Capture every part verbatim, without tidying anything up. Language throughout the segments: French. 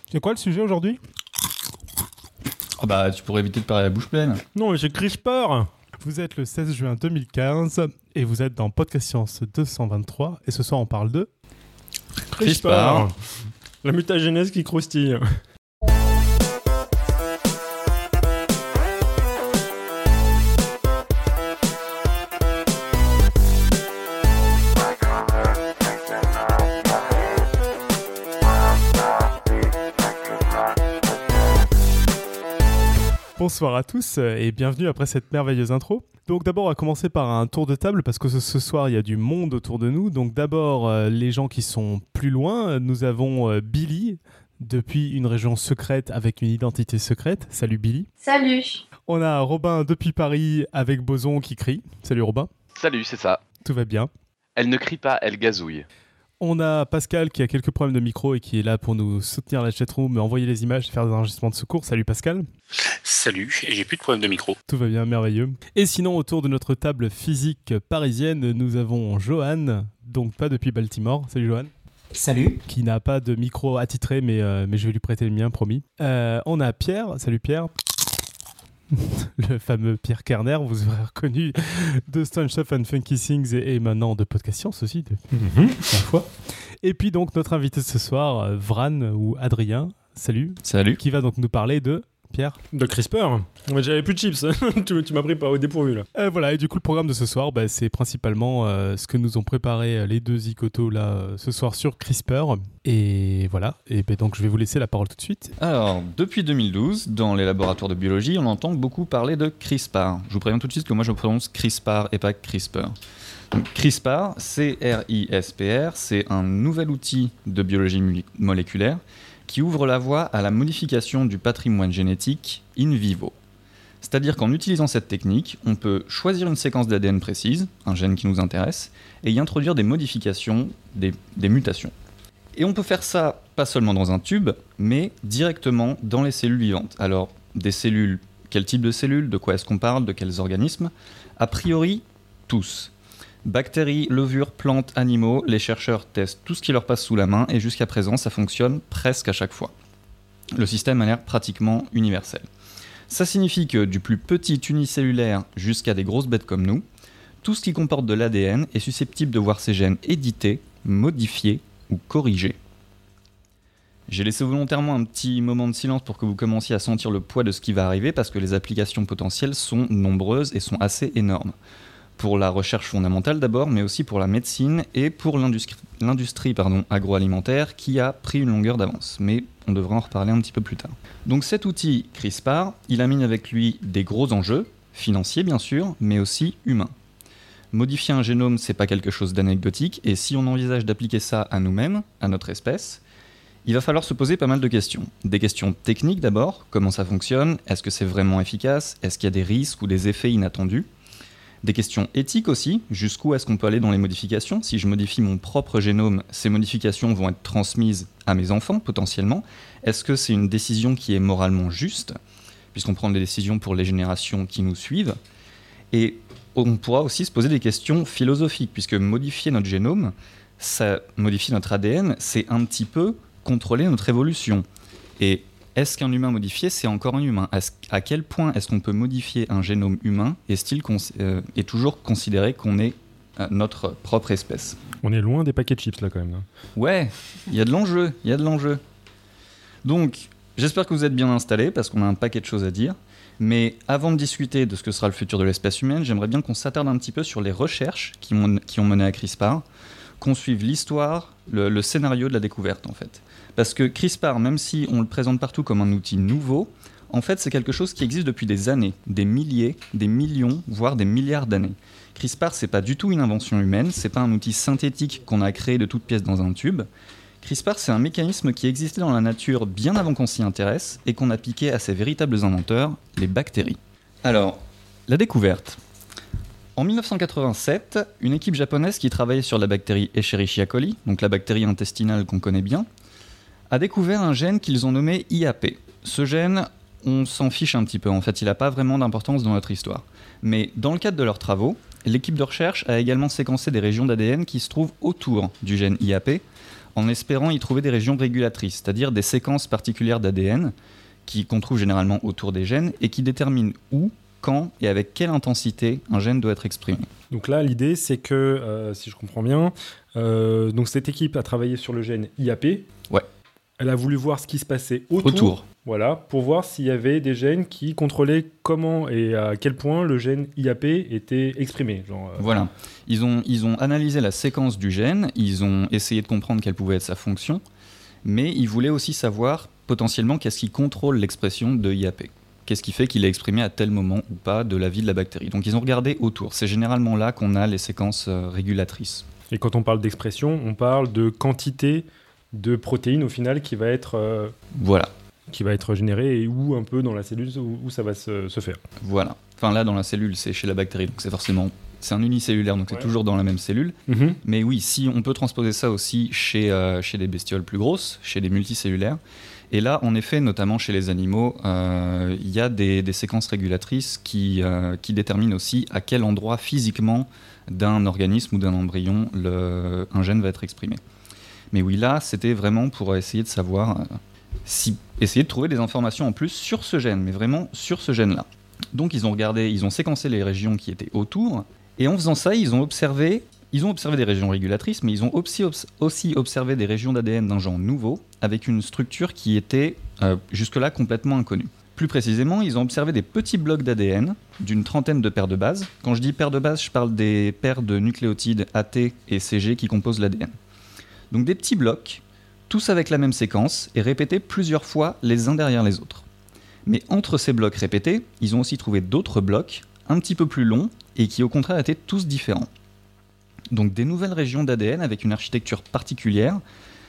C'est quoi le sujet aujourd'hui ? Oh bah, tu pourrais éviter de parler à la bouche pleine. Non, mais j'ai CRISPR. Vous êtes le seize juin deux mille quinze et vous êtes dans Podcast Science deux cent vingt-trois. Et ce soir, on parle de... CRISPR. La mutagénèse qui croustille. Bonsoir à tous et bienvenue après cette merveilleuse intro. Donc d'abord on va commencer par un tour de table parce que ce, ce soir il y a du monde autour de nous. Donc d'abord euh, les gens qui sont plus loin, nous avons euh, Billy depuis une région secrète avec une identité secrète. Salut Billy. Salut. On a Robin depuis Paris avec Boson qui crie. Salut Robin. Salut, c'est ça. Tout va bien. Elle ne crie pas, elle gazouille. On a Pascal qui a quelques problèmes de micro et qui est là pour nous soutenir la chatroom, envoyer les images, faire des enregistrements de secours. Salut Pascal. Salut, et j'ai plus de problème de micro. Tout va bien, merveilleux. Et sinon, autour de notre table physique parisienne, nous avons Johan, donc pas depuis Baltimore. Salut Johan. Salut. Qui n'a pas de micro attitré, mais, euh, mais je vais lui prêter le mien, promis. Euh, on a Pierre. Salut Pierre. Le fameux Pierre Kerner, vous aurez reconnu de Strange Stuff and Funky Things et, et maintenant de Podcast Science aussi, de mm-hmm. parfois. Et puis donc notre invité ce soir, Vran ou Adrien, salut. Salut. Qui va donc nous parler de... Pierre ? De CRISPR. Mais j'avais plus de chips. tu, tu m'as pris pas au dépourvu là. Euh, voilà, et du coup le programme de ce soir, bah, c'est principalement euh, ce que nous ont préparé euh, les deux zigotos là euh, ce soir sur CRISPR. Et voilà, et bah, donc je vais vous laisser la parole tout de suite. Alors, depuis deux mille douze, dans les laboratoires de biologie, on entend beaucoup parler de CRISPR. Je vous préviens tout de suite que moi je prononce CRISPR et pas CRISPR. Donc, CRISPR, C R I S P R, c'est un nouvel outil de biologie mo- moléculaire qui ouvre la voie à la modification du patrimoine génétique in vivo. C'est-à-dire qu'en utilisant cette technique, on peut choisir une séquence d'A D N précise, un gène qui nous intéresse, et y introduire des modifications, des, des mutations. Et on peut faire ça pas seulement dans un tube, mais directement dans les cellules vivantes. Alors, des cellules, quel type de cellules, de quoi est-ce qu'on parle, de quels organismes ? A priori, tous. Bactéries, levures, plantes, animaux, les chercheurs testent tout ce qui leur passe sous la main et jusqu'à présent, ça fonctionne presque à chaque fois. Le système a l'air pratiquement universel. Ça signifie que du plus petit unicellulaire jusqu'à des grosses bêtes comme nous, tout ce qui comporte de l'A D N est susceptible de voir ses gènes édités, modifiés ou corrigés. J'ai laissé volontairement un petit moment de silence pour que vous commenciez à sentir le poids de ce qui va arriver parce que les applications potentielles sont nombreuses et sont assez énormes. Pour la recherche fondamentale d'abord, mais aussi pour la médecine et pour l'industrie, l'industrie pardon, agroalimentaire qui a pris une longueur d'avance. Mais on devra en reparler un petit peu plus tard. Donc cet outil CRISPR, il amène avec lui des gros enjeux, financiers bien sûr, mais aussi humains. Modifier un génome, c'est pas quelque chose d'anecdotique, et si on envisage d'appliquer ça à nous-mêmes, à notre espèce, il va falloir se poser pas mal de questions. Des questions techniques d'abord, comment ça fonctionne, est-ce que c'est vraiment efficace, est-ce qu'il y a des risques ou des effets inattendus ? Des questions éthiques aussi, jusqu'où est-ce qu'on peut aller dans les modifications ? Si je modifie mon propre génome, ces modifications vont être transmises à mes enfants potentiellement. Est-ce que c'est une décision qui est moralement juste ? Puisqu'on prend des décisions pour les générations qui nous suivent. Et on pourra aussi se poser des questions philosophiques, puisque modifier notre génome, ça modifie notre A D N, c'est un petit peu contrôler notre évolution. Et est-ce qu'un humain modifié, c'est encore un humain ? À quel point est-ce qu'on peut modifier un génome humain ? Est-il cons- euh, est toujours considéré qu'on est euh, notre propre espèce ? On est loin des paquets de chips là quand même. Hein. Ouais, il y a de l'enjeu, il y a de l'enjeu. Donc, j'espère que vous êtes bien installés parce qu'on a un paquet de choses à dire. Mais avant de discuter de ce que sera le futur de l'espèce humaine, j'aimerais bien qu'on s'attarde un petit peu sur les recherches qui ont, qui ont mené à CRISPR, qu'on suive l'histoire, le, le scénario de la découverte en fait. Parce que CRISPR, même si on le présente partout comme un outil nouveau, en fait c'est quelque chose qui existe depuis des années, des milliers, des millions, voire des milliards d'années. CRISPR, c'est pas du tout une invention humaine, c'est pas un outil synthétique qu'on a créé de toutes pièces dans un tube. CRISPR, c'est un mécanisme qui existait dans la nature bien avant qu'on s'y intéresse et qu'on a piqué à ses véritables inventeurs, les bactéries. Alors, la découverte. En dix-neuf cent quatre-vingt-sept, une équipe japonaise qui travaillait sur la bactérie Escherichia coli, donc la bactérie intestinale qu'on connaît bien, a découvert un gène qu'ils ont nommé I A P. Ce gène, on s'en fiche un petit peu, en fait, il n'a pas vraiment d'importance dans notre histoire. Mais dans le cadre de leurs travaux, l'équipe de recherche a également séquencé des régions d'A D N qui se trouvent autour du gène I A P, en espérant y trouver des régions régulatrices, c'est-à-dire des séquences particulières d'A D N qui, qu'on trouve généralement autour des gènes et qui déterminent où, quand et avec quelle intensité un gène doit être exprimé. Donc là, l'idée, c'est que, euh, si je comprends bien, euh, donc cette équipe a travaillé sur le gène I A P. Ouais. Elle a voulu voir ce qui se passait autour, Autour. Voilà, pour voir s'il y avait des gènes qui contrôlaient comment et à quel point le gène I A P était exprimé. Genre, euh, Voilà. Ils ont, ils ont analysé la séquence du gène, ils ont essayé de comprendre quelle pouvait être sa fonction, mais ils voulaient aussi savoir potentiellement qu'est-ce qui contrôle l'expression de I A P. Qu'est-ce qui fait qu'il est exprimé à tel moment ou pas de la vie de la bactérie. Donc ils ont regardé autour. C'est généralement là qu'on a les séquences euh, régulatrices. Et quand on parle d'expression, on parle de quantité de protéines au final qui va être, euh, Voilà. qui va être générée et où un peu dans la cellule où, où ça va se, se faire. Voilà. Enfin là, dans la cellule, c'est chez la bactérie, donc c'est forcément... C'est un unicellulaire, donc Ouais. c'est toujours dans la même cellule. Mm-hmm. Mais oui, si on peut transposer ça aussi chez, euh, chez des bestioles plus grosses, chez des multicellulaires. Et là, en effet, notamment chez les animaux, euh, il y a des, des séquences régulatrices qui, euh, qui déterminent aussi à quel endroit physiquement d'un organisme ou d'un embryon le, un gène va être exprimé. Mais oui, là, c'était vraiment pour essayer de savoir, euh, si, essayer de trouver des informations en plus sur ce gène, mais vraiment sur ce gène-là. Donc ils ont regardé, ils ont séquencé les régions qui étaient autour, et en faisant ça, ils ont observé, ils ont observé des régions régulatrices, mais ils ont aussi, obs- aussi observé des régions d'A D N d'un genre nouveau, avec une structure qui était euh, jusque-là complètement inconnue. Plus précisément, ils ont observé des petits blocs d'A D N d'une trentaine de paires de bases. Quand je dis paires de bases, je parle des paires de nucléotides A T et C G qui composent l'A D N. Donc des petits blocs, tous avec la même séquence, et répétés plusieurs fois les uns derrière les autres. Mais entre ces blocs répétés, ils ont aussi trouvé d'autres blocs, un petit peu plus longs, et qui au contraire étaient tous différents. Donc des nouvelles régions d'A D N avec une architecture particulière,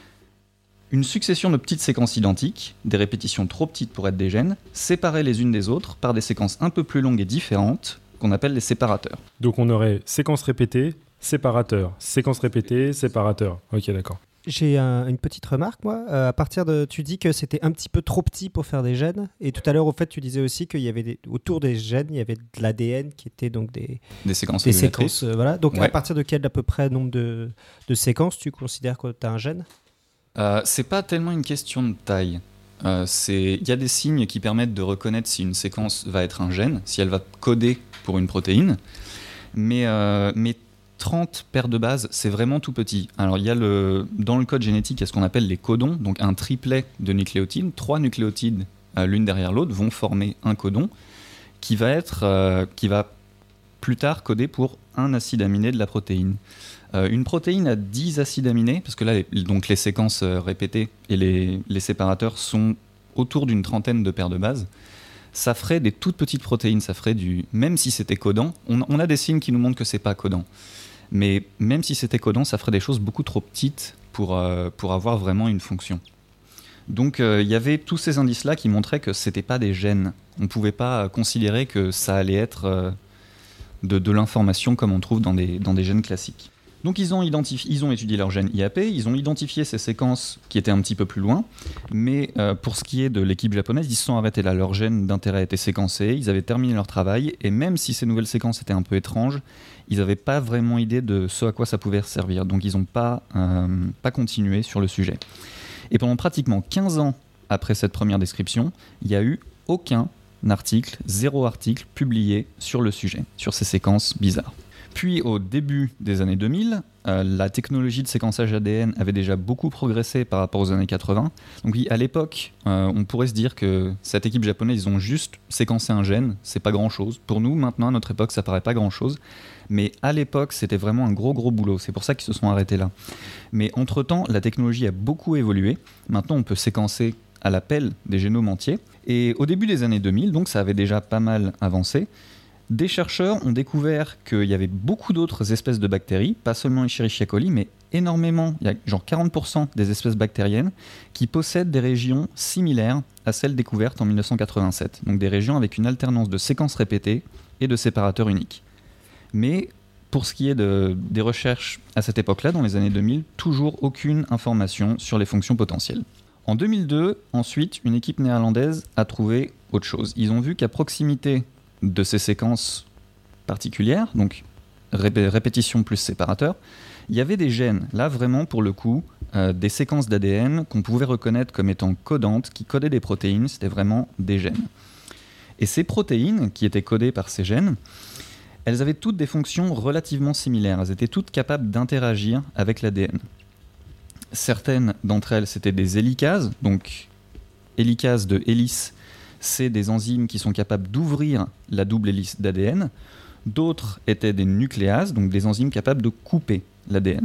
une succession de petites séquences identiques, des répétitions trop petites pour être des gènes, séparées les unes des autres par des séquences un peu plus longues et différentes, qu'on appelle les séparateurs. Donc on aurait séquence répétée, séparateur, séquence répétée, séparateur. Ok, d'accord. J'ai un- une petite remarque, moi. Euh, à partir de, tu dis que c'était un petit peu trop petit pour faire des gènes. Et tout à l'heure, au fait, tu disais aussi qu'il y avait des, autour des gènes, il y avait de l'A D N qui était donc des, Des séquences des régulatrices. séquences. euh, voilà. Donc Ouais. à partir de quel à peu près nombre de, de séquences tu considères que tu as un gène? Euh, c'est pas tellement une question de taille. Euh, c'est- Il y a des signes qui permettent de reconnaître si une séquence va être un gène, si elle va coder pour une protéine. Mais, euh, mais trente paires de bases, c'est vraiment tout petit. Alors, il y a le, dans le code génétique, il y a ce qu'on appelle les codons, donc un triplet de nucléotides. Trois nucléotides, euh, l'une derrière l'autre, vont former un codon qui va, être, euh, qui va plus tard coder pour un acide aminé de la protéine. Euh, une protéine a dix acides aminés, parce que là, les, donc les séquences euh, répétées et les, les séparateurs sont autour d'une trentaine de paires de bases. Ça ferait des toutes petites protéines, ça ferait du... Même si c'était codant, on, on a des signes qui nous montrent que c'est pas codant. Mais même si c'était codant, ça ferait des choses beaucoup trop petites pour, euh, pour avoir vraiment une fonction. Donc il euh, y avait tous ces indices-là qui montraient que c'était pas des gènes. On pouvait pas euh, considérer que ça allait être euh, de, de l'information comme on trouve dans des, dans des gènes classiques. Donc ils ont, identifi- ils ont étudié leur gène I A P, ils ont identifié ces séquences qui étaient un petit peu plus loin, mais euh, pour ce qui est de l'équipe japonaise, ils se sont arrêtés là. Leur gène d'intérêt était séquencé, ils avaient terminé leur travail, et même si ces nouvelles séquences étaient un peu étranges, ils n'avaient pas vraiment idée de ce à quoi ça pouvait servir, donc ils n'ont pas, euh, pas continué sur le sujet. Et pendant pratiquement quinze ans après cette première description, il n'y a eu aucun article, zéro article publié sur le sujet, sur ces séquences bizarres. Puis au début des années deux mille, euh, la technologie de séquençage A D N avait déjà beaucoup progressé par rapport aux années quatre-vingts. Donc oui, à l'époque, euh, on pourrait se dire que cette équipe japonaise, ils ont juste séquencé un gène, c'est pas grand-chose. Pour nous, maintenant, à notre époque, ça paraît pas grand-chose. Mais à l'époque, c'était vraiment un gros gros boulot, c'est pour ça qu'ils se sont arrêtés là. Mais entre-temps, la technologie a beaucoup évolué. Maintenant, on peut séquencer à la pelle des génomes entiers. Et au début des années deux mille, donc ça avait déjà pas mal avancé, des chercheurs ont découvert qu'il y avait beaucoup d'autres espèces de bactéries, pas seulement Escherichia coli, mais énormément, il y a genre quarante pour cent des espèces bactériennes qui possèdent des régions similaires à celles découvertes en mille neuf cent quatre-vingt-sept. Donc des régions avec une alternance de séquences répétées et de séparateurs uniques. Mais pour ce qui est de, des recherches à cette époque-là, dans les années deux mille, toujours aucune information sur les fonctions potentielles. En deux mille deux, ensuite, une équipe néerlandaise a trouvé autre chose. Ils ont vu qu'à proximité de ces séquences particulières, donc rép- répétition plus séparateur, il y avait des gènes, là vraiment pour le coup, euh, des séquences d'A D N qu'on pouvait reconnaître comme étant codantes, qui codaient des protéines, c'était vraiment des gènes. Et ces protéines qui étaient codées par ces gènes, elles avaient toutes des fonctions relativement similaires, elles étaient toutes capables d'interagir avec l'A D N. Certaines d'entre elles, c'était des hélicases, donc hélicase de hélice, c'est des enzymes qui sont capables d'ouvrir la double hélice d'A D N. D'autres étaient des nucléases, donc des enzymes capables de couper l'A D N.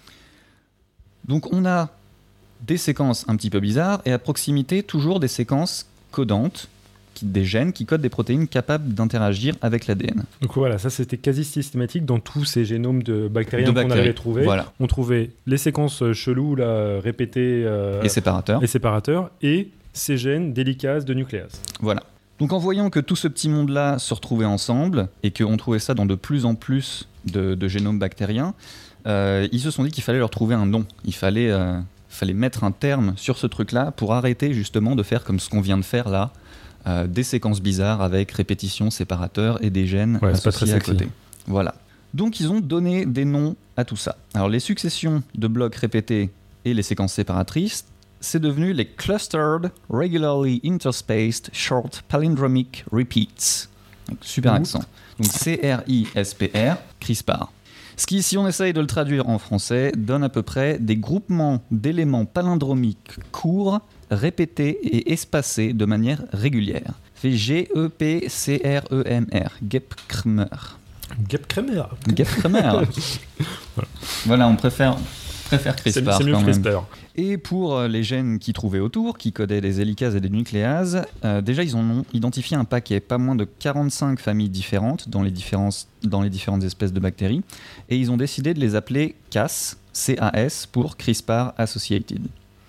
Donc on a des séquences un petit peu bizarres et à proximité toujours des séquences codantes, qui, des gènes qui codent des protéines capables d'interagir avec l'A D N. Donc voilà, ça c'était quasi systématique dans tous ces génomes de bactéries De qu'on bactéries, avait trouvés. voilà. On trouvait les séquences cheloues là, répétées euh, Et séparateurs. et séparateurs et ces gènes d'hélicase, de nucléase. Voilà. Donc en voyant que tout ce petit monde-là se retrouvait ensemble et qu'on trouvait ça dans de plus en plus de, de génomes bactériens, euh, ils se sont dit qu'il fallait leur trouver un nom. Il fallait, euh, fallait mettre un terme sur ce truc-là pour arrêter justement de faire comme ce qu'on vient de faire là, euh, des séquences bizarres avec répétition, séparateur et des gènes Ouais, c'est pas associés très à sexy. côté. Voilà. Donc ils ont donné des noms à tout ça. Alors les successions de blocs répétés et les séquences séparatrices, c'est devenu les Clustered Regularly Interspaced Short Palindromic Repeats. Donc, super accent. Donc C R I S P R, CRISPR. Ce qui, si on essaye de le traduire en français, donne à peu près des groupements d'éléments palindromiques courts, répétés et espacés de manière régulière. Fait G E P C R E M R, Gepkremer. Gepkremer. Gepkremer. Voilà, on préfère, préfère C'est CRISPR c'est mieux quand que même. CRISPR. Et pour les gènes qu'ils trouvaient autour, qui codaient des hélicases et des nucléases, euh, déjà ils en ont identifié un paquet, pas moins de quarante-cinq familles différentes dans les, différences, dans les différentes espèces de bactéries, et ils ont décidé de les appeler C A S, C A S, pour CRISPR Associated.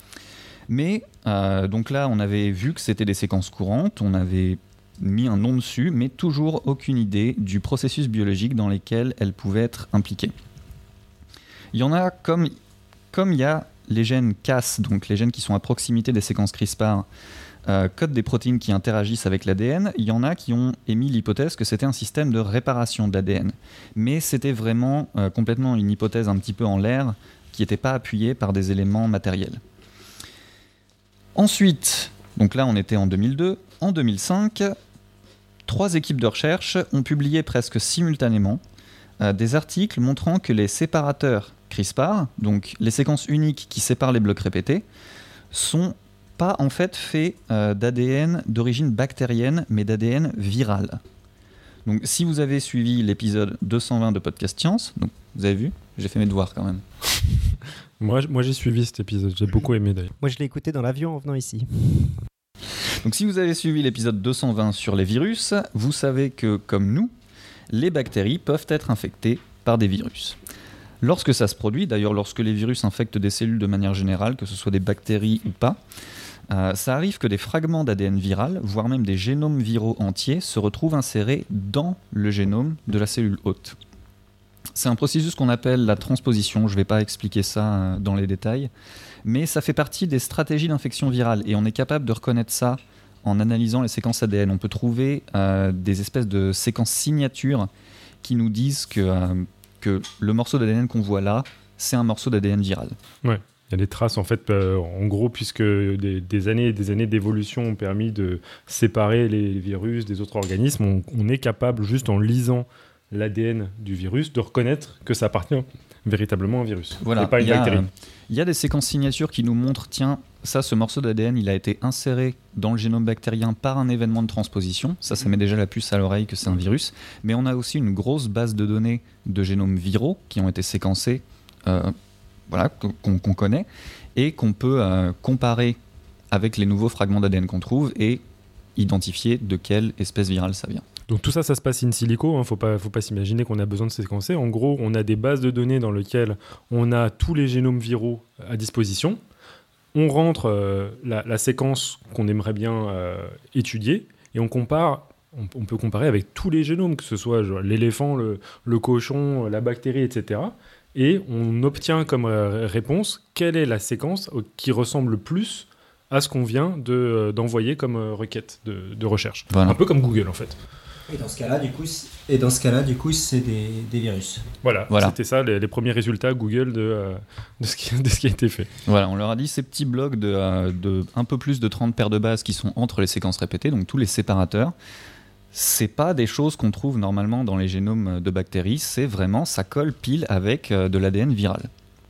Mais, euh, donc là, on avait vu que c'était des séquences courantes, on avait mis un nom dessus, mais toujours aucune idée du processus biologique dans lequel elles pouvaient être impliquées. Il y en a comme, comme il y a les gènes C A S, donc les gènes qui sont à proximité des séquences CRISPR, euh, codent des protéines qui interagissent avec l'A D N, il y en a qui ont émis l'hypothèse que c'était un système de réparation de l'A D N. Mais c'était vraiment euh, complètement une hypothèse un petit peu en l'air, qui n'était pas appuyée par des éléments matériels. Ensuite, donc là on était en deux mille deux, en deux mille cinq, trois équipes de recherche ont publié presque simultanément euh, des articles montrant que les séparateurs CRISPR, donc les séquences uniques qui séparent les blocs répétés, sont pas en fait faits euh, d'A D N d'origine bactérienne, mais d'A D N viral. Donc si vous avez suivi l'épisode deux cent vingt de Podcast Science, donc vous avez vu, j'ai fait mes devoirs quand même. Moi, moi j'ai suivi cet épisode, j'ai beaucoup aimé d'ailleurs. Moi, je l'ai écouté dans l'avion en venant ici. Donc si vous avez suivi l'épisode deux cent vingt sur les virus, vous savez que, comme nous, les bactéries peuvent être infectées par des virus. Lorsque ça se produit, d'ailleurs lorsque les virus infectent des cellules de manière générale, que ce soit des bactéries ou pas, euh, ça arrive que des fragments d'A D N viral, voire même des génomes viraux entiers, se retrouvent insérés dans le génome de la cellule hôte. C'est un processus qu'on appelle la transposition, je ne vais pas expliquer ça euh, dans les détails, mais ça fait partie des stratégies d'infection virale et on est capable de reconnaître ça en analysant les séquences A D N. On peut trouver euh, des espèces de séquences signatures qui nous disent que... Euh, que le morceau d'A D N qu'on voit là, c'est un morceau d'A D N viral. Ouais, il y a des traces en fait, euh, en gros, puisque des, des années et des années d'évolution ont permis de séparer les virus des autres organismes, on, on est capable, juste en lisant l'A D N du virus, de reconnaître que ça appartient véritablement à un virus, Voilà, et pas à une il y a, bactérie. euh, il y a des séquences signatures qui nous montrent, tiens, ça, ce morceau d'A D N, il a été inséré dans le génome bactérien par un événement de transposition. Ça, ça met déjà la puce à l'oreille que c'est un virus. Mais on a aussi une grosse base de données de génomes viraux qui ont été séquencés, euh, voilà, qu'on, qu'on connaît, et qu'on peut euh, comparer avec les nouveaux fragments d'A D N qu'on trouve et identifier de quelle espèce virale ça vient. Donc tout ça, ça se passe in silico, hein, faut pas, faut pas s'imaginer qu'on a besoin de séquencer. En gros, on a des bases de données dans lesquelles on a tous les génomes viraux à disposition. On rentre euh, la, la séquence qu'on aimerait bien euh, étudier et on compare. On, on peut comparer avec tous les génomes, que ce soit genre, l'éléphant, le, le cochon, la bactérie, et cetera. Et on obtient comme euh, réponse quelle est la séquence qui ressemble le plus à ce qu'on vient de, euh, d'envoyer comme euh, requête de, de recherche. Voilà. Un peu comme Google en fait. Et dans ce cas-là, du coup, c'est, et dans ce cas-là, du coup, c'est des, des virus. Voilà, Voilà. c'était ça les, les premiers résultats Google de, euh, de, ce qui, de ce qui a été fait. Voilà, on leur a dit ces petits blocs de, euh, de un peu plus de trente paires de bases qui sont entre les séquences répétées, donc tous les séparateurs. C'est pas des choses qu'on trouve normalement dans les génomes de bactéries, c'est vraiment, ça colle pile avec euh, de l'A D N viral.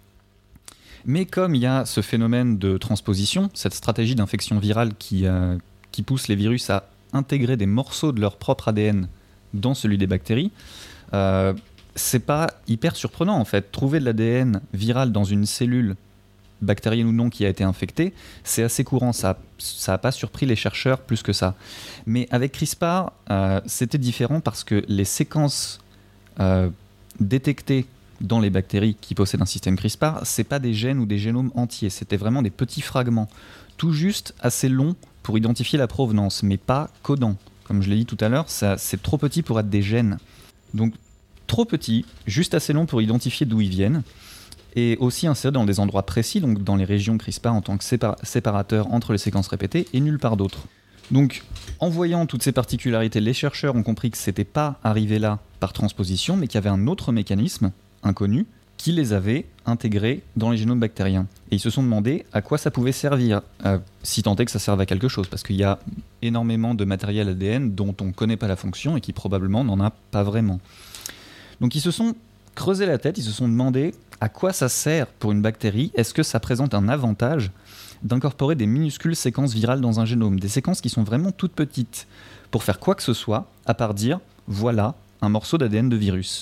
Mais comme il y a ce phénomène de transposition, cette stratégie d'infection virale qui, euh, qui pousse les virus à intégrer des morceaux de leur propre A D N dans celui des bactéries, euh, c'est pas hyper surprenant en fait. Trouver de l'A D N viral dans une cellule, bactérienne ou non, qui a été infectée, c'est assez courant. Ça n'a pas surpris les chercheurs plus que ça. Mais avec CRISPR, euh, c'était différent parce que les séquences euh, détectées dans les bactéries qui possèdent un système CRISPR, c'est pas des gènes ou des génomes entiers, c'était vraiment des petits fragments, tout juste assez longs pour identifier la provenance, mais pas codants. Comme je l'ai dit tout à l'heure, ça, c'est trop petit pour être des gènes. Donc trop petit, juste assez long pour identifier d'où ils viennent, et aussi insérés dans des endroits précis, donc dans les régions CRISPR en tant que sépar- séparateur entre les séquences répétées, et nulle part d'autre. Donc, en voyant toutes ces particularités, les chercheurs ont compris que c'était pas arrivé là par transposition, mais qu'il y avait un autre mécanisme inconnu qui les avait intégrés dans les génomes bactériens. Et ils se sont demandé à quoi ça pouvait servir, euh, si tant est que ça serve à quelque chose, parce qu'il y a énormément de matériel A D N dont on ne connaît pas la fonction et qui probablement n'en a pas vraiment. Donc ils se sont creusé la tête, ils se sont demandé à quoi ça sert pour une bactérie, est-ce que ça présente un avantage d'incorporer des minuscules séquences virales dans un génome, des séquences qui sont vraiment toutes petites, pour faire quoi que ce soit, à part dire, voilà, un morceau d'A D N de virus.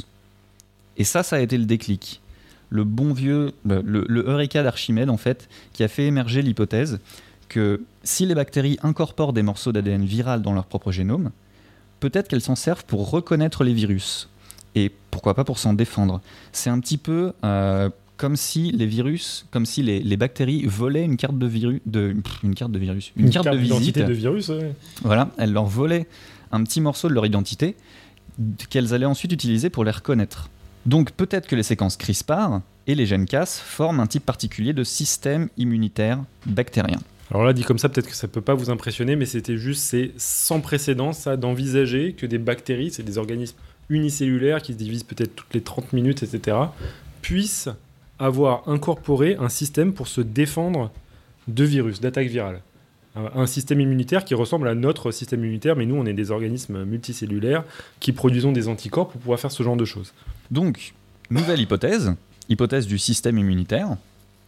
Et ça, ça a été le déclic. Le bon vieux, le, le, le Eureka d'Archimède, en fait, qui a fait émerger l'hypothèse que si les bactéries incorporent des morceaux d'A D N viral dans leur propre génome, peut-être qu'elles s'en servent pour reconnaître les virus. Et pourquoi pas pour s'en défendre. C'est un petit peu euh, comme si les virus, comme si les, les bactéries volaient une carte de virus, de, une carte de virus, une, Une carte, carte de visite. d'identité de virus, ouais. Voilà, elles leur volaient un petit morceau de leur identité qu'elles allaient ensuite utiliser pour les reconnaître. Donc peut-être que les séquences CRISPR et les gènes Cas forment un type particulier de système immunitaire bactérien. Alors là, dit comme ça, peut-être que ça peut pas vous impressionner, mais c'était juste, c'est sans précédent, ça, d'envisager que des bactéries, c'est des organismes unicellulaires qui se divisent peut-être toutes les trente minutes, et cetera, puissent avoir incorporé un système pour se défendre de virus, d'attaques virales. Un système immunitaire qui ressemble à notre système immunitaire, mais nous, on est des organismes multicellulaires qui produisons des anticorps pour pouvoir faire ce genre de choses. Donc, nouvelle hypothèse, hypothèse du système immunitaire.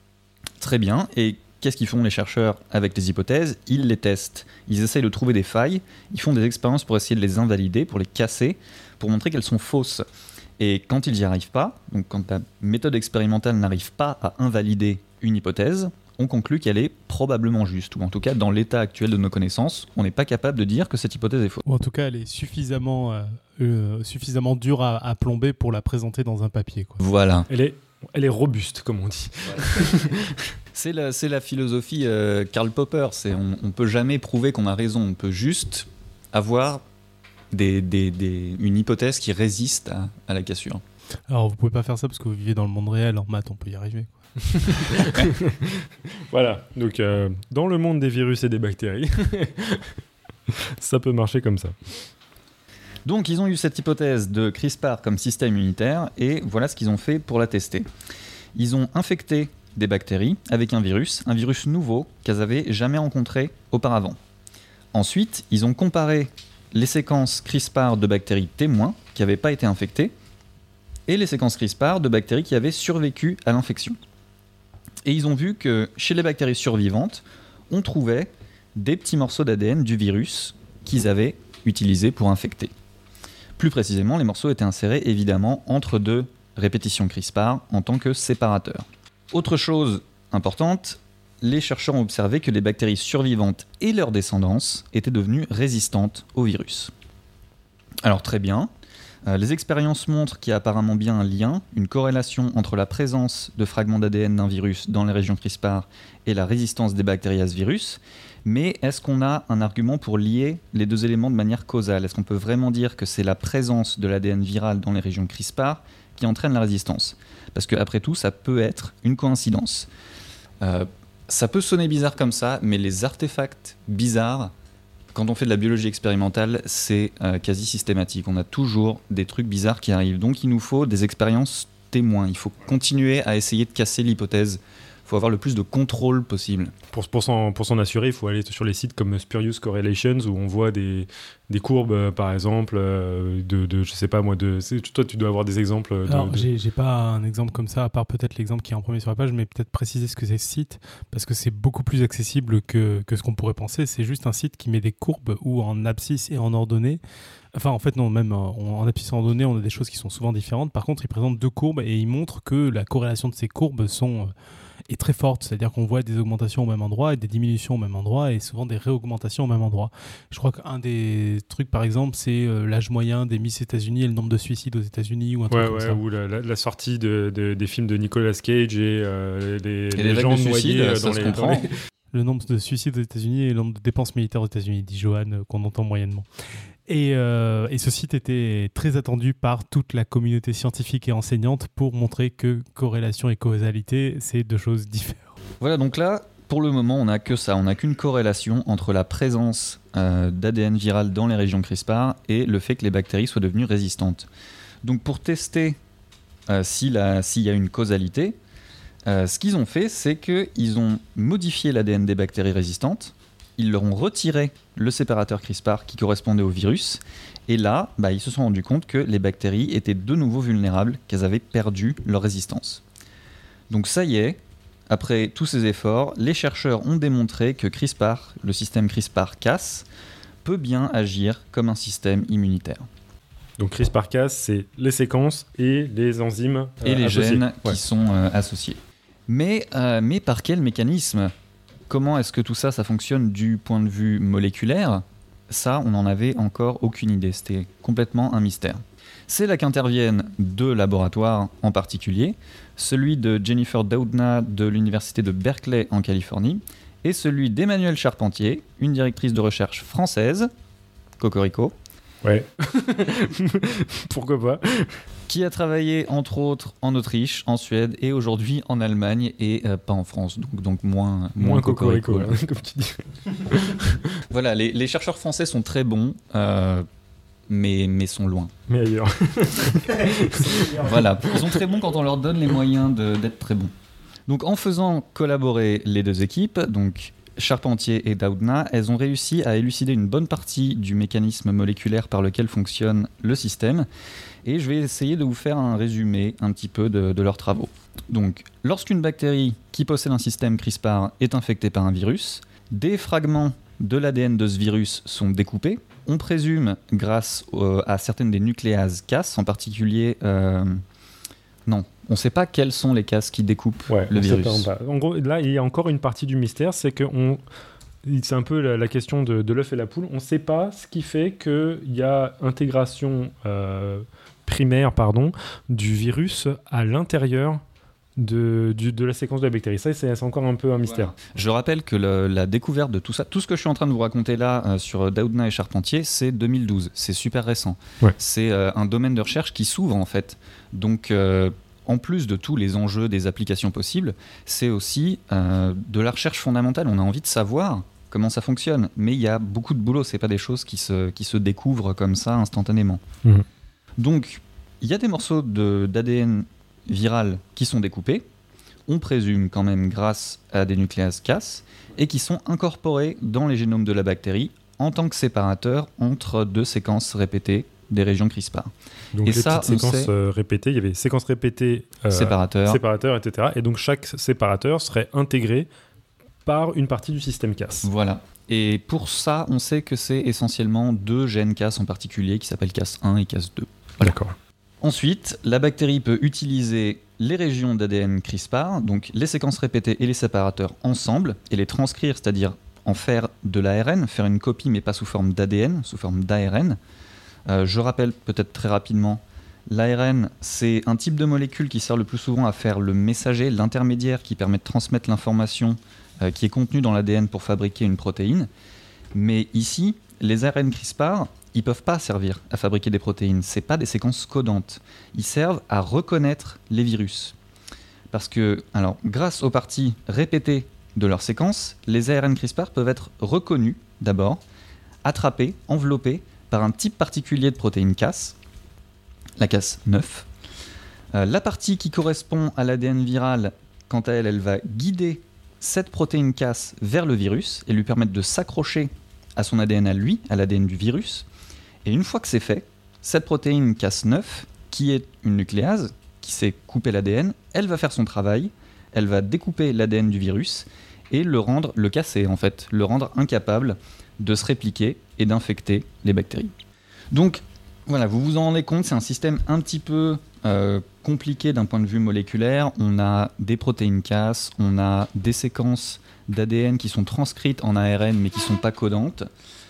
Très bien, et qu'est-ce qu'ils font les chercheurs avec les hypothèses ? Ils les testent, ils essayent de trouver des failles, ils font des expériences pour essayer de les invalider, pour les casser, pour montrer qu'elles sont fausses. Et quand ils n'y arrivent pas, donc quand la méthode expérimentale n'arrive pas à invalider une hypothèse, on conclut qu'elle est probablement juste, ou en tout cas dans l'état actuel de nos connaissances, on n'est pas capable de dire que cette hypothèse est fausse. Ou en tout cas, elle est suffisamment, euh, euh, suffisamment dure à, à plomber pour la présenter dans un papier, quoi. Voilà. Elle est, elle est robuste, comme on dit. C'est la, c'est la philosophie euh, Karl Popper, c'est, on ne peut jamais prouver qu'on a raison, on peut juste avoir des, des, des, une hypothèse qui résiste à, à la cassure. Alors, vous pouvez pas faire ça parce que vous vivez dans le monde réel. En maths, on peut y arriver, quoi. Voilà, donc euh, dans le monde des virus et des bactéries, ça peut marcher comme ça. Donc ils ont eu cette hypothèse de CRISPR comme système immunitaire et voilà ce qu'ils ont fait pour la tester. Ils ont infecté des bactéries avec un virus, un virus nouveau qu'elles n'avaient jamais rencontré auparavant. Ensuite, ils ont comparé les séquences CRISPR de bactéries témoins qui n'avaient pas été infectées et les séquences CRISPR de bactéries qui avaient survécu à l'infection. Et ils ont vu que chez les bactéries survivantes, on trouvait des petits morceaux d'A D N du virus qu'ils avaient utilisé pour infecter. Plus précisément, les morceaux étaient insérés évidemment entre deux répétitions CRISPR en tant que séparateur. Autre chose importante, les chercheurs ont observé que les bactéries survivantes et leurs descendances étaient devenues résistantes au virus. Alors très bien. Euh, les expériences montrent qu'il y a apparemment bien un lien, une corrélation entre la présence de fragments d'A D N d'un virus dans les régions CRISPR et la résistance des bactéries à ce virus. Mais est-ce qu'on a un argument pour lier les deux éléments de manière causale ? Est-ce qu'on peut vraiment dire que c'est la présence de l'A D N viral dans les régions CRISPR qui entraîne la résistance ? Parce qu'après tout, ça peut être une coïncidence. Euh, ça peut sonner bizarre comme ça, mais les artefacts bizarres quand on fait de la biologie expérimentale, c'est euh, quasi systématique. On a toujours des trucs bizarres qui arrivent. Donc il nous faut des expériences témoins. Il faut continuer à essayer de casser l'hypothèse. Il faut avoir le plus de contrôle possible. Pour, pour, s'en, pour s'en assurer, il faut aller sur les sites comme Spurious Correlations où on voit des, des courbes, euh, par exemple, euh, de, de, je sais pas moi, de, c'est, toi tu dois avoir des exemples. De, Alors, de... J'ai, j'ai pas un exemple comme ça, à part peut-être l'exemple qui est en premier sur la page, mais peut-être préciser ce que c'est ce site, parce que c'est beaucoup plus accessible que, que ce qu'on pourrait penser. C'est juste un site qui met des courbes où en abscisse et en ordonnée. Enfin, en fait, non, même en, en abscisse et en ordonnée, on a des choses qui sont souvent différentes. Par contre, il présente deux courbes et il montre que la corrélation de ces courbes sont... Euh, est très forte, c'est-à-dire qu'on voit des augmentations au même endroit et des diminutions au même endroit et souvent des réaugmentations au même endroit. Je crois qu'un des trucs, par exemple, c'est euh, l'âge moyen des Miss États-Unis et le nombre de suicides aux États-Unis ou un truc ouais, comme ouais, ça. ou la, la, la sortie de, de, des films de Nicolas Cage et euh, les, Et les les gens vagues de suicides, noyés ça dans se les, comprend. dans les... Le nombre de suicides aux États-Unis et le nombre de dépenses militaires aux États-Unis, dit Johan, euh, qu'on entend moyennement. Et, euh, et ce site était très attendu par toute la communauté scientifique et enseignante pour montrer que corrélation et causalité, c'est deux choses différentes. Voilà, donc là, pour le moment, on n'a que ça. On n'a qu'une corrélation entre la présence euh, d'A D N viral dans les régions CRISPR et le fait que les bactéries soient devenues résistantes. Donc pour tester euh, si la, s'il y a une causalité, euh, ce qu'ils ont fait, c'est qu'ils ont modifié l'A D N des bactéries résistantes, ils leur ont retiré le séparateur CRISPR qui correspondait au virus, et là, bah, ils se sont rendus compte que les bactéries étaient de nouveau vulnérables, qu'elles avaient perdu leur résistance. Donc ça y est, après tous ces efforts, les chercheurs ont démontré que CRISPR, le système CRISPR-Cas, peut bien agir comme un système immunitaire. Donc CRISPR-Cas, c'est les séquences et les enzymes euh, Et les associés. gènes Ouais. qui sont euh, associés. Mais, euh, mais par quel mécanisme ? Comment est-ce que tout ça, ça fonctionne du point de vue moléculaire ? Ça, on n'en avait encore aucune idée. C'était complètement un mystère. C'est là qu'interviennent deux laboratoires en particulier, celui de Jennifer Doudna de l'université de Berkeley en Californie et celui d'Emmanuelle Charpentier, une directrice de recherche française, Cocorico, Ouais. Pourquoi pas ? qui a travaillé entre autres en Autriche, en Suède et aujourd'hui en Allemagne et euh, pas en France, donc, donc moins, moins, Moins Cocorico. cocorico, hein, comme tu dis. Voilà, les, les chercheurs français sont très bons, euh, mais, mais sont loin. Mais ailleurs. Voilà, ils sont très bons quand on leur donne les moyens de, d'être très bons. Donc en faisant collaborer les deux équipes, donc Charpentier et Doudna, elles ont réussi à élucider une bonne partie du mécanisme moléculaire par lequel fonctionne le système. Et je vais essayer de vous faire un résumé un petit peu de, de leurs travaux. Donc, lorsqu'une bactérie qui possède un système CRISPR est infectée par un virus, des fragments de l'A D N de ce virus sont découpés. On présume, grâce euh, à certaines des nucléases Cas, en particulier... Euh, non, on ne sait pas quelles sont les Cas qui découpent Ouais, le on virus. sait pas. En gros, là, il y a encore une partie du mystère, c'est que on... c'est un peu la, la question de, de l'œuf et la poule. On ne sait pas ce qui fait qu'il y a intégration euh, primaire pardon, du virus à l'intérieur de, du, de la séquence de la bactérie. Ça, c'est, c'est encore un peu un mystère. Voilà. Je rappelle que le, la découverte de tout ça, tout ce que je suis en train de vous raconter là euh, sur Doudna et Charpentier, c'est deux mille douze. C'est super récent. Ouais. C'est euh, un domaine de recherche qui s'ouvre en fait. Donc, euh, en plus de tous les enjeux des applications possibles, c'est aussi euh, de la recherche fondamentale. On a envie de savoir comment ça fonctionne, mais il y a beaucoup de boulot. C'est pas des choses qui se, qui se découvrent comme ça instantanément. Mmh. Donc, il y a des morceaux de, d'A D N viral qui sont découpés, on présume quand même grâce à des nucléases Cas, et qui sont incorporés dans les génomes de la bactérie en tant que séparateurs entre deux séquences répétées des régions CRISPR. Donc Et les ça, petites on séquences sait- euh, répétées, il y avait séquences répétées, euh, Séparateurs. séparateurs, et cetera. Et donc chaque séparateur serait intégré par une partie du système Cas. Voilà. Et pour ça, on sait que c'est essentiellement deux gènes Cas en particulier qui s'appellent Cas un et Cas deux. D'accord. Ensuite, la bactérie peut utiliser les régions d'A D N CRISPR, donc les séquences répétées et les séparateurs ensemble, et les transcrire, c'est-à-dire en faire de l'A R N, faire une copie mais pas sous forme d'A D N, sous forme d'A R N. Euh, je rappelle peut-être très rapidement, l'A R N, c'est un type de molécule qui sert le plus souvent à faire le messager, l'intermédiaire qui permet de transmettre l'information euh, qui est contenue dans l'A D N pour fabriquer une protéine. Mais ici, les A R N CRISPR, ils ne peuvent pas servir à fabriquer des protéines. Ce n'est pas des séquences codantes. Ils servent à reconnaître les virus. Parce que, alors, grâce aux parties répétées de leur séquence, les A R N CRISPR peuvent être reconnus d'abord attrapée, enveloppée par un type particulier de protéine Cas, la Cas neuf. Euh, la partie qui correspond à l'A D N viral, quant à elle, elle va guider cette protéine Cas vers le virus et lui permettre de s'accrocher à son A D N à lui, à l'A D N du virus. Et une fois que c'est fait, cette protéine Cas neuf, qui est une nucléase, qui sait couper l'A D N, elle va faire son travail, elle va découper l'A D N du virus et le rendre, le casser en fait, le rendre incapable de se répliquer et d'infecter les bactéries. Donc voilà, vous vous en rendez compte, c'est un système un petit peu euh, compliqué d'un point de vue moléculaire. On a des protéines Cas, on a des séquences d'A D N qui sont transcrites en A R N mais qui ne sont pas codantes.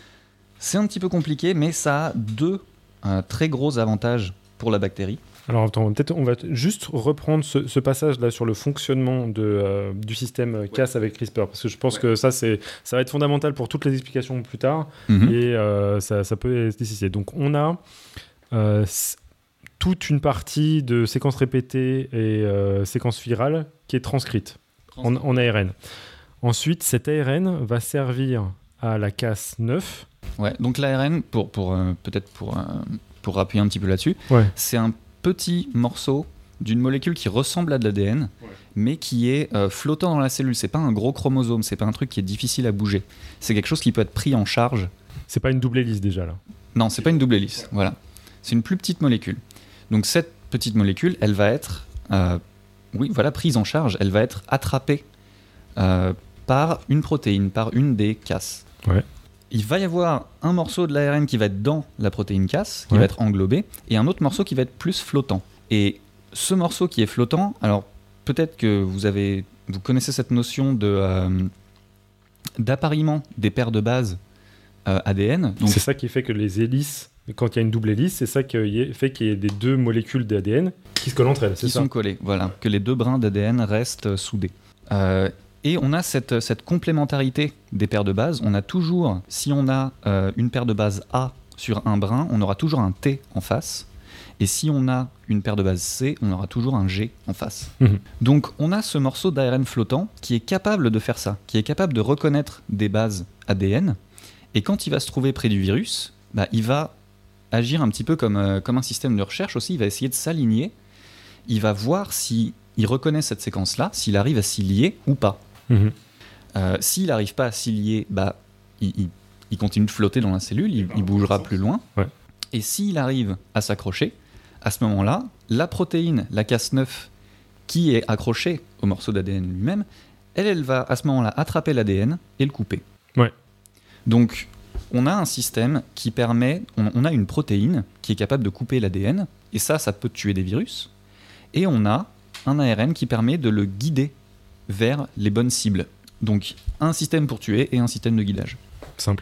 C'est un petit peu compliqué, mais ça a deux euh, très gros avantages pour la bactérie. Alors attends, peut-être on va t- juste reprendre ce, ce passage-là sur le fonctionnement de, euh, du système Cas avec CRISPR, parce que je pense ouais. que ça, c'est, ça va être fondamental pour toutes les explications plus tard, mm-hmm. et euh, ça, ça peut être nécessaire. Donc on a euh, c- toute une partie de séquences répétées et euh, séquences virales qui est transcrite en, en A R N. Ensuite, cet A R N va servir à la Cas neuf. Ouais, donc l'A R N, pour, pour, euh, peut-être pour, euh, pour appuyer un petit peu là-dessus, ouais. c'est un petit morceau d'une molécule qui ressemble à de l'A D N, ouais. mais qui est euh, flottant dans la cellule. C'est pas un gros chromosome, c'est pas un truc qui est difficile à bouger. C'est quelque chose qui peut être pris en charge. C'est pas une double hélice déjà là. Non, c'est pas une double hélice. Voilà, c'est une plus petite molécule. Donc cette petite molécule, elle va être, euh, oui, voilà, prise en charge. Elle va être attrapée euh, par une protéine, par une des Cas. Ouais. Il va y avoir un morceau de l'A R N qui va être dans la protéine Cas, qui ouais. va être englobé, et un autre morceau qui va être plus flottant. Et ce morceau qui est flottant, alors peut-être que vous avez, vous connaissez cette notion de, euh, d'appariement des paires de bases euh, A D N. Donc, c'est ça qui fait que les hélices, quand il y a une double hélice, c'est ça qui fait qu'il y ait des deux molécules d'A D N qui se collent entre elles. C'est qui ça sont collées, voilà, que les deux brins d'A D N restent soudés. Euh, Et on a cette, cette complémentarité des paires de bases. On a toujours, si on a euh, une paire de bases A sur un brin, on aura toujours un T en face. Et si on a une paire de bases C, on aura toujours un G en face. Mmh. Donc on a ce morceau d'A R N flottant qui est capable de faire ça, qui est capable de reconnaître des bases A D N. Et quand il va se trouver près du virus, bah, il va agir un petit peu comme, euh, comme un système de recherche aussi. Il va essayer de s'aligner. Il va voir s'il reconnaît cette séquence-là, s'il arrive à s'y lier ou pas. Mmh. Euh, s'il n'arrive pas à s'y lier, bah, il, il, il continue de flotter dans la cellule, il, il bougera plus loin. Ouais. Et s'il arrive à s'accrocher, à ce moment-là, la protéine, la Cas neuf, qui est accrochée au morceau d'A D N lui-même, elle, elle va à ce moment-là attraper l'A D N et le couper. Ouais. Donc, on a un système qui permet, on, on a une protéine qui est capable de couper l'A D N, et ça, ça peut tuer des virus. Et on a un A R N qui permet de le guider vers les bonnes cibles. Donc, un système pour tuer et un système de guidage. Simple.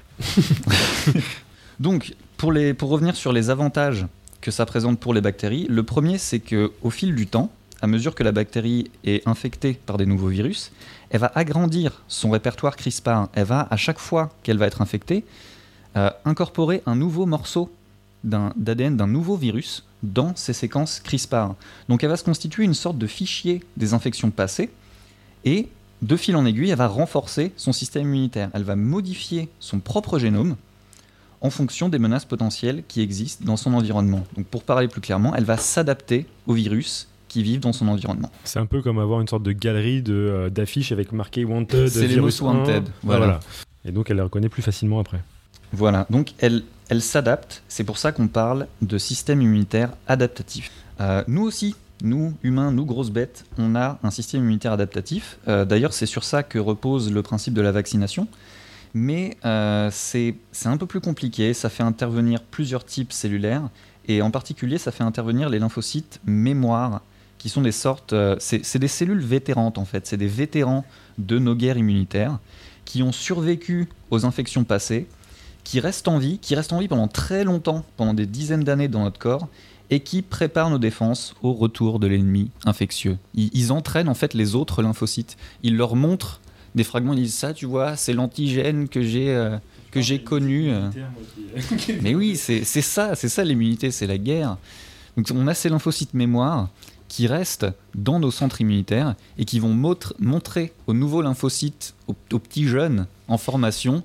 Donc, pour, les, pour revenir sur les avantages que ça présente pour les bactéries, le premier, c'est qu'au fil du temps, à mesure que la bactérie est infectée par des nouveaux virus, elle va agrandir son répertoire CRISPR. Elle va, à chaque fois qu'elle va être infectée, euh, incorporer un nouveau morceau d'un, d'A D N d'un nouveau virus dans ses séquences CRISPR. Donc, elle va se constituer une sorte de fichier des infections passées. Et de fil en aiguille, elle va renforcer son système immunitaire. Elle va modifier son propre génome en fonction des menaces potentielles qui existent dans son environnement. Donc pour parler plus clairement, elle va s'adapter aux virus qui vivent dans son environnement. C'est un peu comme avoir une sorte de galerie de, euh, d'affiches avec marqué Wanted, c'est virus les mots Wanted. Voilà. voilà. Et donc elle les reconnaît plus facilement après. Voilà, donc elle, elle s'adapte. C'est pour ça qu'on parle de système immunitaire adaptatif. Euh, nous aussi, nous, humains, nous, grosses bêtes, on a un système immunitaire adaptatif. Euh, d'ailleurs, c'est sur ça que repose le principe de la vaccination. Mais euh, c'est, c'est un peu plus compliqué. Ça fait intervenir plusieurs types cellulaires. Et en particulier, ça fait intervenir les lymphocytes mémoire, qui sont des sortes... Euh, c'est, c'est des cellules vétérantes, en fait. C'est des vétérans de nos guerres immunitaires qui ont survécu aux infections passées, qui restent en vie, qui restent en vie pendant très longtemps, pendant des dizaines d'années dans notre corps, et qui préparent nos défenses au retour de l'ennemi infectieux. Ils, ils entraînent en fait les autres lymphocytes. Ils leur montrent des fragments, ils disent ça, tu vois, c'est l'antigène que j'ai, euh, que j'ai connu. Euh. Mais oui, c'est, c'est ça, c'est ça l'immunité, c'est la guerre. Donc on a ces lymphocytes mémoire qui restent dans nos centres immunitaires et qui vont montre, montrer aux nouveaux lymphocytes, aux, aux petits jeunes en formation,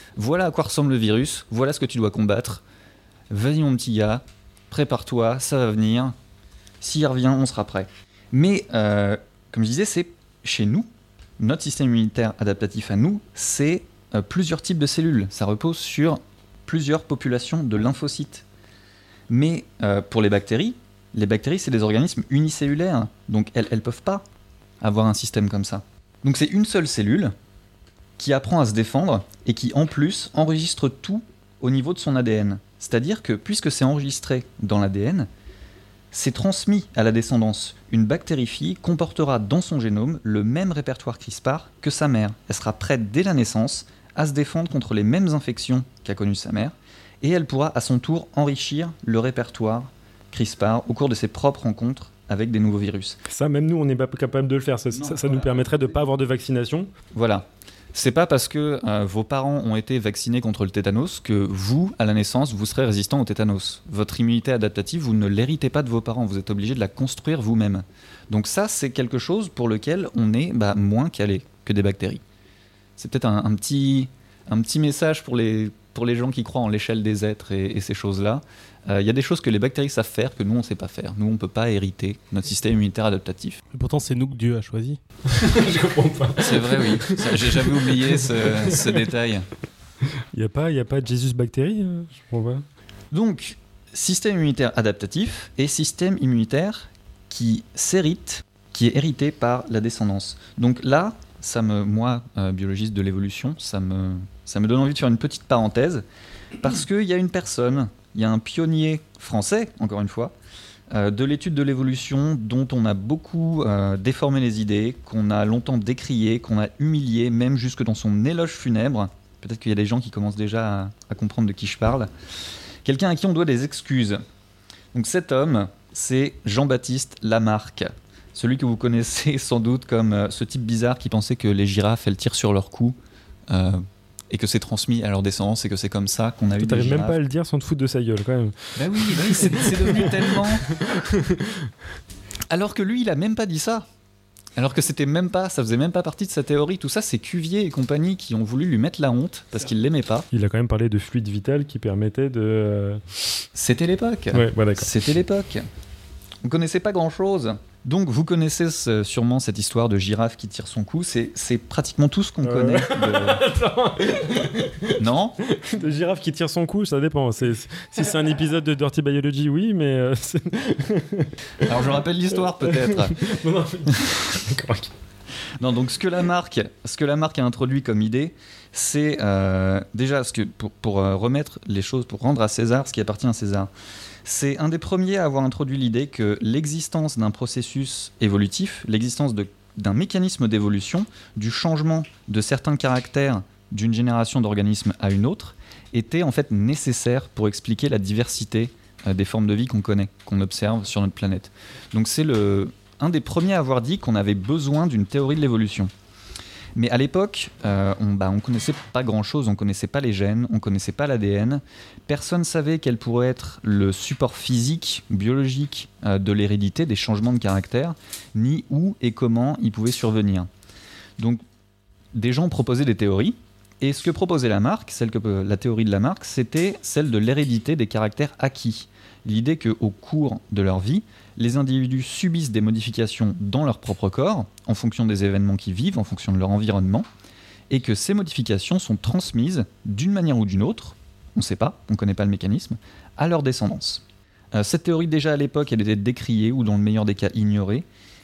voilà à quoi ressemble le virus, voilà ce que tu dois combattre. Vas-y mon petit gars, prépare-toi, ça va venir. S'il revient, on sera prêt. Mais, euh, comme je disais, c'est chez nous, notre système immunitaire adaptatif à nous, c'est euh, plusieurs types de cellules. Ça repose sur plusieurs populations de lymphocytes. Mais euh, pour les bactéries, les bactéries, c'est des organismes unicellulaires. Donc elles ne peuvent pas avoir un système comme ça. Donc c'est une seule cellule qui apprend à se défendre et qui, en plus, enregistre tout au niveau de son A D N. C'est-à-dire que, puisque c'est enregistré dans l'A D N, c'est transmis à la descendance. Une bactérie-fille comportera dans son génome le même répertoire CRISPR que sa mère. Elle sera prête dès la naissance à se défendre contre les mêmes infections qu'a connues sa mère, et elle pourra à son tour enrichir le répertoire CRISPR au cours de ses propres rencontres avec des nouveaux virus. Ça, même nous, on n'est pas capable de le faire. Ça, non, ça, ça voilà. nous permettrait de ne pas avoir de vaccination. Voilà. C'est pas parce que euh, vos parents ont été vaccinés contre le tétanos que vous, à la naissance, vous serez résistant au tétanos. Votre immunité adaptative, vous ne l'héritez pas de vos parents, vous êtes obligé de la construire vous-même. Donc ça, c'est quelque chose pour lequel on est bah, moins calé que des bactéries. C'est peut-être un, un, petit, un petit message pour les, pour les gens qui croient en l'échelle des êtres et, et ces choses-là. Il euh, y a des choses que les bactéries savent faire que nous, on ne sait pas faire. Nous, on ne peut pas hériter notre système immunitaire adaptatif. Et pourtant, c'est nous que Dieu a choisi. Je comprends pas. C'est vrai, oui. Ça, j'ai jamais oublié ce, ce détail. Il n'y a pas, il y a pas de Jesus bactérie, euh, je comprends pas. Donc, système immunitaire adaptatif et système immunitaire qui s'hérite, qui est hérité par la descendance. Donc là, ça me, moi, euh, biologiste de l'évolution, ça me, ça me donne envie de faire une petite parenthèse parce qu'il y a une personne, il y a un pionnier français, encore une fois, euh, de l'étude de l'évolution dont on a beaucoup euh, déformé les idées, qu'on a longtemps décrié, qu'on a humilié, même jusque dans son éloge funèbre. Peut-être qu'il y a des gens qui commencent déjà à, à comprendre de qui je parle. Quelqu'un à qui on doit des excuses. Donc cet homme, c'est Jean-Baptiste Lamarck. Celui que vous connaissez sans doute comme euh, ce type bizarre qui pensait que les girafes, elles tirent sur leur cou. Euh, et que c'est transmis à leur descendance et que c'est comme ça qu'on a eu des girafes. T'arrives même pas à le dire sans te foutre de sa gueule, quand même. Bah oui, bah oui c'est, c'est devenu tellement... Alors que lui, il a même pas dit ça. Alors que c'était même pas, ça faisait même pas partie de sa théorie. Tout ça, c'est Cuvier et compagnie qui ont voulu lui mettre la honte parce qu'ils l'aimaient pas. Il a quand même parlé de fluide vital qui permettait de... C'était l'époque. Ouais, ouais, d'accord. C'était l'époque. On connaissait pas grand-chose. Donc, vous connaissez ce, sûrement cette histoire de girafe qui tire son cou. C'est, c'est pratiquement tout ce qu'on euh... connaît. De... Non ? De girafe qui tire son cou, ça dépend. C'est, si c'est un épisode de Dirty Biology, oui, mais... Euh, c'est... Alors, je rappelle l'histoire, peut-être. non, non. Non, donc ce que Lamarck, ce que Lamarck a introduit comme idée, c'est euh, déjà ce que, pour, pour euh, remettre les choses, pour rendre à César ce qui appartient à César. C'est un des premiers à avoir introduit l'idée que l'existence d'un processus évolutif, l'existence de, d'un mécanisme d'évolution, du changement de certains caractères d'une génération d'organismes à une autre, était en fait nécessaire pour expliquer la diversité euh, des formes de vie qu'on connaît, qu'on observe sur notre planète. Donc c'est le, un des premiers à avoir dit qu'on avait besoin d'une théorie de l'évolution. Mais à l'époque, euh, on bah, on connaissait pas grand-chose, on connaissait pas les gènes, on connaissait pas l'A D N. Personne savait quel pourrait être le support physique, biologique euh, de l'hérédité, des changements de caractère, ni où et comment ils pouvaient survenir. Donc, des gens proposaient des théories, et ce que proposait Lamarck, celle que, la théorie de Lamarck, c'était celle de l'hérédité des caractères acquis. L'idée qu'au cours de leur vie, les individus subissent des modifications dans leur propre corps, en fonction des événements qu'ils vivent, en fonction de leur environnement, et que ces modifications sont transmises d'une manière ou d'une autre, on ne sait pas, on ne connaît pas le mécanisme, à leur descendance. Euh, cette théorie, déjà à l'époque, elle était décriée, ou dans le meilleur des cas ignorée,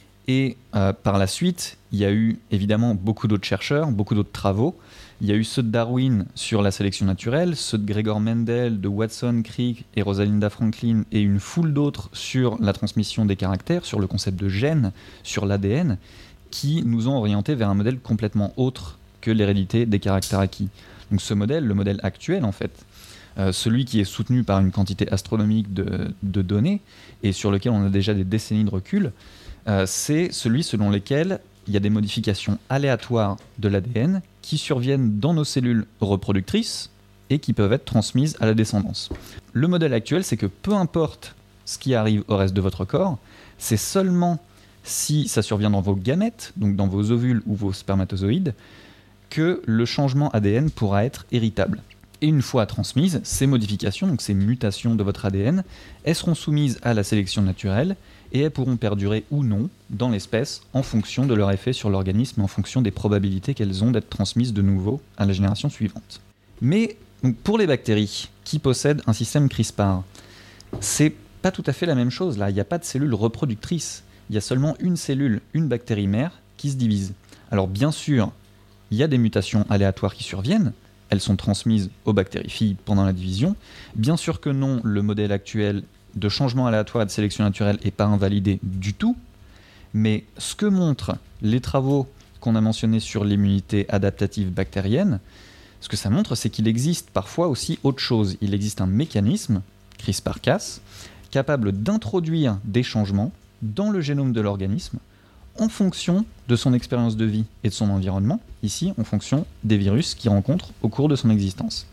et euh, par la suite, il y a eu évidemment beaucoup d'autres chercheurs, beaucoup d'autres travaux. Il y a eu ceux de Darwin sur la sélection naturelle, ceux de Gregor Mendel, de Watson, Crick et Rosalinda Franklin, et une foule d'autres sur la transmission des caractères, sur le concept de gène, sur l'A D N, qui nous ont orientés vers un modèle complètement autre que l'hérédité des caractères acquis. Donc ce modèle, le modèle actuel en fait, euh, celui qui est soutenu par une quantité astronomique de, de données, et sur lequel on a déjà des décennies de recul, euh, c'est celui selon lequel il y a des modifications aléatoires de l'A D N qui surviennent dans nos cellules reproductrices et qui peuvent être transmises à la descendance. Le modèle actuel, c'est que peu importe ce qui arrive au reste de votre corps, c'est seulement si ça survient dans vos gamètes, donc dans vos ovules ou vos spermatozoïdes, que le changement A D N pourra être héritable. Et une fois transmises, ces modifications, donc ces mutations de votre A D N, elles seront soumises à la sélection naturelle et elles pourront perdurer ou non dans l'espèce en fonction de leur effet sur l'organisme et en fonction des probabilités qu'elles ont d'être transmises de nouveau à la génération suivante. Mais donc, pour les bactéries qui possèdent un système CRISPR, c'est pas tout à fait la même chose. Là, il n'y a pas de cellule reproductrice. Il y a seulement une cellule, une bactérie mère, qui se divise. Alors bien sûr, il y a des mutations aléatoires qui surviennent. Elles sont transmises aux bactéries filles pendant la division. Bien sûr que non, le modèle actuel de changement aléatoire et de sélection naturelle n'est pas invalidé du tout. Mais ce que montrent les travaux qu'on a mentionnés sur l'immunité adaptative bactérienne, ce que ça montre, c'est qu'il existe parfois aussi autre chose. Il existe un mécanisme, CRISPR Cas, capable d'introduire des changements dans le génome de l'organisme en fonction de son expérience de vie et de son environnement, ici en fonction des virus qu'il rencontre au cours de son existence.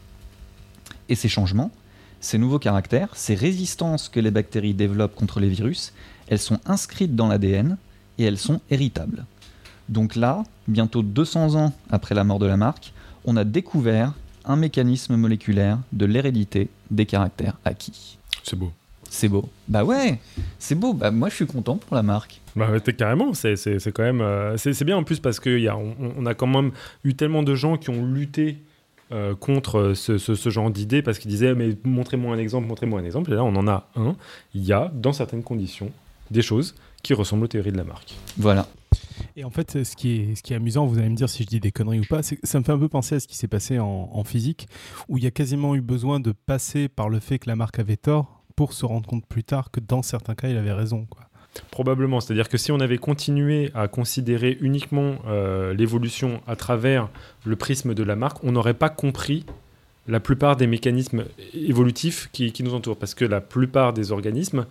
Et ces changements, ces nouveaux caractères, ces résistances que les bactéries développent contre les virus, elles sont inscrites dans l'A D N et elles sont héritables. Donc là, bientôt deux cents ans après la mort de Lamarck, on a découvert un mécanisme moléculaire de l'hérédité des caractères acquis. C'est beau. C'est beau. Bah ouais, c'est beau. Bah moi je suis content pour Lamarck. Bah ouais, carrément, c'est, c'est, c'est quand même... Euh, c'est, c'est bien en plus parce qu'on on a quand même eu tellement de gens qui ont lutté euh, contre ce, ce, ce genre d'idées parce qu'ils disaient mais montrez-moi un exemple, montrez-moi un exemple. Et là on en a un. Il y a, dans certaines conditions, des choses qui ressemblent aux théories de Lamarck. Voilà. Et en fait, ce qui est, ce qui est amusant, vous allez me dire si je dis des conneries ou pas, c'est que ça me fait un peu penser à ce qui s'est passé en, en physique, où il y a quasiment eu besoin de passer par le fait que Lamarck avait tort pour se rendre compte plus tard que dans certains cas, il avait raison, quoi. Probablement, c'est-à-dire que si on avait continué à considérer uniquement euh, l'évolution à travers le prisme de Lamarck, on n'aurait pas compris la plupart des mécanismes évolutifs qui, qui nous entourent, parce que la plupart des organismes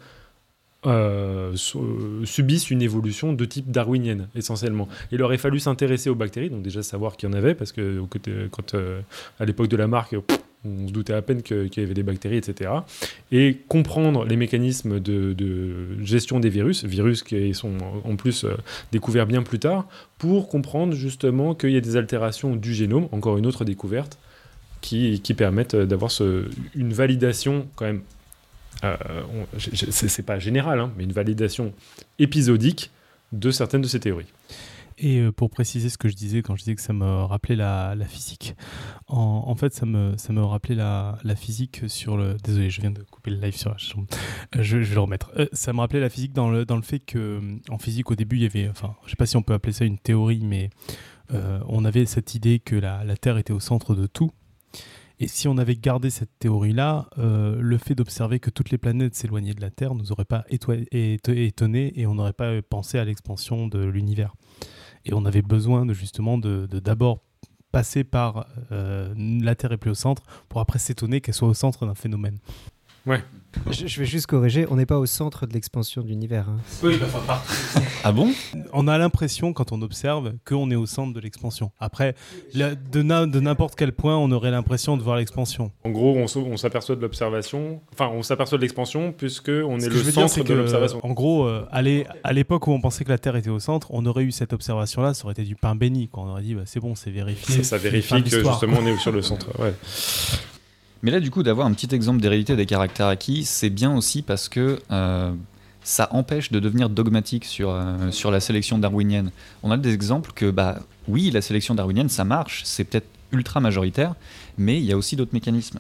Euh, subissent une évolution de type darwinienne essentiellement. Il aurait fallu s'intéresser aux bactéries, donc déjà savoir qu'il y en avait, parce que quand, euh, à l'époque de Lamarck, on se doutait à peine que, qu'il y avait des bactéries, et cetera. Et comprendre les mécanismes de, de gestion des virus, virus qui sont en plus euh, découverts bien plus tard, pour comprendre justement qu'il y a des altérations du génome, encore une autre découverte, qui, qui permettent d'avoir ce, une validation quand même. Euh, on, c'est, c'est pas général, hein, mais une validation épisodique de certaines de ces théories. Et euh, pour préciser ce que je disais quand je disais que ça me rappelait la, la physique, en, en fait ça me, ça me rappelait la, la physique sur le... Désolé, je viens de couper le live sur la chambre. Euh, je, je vais le remettre. Euh, ça me rappelait la physique dans le, dans le fait qu'en physique au début il y avait, enfin je sais pas si on peut appeler ça une théorie, mais euh, on avait cette idée que la, la Terre était au centre de tout. Et si on avait gardé cette théorie-là, euh, le fait d'observer que toutes les planètes s'éloignaient de la Terre ne nous aurait pas éto- étonné et on n'aurait pas pensé à l'expansion de l'univers. Et on avait besoin de, justement de, de d'abord passer par euh, la Terre est plus au centre pour après s'étonner qu'elle soit au centre d'un phénomène. Ouais. Je, je vais juste corriger, on n'est pas au centre de l'expansion de l'univers. Hein. Oui, bah, enfin, Ah bon ? on a l'impression, quand on observe, qu'on est au centre de l'expansion. Après, la, de, na, de n'importe quel point, on aurait l'impression de voir l'expansion. En gros, on, on s'aperçoit de l'observation, enfin, on s'aperçoit de l'expansion puisque on est Ce que le je veux centre dire, c'est de que, l'observation. En gros, euh, à, l'é- à l'époque où on pensait que la Terre était au centre, on aurait eu cette observation-là, ça aurait été du pain béni. Quoi. On aurait dit, bah, c'est bon, c'est vérifié. Ça, ça vérifie que justement on est sur le centre. Ouais. Mais là, du coup, d'avoir un petit exemple d'hérédité des caractères acquis, c'est bien aussi parce que euh, ça empêche de devenir dogmatique sur, euh, sur la sélection darwinienne. On a des exemples que, bah, oui, la sélection darwinienne, ça marche, c'est peut-être ultra majoritaire, mais il y a aussi d'autres mécanismes.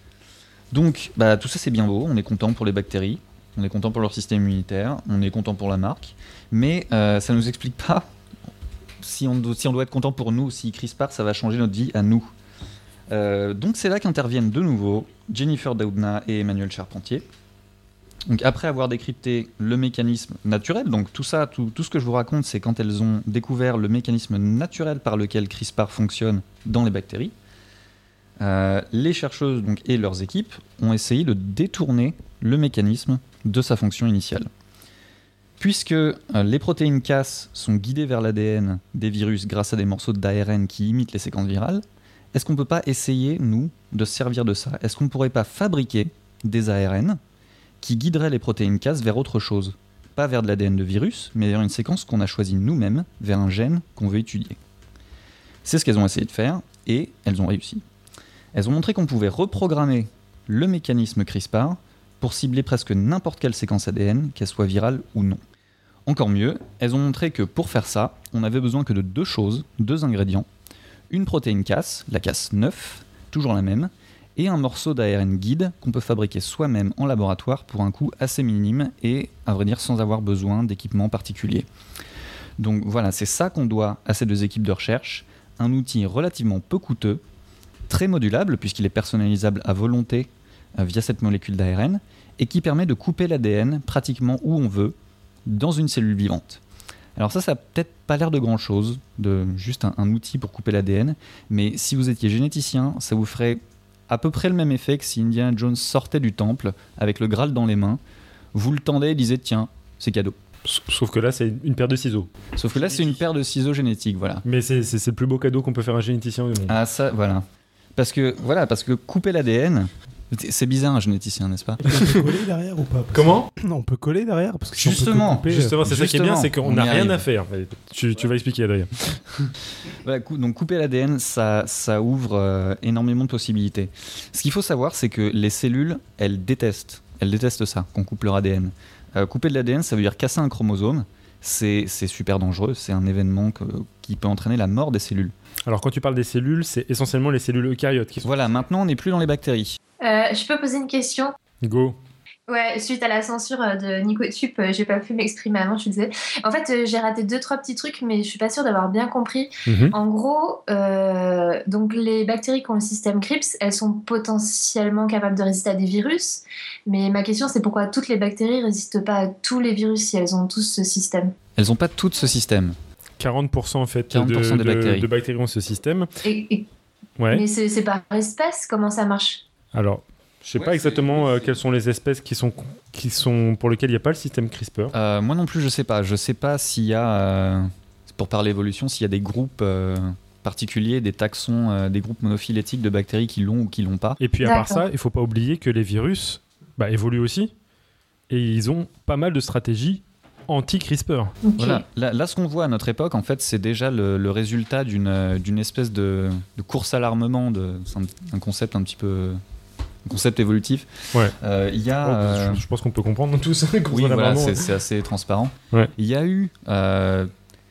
Donc, bah, tout ça, c'est bien beau, on est content pour les bactéries, on est content pour leur système immunitaire, on est content pour Lamarck, mais euh, ça ne nous explique pas si on, do- si on doit être content pour nous, si CRISPR, ça va changer notre vie à nous. Euh, donc c'est là qu'interviennent de nouveau Jennifer Doudna et Emmanuel Charpentier. Donc après avoir décrypté le mécanisme naturel, donc tout ça, tout, tout ce que je vous raconte, c'est quand elles ont découvert le mécanisme naturel par lequel CRISPR fonctionne dans les bactéries, euh, les chercheuses donc, et leurs équipes ont essayé de détourner le mécanisme de sa fonction initiale. Puisque euh, les protéines Cas sont guidées vers l'A D N des virus grâce à des morceaux d'A R N qui imitent les séquences virales, est-ce qu'on ne peut pas essayer, nous, de se servir de ça ? Est-ce qu'on ne pourrait pas fabriquer des A R N qui guideraient les protéines Cas vers autre chose ? Pas vers de l'A D N de virus, mais vers une séquence qu'on a choisie nous-mêmes, vers un gène qu'on veut étudier. C'est ce qu'elles ont essayé de faire, et elles ont réussi. Elles ont montré qu'on pouvait reprogrammer le mécanisme CRISPR pour cibler presque n'importe quelle séquence A D N, qu'elle soit virale ou non. Encore mieux, elles ont montré que pour faire ça, on n'avait besoin que de deux choses, deux ingrédients, une protéine Cas, la Cas neuf, toujours la même, et un morceau d'A R N guide qu'on peut fabriquer soi-même en laboratoire pour un coût assez minime et, à vrai dire, sans avoir besoin d'équipements particuliers. Donc voilà, c'est ça qu'on doit à ces deux équipes de recherche, un outil relativement peu coûteux, très modulable puisqu'il est personnalisable à volonté euh, via cette molécule d'A R N, et qui permet de couper l'A D N pratiquement où on veut, dans une cellule vivante. Alors ça, ça n'a peut-être pas l'air de grand-chose, de juste un, un outil pour couper l'A D N, mais si vous étiez généticien, ça vous ferait à peu près le même effet que si Indiana Jones sortait du temple avec le Graal dans les mains, vous le tendez et disiez tiens, c'est cadeau. Sauf que là, c'est une paire de ciseaux. Sauf que là, c'est une paire de ciseaux génétiques, voilà. Mais c'est, c'est, c'est le plus beau cadeau qu'on peut faire à un généticien du monde. Ah ça, voilà. Parce que, voilà, parce que couper l'A D N, c'est bizarre un généticien, n'est-ce pas? On peut coller derrière ou pas? Comment? Non, on peut coller derrière parce que si on peut Justement, que couper, Justement, c'est ça qui est bien, Justement, c'est qu'on on n'a y rien arrive. à faire. Tu, tu vas expliquer, Adrien. Voilà, cou- donc couper l'A D N, ça, ça ouvre euh, énormément de possibilités. Ce qu'il faut savoir, c'est que les cellules, elles détestent, elles détestent ça, qu'on coupe leur A D N. Euh, couper de l'A D N, ça veut dire casser un chromosome. C'est, c'est super dangereux, c'est un événement que- qui peut entraîner la mort des cellules. Alors, quand tu parles des cellules, c'est essentiellement les cellules eucaryotes qui sont. Voilà, maintenant on n'est plus dans les bactéries. Euh, je peux poser une question? Go. Ouais, suite à la censure euh, de Nicotube, euh, j'ai pas pu m'exprimer avant, je te disais. En fait, euh, j'ai raté deux, trois petits trucs, mais je suis pas sûre d'avoir bien compris. Mhm. En gros, euh, donc les bactéries qui ont le système CRISPR, elles sont potentiellement capables de résister à des virus. Mais ma question, c'est pourquoi toutes les bactéries résistent pas à tous les virus si elles ont tous ce système? Elles n'ont pas toutes ce système. quarante pour cent en fait quarante pour cent de, des de- bactéries. de bactéries ont ce système. Et, et- Ouais. Mais c'est, c'est par espèce, comment ça marche? Alors, je sais Ouais, pas c'est- exactement euh, quelles sont les espèces qui sont, qui sont pour lesquelles il n'y a pas le système CRISPR. Euh, moi non plus, je sais pas. Je sais pas s'il y a, euh, pour parler évolution, s'il y a des groupes euh, particuliers, des taxons, euh, des groupes monophylétiques de bactéries qui l'ont ou qui l'ont pas. Et puis à part D'accord. ça, il faut pas oublier que les virus bah, évoluent aussi et ils ont pas mal de stratégies anti-CRISPR. Ok. Voilà. Là, là, ce qu'on voit à notre époque, en fait, c'est déjà le, le résultat d'une, euh, d'une espèce de, de course à l'armement, de, c'est un, un concept un petit peu, un concept évolutif. Ouais. Euh, Il y a, Oh, euh, je, je pense qu'on peut comprendre tous. qu'on oui, soit là voilà, vraiment- c'est, c'est assez transparent. Ouais. Il y a eu euh,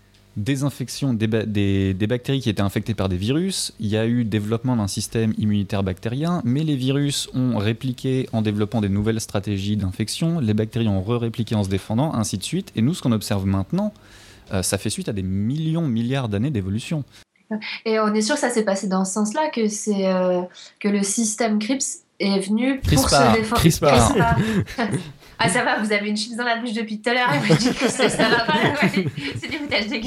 des infections, des, ba- des, des bactéries qui étaient infectées par des virus. Il y a eu développement d'un système immunitaire bactérien, mais les virus ont répliqué en développant des nouvelles stratégies d'infection. Les bactéries ont re-répliqué en se défendant, ainsi de suite. Et nous, ce qu'on observe maintenant, euh, ça fait suite à des millions, milliards d'années d'évolution. Et on est sûr que ça s'est passé dans ce sens-là, que, c'est, euh, que le système CRISPR est venu pour CRISPR, se défendre. CRISPR. Ah, ça va, vous avez une chips dans la bouche depuis tout à l'heure et vous dites que ça, ça va pas. Ouais, c'est du foutage de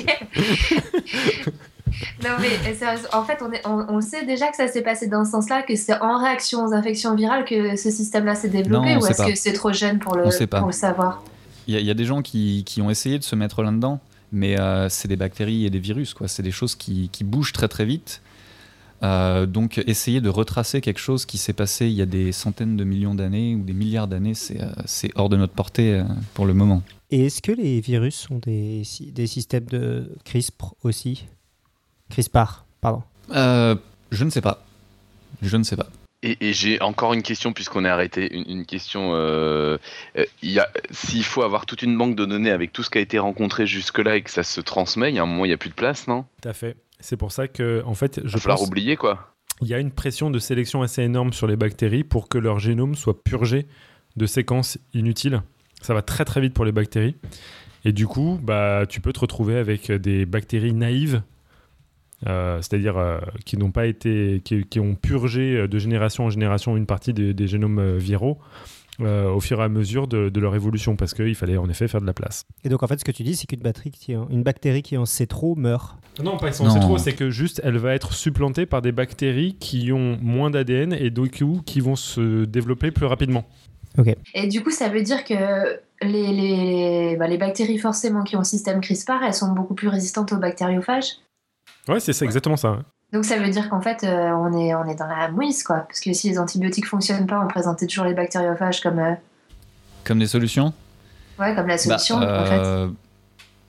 gueule. Non, mais sérieusement, en fait, on, est, on, on sait déjà que ça s'est passé dans ce sens-là, que c'est en réaction aux infections virales que ce système-là s'est développé, Non, on ou sait est-ce pas. que c'est trop jeune pour le, On sait pas. pour le savoir? Il y, a- il y a des gens qui, qui ont essayé de se mettre là-dedans, mais euh, c'est des bactéries et des virus, quoi. C'est des choses qui, qui bougent très très vite. Euh, donc essayer de retracer quelque chose qui s'est passé il y a des centaines de millions d'années ou des milliards d'années, c'est, euh, c'est hors de notre portée euh, pour le moment. Et est-ce que les virus sont des, sy- des systèmes de CRISPR aussi? CRISPR, pardon. Euh, je ne sais pas. Je ne sais pas. Et, et j'ai encore une question, puisqu'on est arrêté, une, une question. Euh, euh, il y a, s'il faut avoir toute une banque de données avec tout ce qui a été rencontré jusque-là et que ça se transmet, il y a un moment, il n'y a plus de place, non? Tout à fait. C'est pour ça que, en fait, Il je va falloir pense oublier, quoi. il y a une pression de sélection assez énorme sur les bactéries pour que leur génome soit purgé de séquences inutiles. Ça va très très vite pour les bactéries. Et du coup, bah, tu peux te retrouver avec des bactéries naïves, euh, c'est-à-dire euh, qui n'ont pas été, qui, qui ont purgé de génération en génération une partie des, des génomes euh, viraux euh, au fur et à mesure de, de leur évolution, parce qu'il fallait en effet faire de la place. Et donc en fait, ce que tu dis, c'est qu'une batterie qui est en- une bactérie qui en sait trop meurt. Non, pas Non. c'est trop, c'est que juste elle va être supplantée par des bactéries qui ont moins d'A D N et du coup qui vont se développer plus rapidement. Et du coup, ça veut dire que les, les, bah, les bactéries, forcément, qui ont le système CRISPR, elles sont beaucoup plus résistantes aux bactériophages. Ouais, c'est ça, exactement ça. hein. Donc ça veut dire qu'en fait, euh, on, est, on est dans la mouise, quoi. Parce que si les antibiotiques fonctionnent pas, on présentait toujours les bactériophages comme, euh, Comme des solutions ouais, comme la solution, Bah, en fait. euh,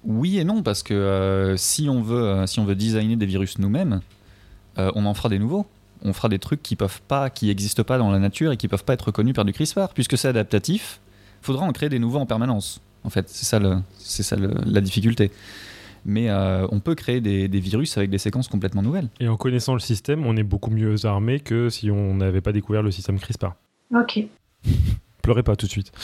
Oui et non, parce que euh, si, on veut, euh, si on veut designer des virus nous-mêmes, euh, on en fera des nouveaux. On fera des trucs qui peuvent pas, qui n'existent pas dans la nature et qui peuvent pas être reconnus par du CRISPR. Puisque c'est adaptatif, il faudra en créer des nouveaux en permanence. En fait, c'est ça, le, c'est ça le, la difficulté. Mais euh, on peut créer des, des virus avec des séquences complètement nouvelles. Et en connaissant le système, on est beaucoup mieux armé que si on n'avait pas découvert le système CRISPR. Ok. Pleurez pas tout de suite.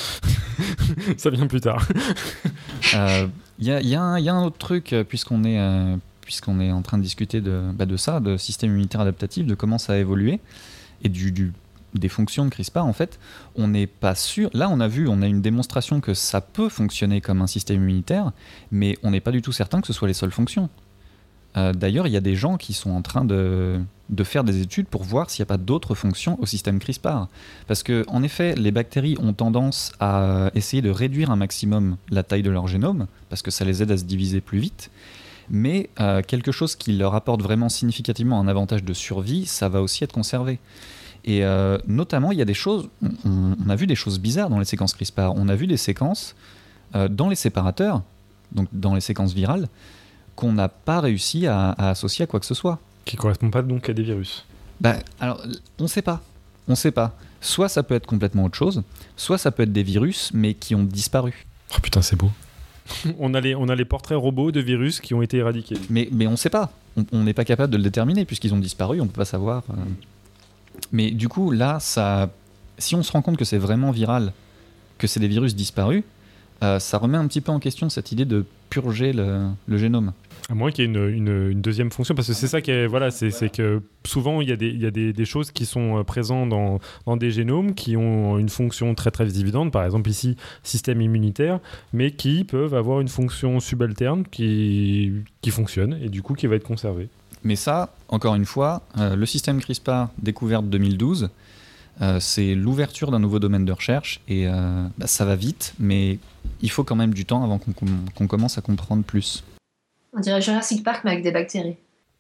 Ça vient plus tard. Il euh, y, a, y, a y a un autre truc, puisqu'on est, euh, puisqu'on est en train de discuter de, bah de ça, de système immunitaire adaptatif, de comment ça a évolué, et du, du, des fonctions de CRISPR, en fait, on n'est pas sûr. Là, on a vu, on a une démonstration que ça peut fonctionner comme un système immunitaire, mais on n'est pas du tout certain que ce soit les seules fonctions. Euh, d'ailleurs, il y a des gens qui sont en train de, de faire des études pour voir s'il n'y a pas d'autres fonctions au système CRISPR. Parce que, en effet, les bactéries ont tendance à essayer de réduire un maximum la taille de leur génome, parce que ça les aide à se diviser plus vite. Mais euh, quelque chose qui leur apporte vraiment significativement un avantage de survie, ça va aussi être conservé. Et euh, notamment, il y a des choses, on, on a vu des choses bizarres dans les séquences CRISPR. On a vu des séquences euh, dans les séparateurs, donc dans les séquences virales, qu'on n'a pas réussi à, à associer à quoi que ce soit. Qui ne correspond pas donc à des virus. Bah, alors, on ne sait pas. On ne sait pas. Soit ça peut être complètement autre chose, soit ça peut être des virus, mais qui ont disparu. Oh putain, c'est beau. on, a les, on a les portraits robots de virus qui ont été éradiqués. Mais, mais on ne sait pas. On n'est pas capable de le déterminer, puisqu'ils ont disparu, on ne peut pas savoir. Euh... Mais du coup, là, ça, si on se rend compte que c'est vraiment viral, que c'est des virus disparus, euh, ça remet un petit peu en question cette idée de purger le, le génome. À moins qu'il y ait une, une, une deuxième fonction, parce que c'est ça qui est, voilà, c'est, c'est que souvent il y a des, il y a des, des choses qui sont présentes dans, dans des génomes qui ont une fonction très très évidente, par exemple ici système immunitaire, mais qui peuvent avoir une fonction subalterne qui, qui fonctionne et du coup qui va être conservée. Mais ça, encore une fois, euh, le système CRISPR découvert deux mille douze, euh, c'est l'ouverture d'un nouveau domaine de recherche et euh, bah, ça va vite, mais il faut quand même du temps avant qu'on, qu'on commence à comprendre plus. On dirait Jurassic Park, mais avec des bactéries.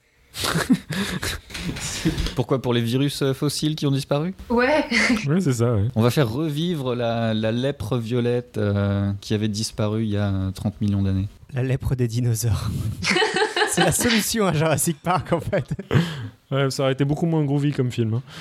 Pourquoi ? Pour les virus fossiles qui ont disparu ? Ouais. Oui, c'est ça. Ouais. On va faire revivre la, la lèpre violette euh, qui avait disparu il y a trente millions d'années. La lèpre des dinosaures. C'est la solution à Jurassic Park, en fait. Ouais, ça aurait été beaucoup moins groovy comme film. Hein.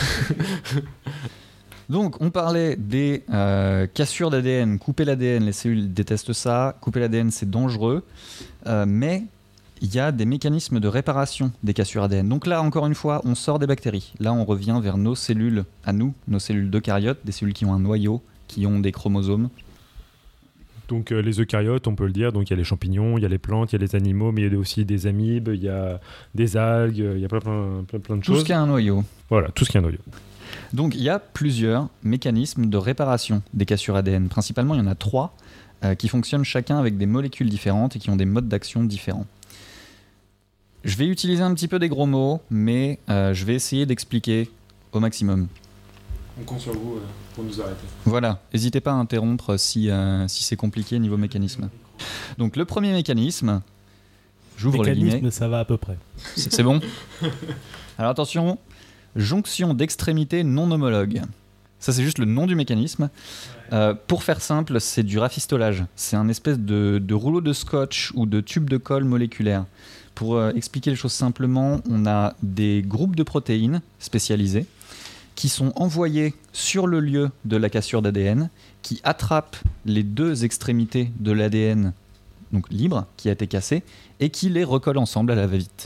Donc, on parlait des euh, cassures d'A D N. Couper l'A D N, les cellules détestent ça. Couper l'A D N, c'est dangereux. Euh, mais il y a des mécanismes de réparation des cassures A D N. Donc là, encore une fois, on sort des bactéries. Là, on revient vers nos cellules à nous, nos cellules d'eucaryotes, des cellules qui ont un noyau, qui ont des chromosomes. Donc euh, les eucaryotes, on peut le dire, donc il y a les champignons, il y a les plantes, il y a les animaux, mais il y a aussi des amibes, il y a des algues, il y a plein, plein, plein, plein de tout choses. Tout ce qui a un noyau. Voilà, tout ce qui a un noyau. Donc il y a plusieurs mécanismes de réparation des cassures A D N. Principalement, il y en a trois euh, qui fonctionnent chacun avec des molécules différentes et qui ont des modes d'action différents. Je vais utiliser un petit peu des gros mots, mais euh, je vais essayer d'expliquer au maximum. On compte sur vous euh, pour nous arrêter. Voilà, n'hésitez pas à interrompre si, euh, si c'est compliqué niveau mécanisme. Donc le premier mécanisme, j'ouvre les guillemets. Ça va à peu près. C'est, c'est bon ? Alors attention, jonction d'extrémités non homologues. Ça, c'est juste le nom du mécanisme. Euh, pour faire simple, c'est du rafistolage. C'est un espèce de, de rouleau de scotch ou de tube de colle moléculaire. Pour euh, expliquer les choses simplement, on a des groupes de protéines spécialisés qui sont envoyés sur le lieu de la cassure d'A D N, qui attrapent les deux extrémités de l'A D N donc libre, qui a été cassé, et qui les recollent ensemble à la va-vite.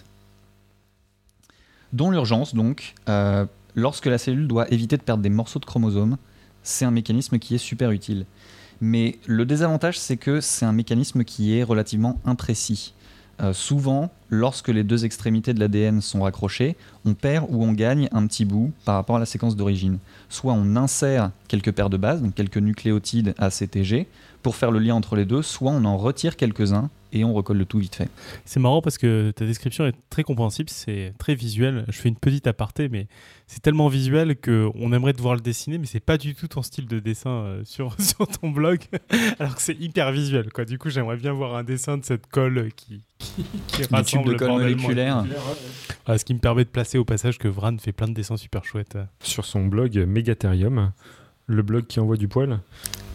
Dont l'urgence, donc, euh, lorsque la cellule doit éviter de perdre des morceaux de chromosomes, c'est un mécanisme qui est super utile. Mais le désavantage, c'est que c'est un mécanisme qui est relativement imprécis. Euh, souvent, lorsque les deux extrémités de l'A D N sont raccrochées, on perd ou on gagne un petit bout par rapport à la séquence d'origine. Soit on insère quelques paires de bases, donc quelques nucléotides A C T G, pour faire le lien entre les deux, soit on en retire quelques-uns et on recolle le tout vite fait. C'est marrant parce que ta description est très compréhensible, c'est très visuel. Je fais une petite aparté, mais c'est tellement visuel qu'on aimerait devoir le dessiner, mais c'est pas du tout ton style de dessin euh, sur, sur ton blog, alors que c'est hyper visuel, quoi. Du coup, j'aimerais bien voir un dessin de cette colle qui, qui, qui rassemble tube de colle moléculaire. Ah, ce qui me permet de placer au passage que Vran fait plein de dessins super chouettes. Sur son blog Megatherium, le blog qui envoie du poil.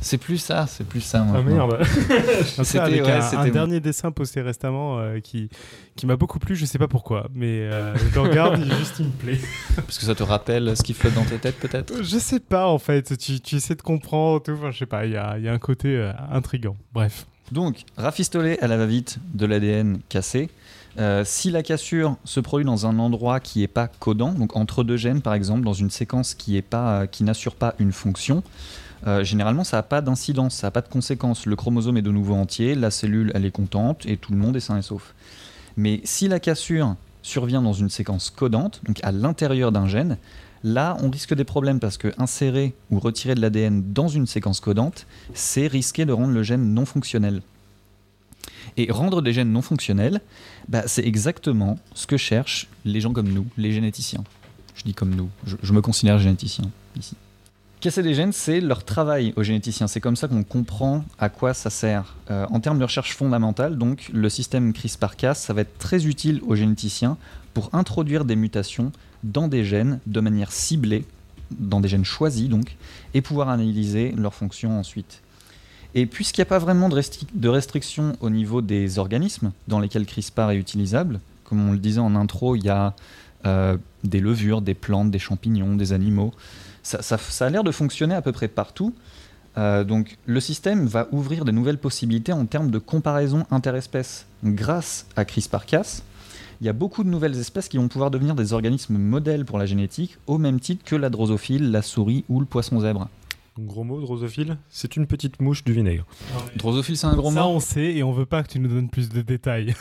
C'est plus ça, c'est plus ça. Ah maintenant. merde. C'était avec ouais, un, c'était un bon. dernier dessin posté récemment euh, qui, qui m'a beaucoup plu, je sais pas pourquoi, mais euh, je le regarde, il, juste il me plaît. Parce que ça te rappelle ce qui flotte dans tes têtes, peut-être. Je sais pas en fait, tu, tu essaies de comprendre, tout, enfin, je sais pas, il y a, il y a un côté euh, intriguant. Bref. Donc, rafistoler à la va-vite de l'A D N cassé. Euh, si la cassure se produit dans un endroit qui n'est pas codant, donc entre deux gènes par exemple, dans une séquence qui, est pas, qui n'assure pas une fonction, euh, généralement ça n'a pas d'incidence, ça n'a pas de conséquence. Le chromosome est de nouveau entier, la cellule elle est contente et tout le monde est sain et sauf. Mais si la cassure survient dans une séquence codante, donc à l'intérieur d'un gène, là on risque des problèmes parce que insérer ou retirer de l'A D N dans une séquence codante, c'est risquer de rendre le gène non fonctionnel. Et rendre des gènes non fonctionnels, bah, c'est exactement ce que cherchent les gens comme nous, les généticiens. Je dis comme nous, je, je me considère généticien ici. Casser des gènes, c'est leur travail aux généticiens. C'est comme ça qu'on comprend à quoi ça sert. Euh, en termes de recherche fondamentale, donc, le système CRISPR-Cas, ça va être très utile aux généticiens pour introduire des mutations dans des gènes de manière ciblée, dans des gènes choisis donc, et pouvoir analyser leurs fonctions ensuite. Et puisqu'il n'y a pas vraiment de, restri- de restriction au niveau des organismes dans lesquels CRISPR est utilisable, comme on le disait en intro, il y a euh, des levures, des plantes, des champignons, des animaux. Ça, ça, ça a l'air de fonctionner à peu près partout. Euh, donc le système va ouvrir de nouvelles possibilités en termes de comparaison interespèces. Grâce à CRISPR-Cas, il y a beaucoup de nouvelles espèces qui vont pouvoir devenir des organismes modèles pour la génétique, au même titre que la drosophile, la souris ou le poisson zèbre. Donc, gros mot, drosophile, c'est une petite mouche du vinaigre. Drosophile, c'est un gros Ça mot. on sait et on veut pas que tu nous donnes plus de détails.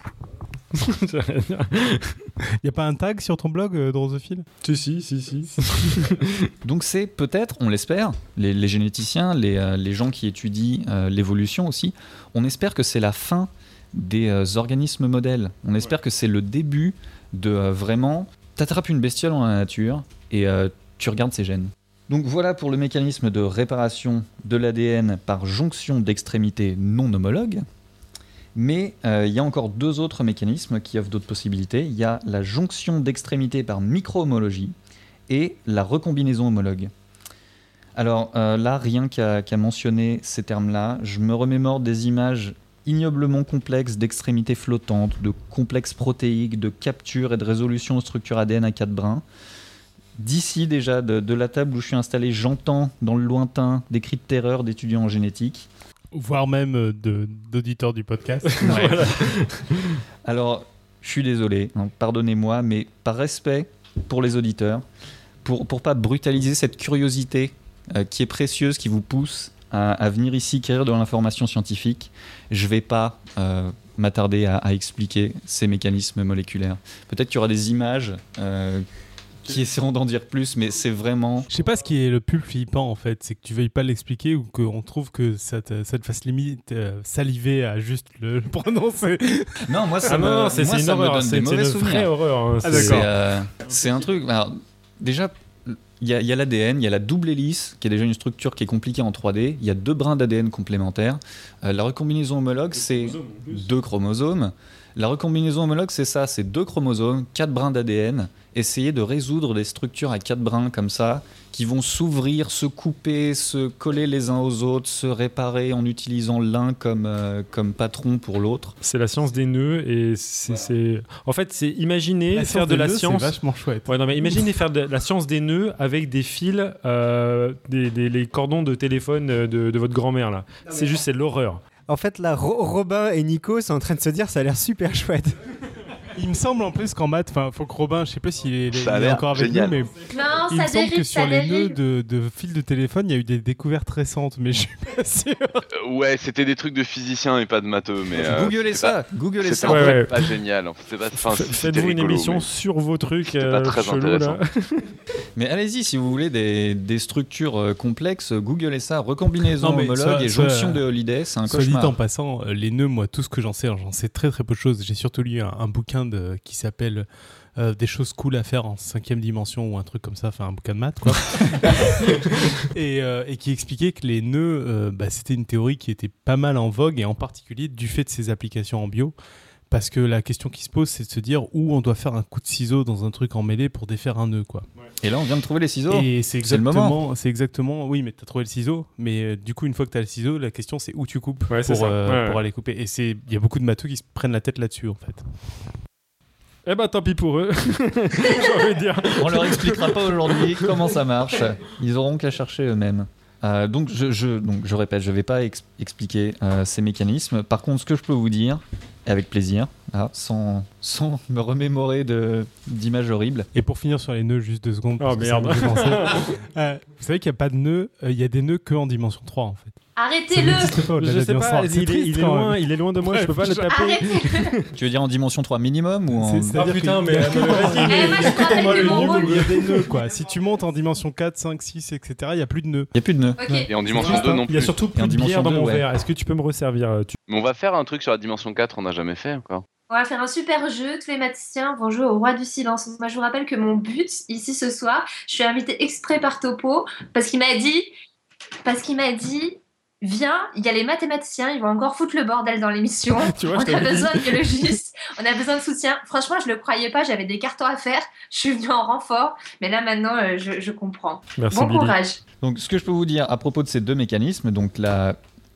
Il y a pas un tag sur ton blog, euh, Drosophile ? Si, si, si, si. Donc c'est peut-être, on l'espère, les, les généticiens, les, euh, les gens qui étudient euh, l'évolution aussi, on espère que c'est la fin des euh, organismes modèles. On espère que c'est le début de euh, vraiment, t'attrapes une bestiole dans la nature et euh, tu regardes ses gènes. Donc voilà pour le mécanisme de réparation de l'A D N par jonction d'extrémités non homologues. Mais euh, il y a encore deux autres mécanismes qui offrent d'autres possibilités. Il y a la jonction d'extrémités par micro-homologie et la recombinaison homologue. Alors euh, là, rien qu'à, qu'à mentionner ces termes-là, je me remémore des images ignoblement complexes d'extrémités flottantes, de complexes protéiques, de capture et de résolution aux structures A D N à quatre brins. D'ici déjà, de, de la table où je suis installé, j'entends dans le lointain des cris de terreur d'étudiants en génétique. Voire même euh, de, d'auditeurs du podcast. Ouais. Alors, je suis désolé, hein, pardonnez-moi, mais par respect pour les auditeurs, pour pour pas brutaliser cette curiosité euh, qui est précieuse, qui vous pousse à, à venir ici quérir de l'information scientifique, je vais pas euh, m'attarder à, à expliquer ces mécanismes moléculaires. Peut-être qu'il y aura des images euh, qui essaieront d'en dire plus, mais c'est vraiment... Je sais pas ce qui est le plus flippant en fait, c'est que tu veuilles pas l'expliquer ou qu'on trouve que ça te, ça te fasse limite euh, saliver à juste le, le prononcer. Non, moi ça Ah me, non, non, c'est, moi, c'est une ça me horreur, donne c'est, des c'est mauvais une souvenirs. vraie horreur. hein, Ah, c'est- C'est, d'accord. euh, c'est un truc. Alors, déjà, il y a, il y a l'A D N, il y a la double hélice, qui est déjà une structure qui est compliquée en trois D. Il y a deux brins d'A D N complémentaires. Euh, la recombinaison homologue, c'est deux chromosomes. La recombinaison homologue, c'est ça, c'est deux chromosomes, quatre brins d'A D N. Essayer de résoudre des structures à quatre brins comme ça, qui vont s'ouvrir, se couper, se coller les uns aux autres, se réparer en utilisant l'un comme, euh, comme patron pour l'autre. C'est la science des nœuds et c'est, c'est... En fait, c'est imaginer La faire science de des la nœuds, science... c'est vachement chouette. Ouais, non, mais imaginez faire de la science des nœuds avec des fils, euh, des, des- les cordons de téléphone de, de votre grand-mère, là. C'est juste, c'est l'horreur. En fait, là, Ro- Robin et Nico sont en train de se dire ça a l'air super chouette. Il me semble en plus qu'en maths, enfin, faut que Robin, je sais pas s'il est, Ça a il est l'air encore avec génial. nous, mais Non, il ça me semble que dérive, sur ça les nœuds dérive. de, de fils de téléphone, il y a eu des découvertes récentes, mais je suis pas sûr. Euh, ouais, c'était des trucs de physiciens et pas de matheux, mais. euh, googlez c'est ça, googlez C'était ça. en Ouais, fait ouais. pas génial. En fait, c'est pas, enfin, F- c'était Faites-vous une rigolo, émission mais- sur vos trucs C'était pas euh, très chelous, là. Mais allez-y, si vous voulez des, des structures euh, complexes, googlez ça. Recombinaison Non, mais homologue soit- et soit- jonction de Holiday, c'est un Soit dit cauchemar. en passant, euh, les nœuds, moi, tout ce que j'en sais, j'en sais très très peu de choses. J'ai surtout lu un, un bouquin de, qui s'appelle euh, Des choses cool à faire en cinquième dimension ou un truc comme ça, enfin un bouquin de maths, quoi. et, euh, et qui expliquait que les nœuds, euh, bah, c'était une théorie qui était pas mal en vogue, et en particulier du fait de ses applications en bio. Parce que la question qui se pose, c'est de se dire où on doit faire un coup de ciseau dans un truc emmêlé pour défaire un nœud, quoi. Et là, on vient de trouver les ciseaux. Et c'est C'est le moment. exactement, c'est exactement, oui, mais tu as trouvé le ciseau, mais euh, du coup, une fois que tu as le ciseau, la question c'est où tu coupes Ouais, c'est pour, ça. euh, Ouais, pour ouais. aller couper. Et c'est, il y a beaucoup de matos qui se prennent la tête là-dessus en fait. Eh ben, tant pis pour eux. J'ai envie de dire. On leur expliquera pas aujourd'hui comment ça marche. Ils auront qu'à chercher eux-mêmes. Euh, donc, je, je, donc, je répète, je vais pas ex- expliquer euh, ces mécanismes. Par contre, ce que je peux vous dire, avec plaisir, là, sans, sans me remémorer de, d'images horribles. Et pour finir sur les nœuds, juste deux secondes. parce Oh que ça merde. me fait penser. Euh, vous savez qu'il n'y a pas de nœuds, euh, il y a des nœuds que en dimension trois en fait. Ça Arrêtez-le. n'existe pas au-delà de Je la sais dimension pas, trois. C'est il, est, triste, il est quand loin, même. il est loin de moi, je peux pas le taper. Arrêtez. Tu veux dire en dimension trois minimum ou en... C'est- c'est-à-dire Ah, putain, qu'il mais- y a- mais vas-y, Eh, moi, je me rappelle Moi, de le mon niveau, rôle. il y a des nœuds quoi. Si tu montes en dimension quatre, cinq, six, et cetera, il n'y a plus de nœuds. Il n'y a plus de nœuds. Ok. Et en dimension juste deux un- non Il y a plus. surtout Et plus en de bière dimension dans deux, mon ouais. verre. Est-ce que tu peux me resservir euh, tu... Mais on va faire un truc sur la dimension quatre, on n'a jamais fait encore. On va faire un super jeu. Tous les mathématiciens vont jouer au roi du silence. Moi, je vous rappelle que mon but ici ce soir, je suis invitée exprès par Topo parce qu'il m'a dit, parce qu'il m'a dit, viens, il y a les mathématiciens, ils vont encore foutre le bordel dans l'émission. Tu vois, On je a t'avais dit. besoin de biologistes, on a besoin de soutien. Franchement, je le croyais pas, j'avais des cartons à faire. Je suis venue en renfort, mais là maintenant, euh, je, je comprends. Merci Bon Billy. courage. Donc, ce que je peux vous dire à propos de ces deux mécanismes, donc la,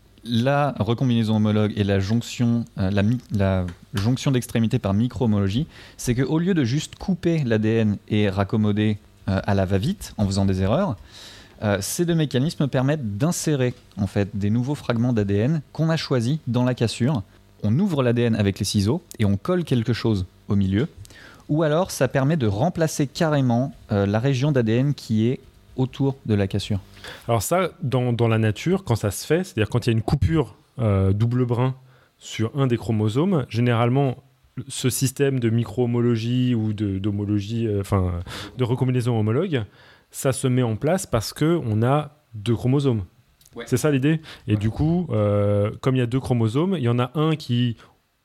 la recombinaison homologue et la jonction, euh, la, mi- la jonction d'extrémité par micro-homologie, c'est qu'au lieu de juste couper l'A D N et raccommoder euh, à la va-vite en faisant des erreurs, euh, ces deux mécanismes permettent d'insérer en fait des nouveaux fragments d'A D N qu'on a choisis dans la cassure. On ouvre l'A D N avec les ciseaux et on colle quelque chose au milieu. Ou alors, ça permet de remplacer carrément euh, la région d'A D N qui est autour de la cassure. Alors ça, dans, dans la nature, quand ça se fait, c'est-à-dire quand il y a une coupure euh, double brin sur un des chromosomes, généralement, ce système de micro-homologie ou de, d'homologie, euh, enfin, de recombinaison homologue, ça se met en place parce qu'on a deux chromosomes. Ouais. C'est ça l'idée. Et du coup, euh, comme il y a deux chromosomes, il y en a un qui,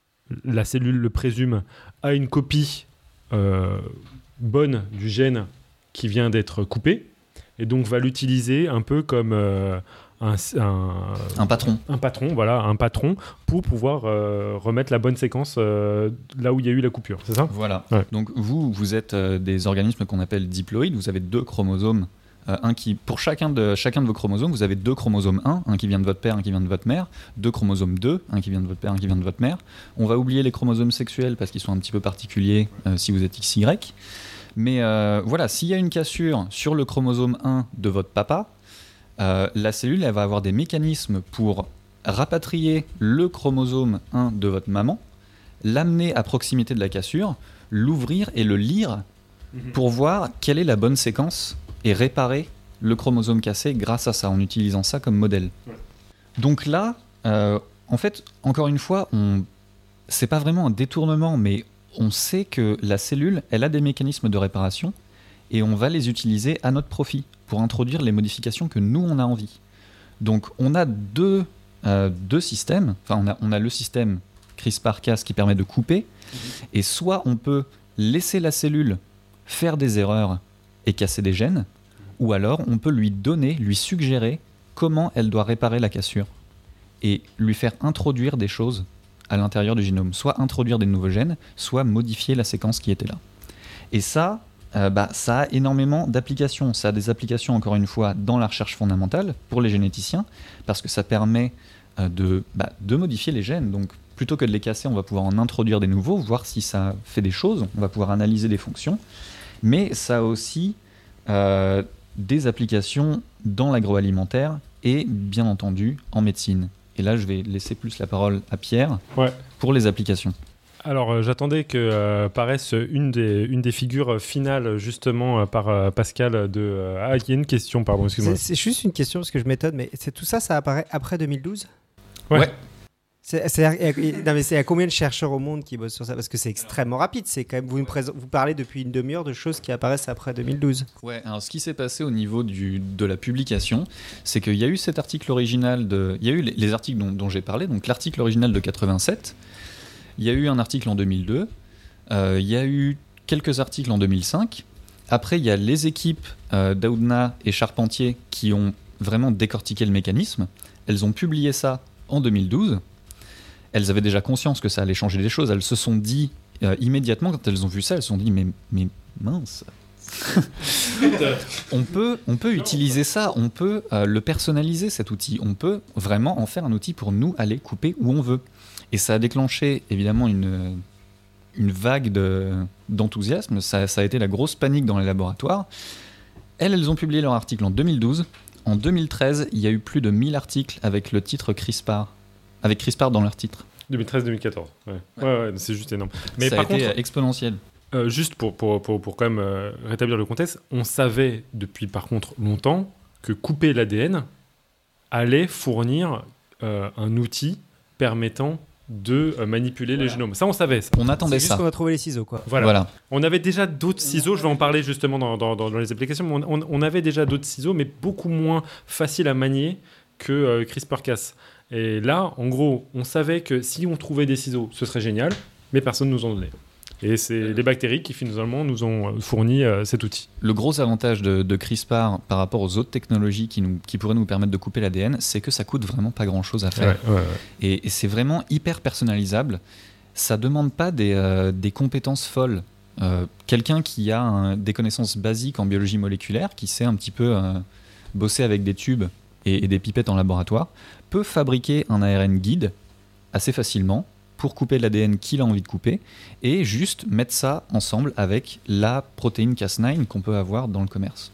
la cellule le présume, a une copie euh, bonne du gène qui vient d'être coupé, et donc va l'utiliser un peu comme euh, un, un, Un patron. un patron, voilà, un patron pour pouvoir euh, remettre la bonne séquence euh, là où il y a eu la coupure, c'est ça ? Voilà. Ouais. Donc vous, vous êtes euh, des organismes qu'on appelle diploïdes. Vous avez deux chromosomes. Euh, un qui, pour chacun de, chacun de vos chromosomes, vous avez deux chromosomes un, un qui vient de votre père, un qui vient de votre mère, deux chromosomes deux, un qui vient de votre père, un qui vient de votre mère. On va oublier les chromosomes sexuels parce qu'ils sont un petit peu particuliers euh, si vous êtes X Y. Mais euh, voilà, s'il y a une cassure sur le chromosome un de votre papa, euh, la cellule elle va avoir des mécanismes pour rapatrier le chromosome un de votre maman, l'amener à proximité de la cassure, l'ouvrir et le lire pour voir quelle est la bonne séquence et réparer le chromosome cassé grâce à ça, en utilisant ça comme modèle. Ouais. Donc là, euh, en fait, encore une fois, on... c'est pas vraiment un détournement, mais on sait que la cellule, elle a des mécanismes de réparation et on va les utiliser à notre profit pour introduire les modifications que nous, on a envie. Donc on a deux, euh, deux systèmes, enfin on a, on a le système CRISPR-Cas qui permet de couper, et soit on peut laisser la cellule faire des erreurs et casser des gènes, ou alors on peut lui donner, lui suggérer comment elle doit réparer la cassure et lui faire introduire des choses à l'intérieur du génome, soit introduire des nouveaux gènes, soit modifier la séquence qui était là. Et ça, euh, bah, ça a énormément d'applications. Ça a des applications, encore une fois, dans la recherche fondamentale pour les généticiens, parce que ça permet euh, de, bah, de modifier les gènes. Donc, plutôt que de les casser, on va pouvoir en introduire des nouveaux, voir si ça fait des choses, on va pouvoir analyser des fonctions. Mais ça a aussi euh, des applications dans l'agroalimentaire et, bien entendu, en médecine. Et là, je vais laisser plus la parole à Pierre Ouais. pour les applications. Alors, euh, j'attendais que euh, paraisse une des, une des figures finales, justement, euh, par euh, Pascal de... euh, Ah, il y a une question, pardon, excuse-moi. C'est c'est juste une question parce que je m'étonne, mais c'est tout ça, ça apparaît après deux mille douze Ouais. Ouais. C'est c'est- non, mais c'est à combien de chercheurs au monde qui bossent sur ça? Parce que c'est extrêmement rapide. C'est quand même vous, me présent- vous parlez depuis une demi-heure de choses qui apparaissent après deux mille douze. Ouais, alors ce qui s'est passé au niveau du, de la publication, c'est qu'il y a eu cet article original de... Il y a eu les, les articles dont, dont j'ai parlé, donc l'article original de quatre-vingt-sept, il y a eu un article en deux mille deux, euh, il y a eu quelques articles en deux mille cinq, après il y a les équipes euh, d'Aoudna et Charpentier qui ont vraiment décortiqué le mécanisme, elles ont publié ça en deux mille douze, elles avaient déjà conscience que ça allait changer des choses, elles se sont dit euh, immédiatement quand elles ont vu ça, elles se sont dit mais, mais mince, on peut, on peut utiliser ça, on peut euh, le personnaliser cet outil, on peut vraiment en faire un outil pour nous aller couper où on veut. Et ça a déclenché évidemment une, une vague de, d'enthousiasme, ça, ça a été la grosse panique dans les laboratoires. Elles, elles ont publié leur article en deux mille douze. En deux mille treize, il y a eu plus de mille articles avec le titre CRISPR, avec CRISPR dans leur titre. deux mille treize deux mille quatorze, ouais. Ouais. Ouais, ouais, c'est juste énorme. Mais ça par a été contre, exponentiel. Euh, juste pour, pour, pour, pour quand même euh, rétablir le contexte, on savait depuis par contre longtemps que couper l'A D N allait fournir euh, un outil permettant de euh, manipuler voilà. les génomes. Ça, on savait. Ça. On attendait C'est juste ça. qu'on a trouvé les ciseaux, quoi. Voilà. voilà. On avait déjà d'autres ciseaux, je vais en parler justement dans, dans, dans, dans les applications, mais on, on, on avait déjà d'autres ciseaux, mais beaucoup moins faciles à manier que euh, CRISPR-Cas. Et là, en gros, on savait que si on trouvait des ciseaux, ce serait génial, mais personne ne nous en donnait. Et c'est les bactéries qui finalement nous ont fourni euh, cet outil. Le gros avantage de, de CRISPR par rapport aux autres technologies qui, nous, qui pourraient nous permettre de couper l'A D N, c'est que ça coûte vraiment pas grand-chose à faire. Ouais, ouais, ouais. Et, et c'est vraiment hyper personnalisable. Ça demande pas des, euh, des compétences folles. Euh, quelqu'un qui a un, des connaissances basiques en biologie moléculaire, qui sait un petit peu euh, bosser avec des tubes et, et des pipettes en laboratoire, peut fabriquer un A R N guide assez facilement pour couper l'A D N qu'il a envie de couper, et juste mettre ça ensemble avec la protéine Cas neuf qu'on peut avoir dans le commerce.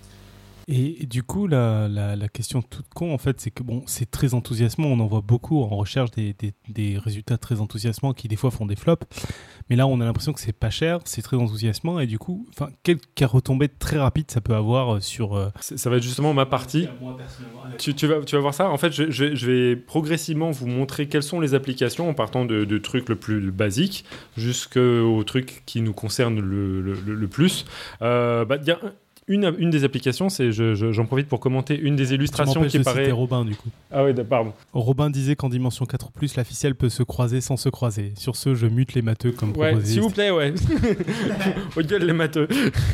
Et du coup, la, la, la question toute con, en fait, c'est que bon, c'est très enthousiasmant. On en voit beaucoup en recherche des, des, des résultats très enthousiasmants qui, des fois, font des flops. Mais là, on a l'impression que c'est pas cher, c'est très enthousiasmant. Et du coup, quelle retombée très rapide ça peut avoir sur... Euh... Ça va être justement ma partie. Tu, tu, vas, tu vas voir ça. En fait, je, je, je vais progressivement vous montrer quelles sont les applications en partant de, de trucs le plus basique jusqu'aux trucs qui nous concernent le, le, le, le plus. Euh, bah, y a Une, une des applications, c'est, je, je, j'en profite pour commenter une des illustrations qui de paraît... C'était Robin, du coup. Ah oui, pardon. Robin disait qu'en dimension quatre plus, la ficelle peut se croiser sans se croiser. Sur ce, je mute les matheux comme ouais, proposé. S'il vous plaît, ouais. Au gueule, les matheux.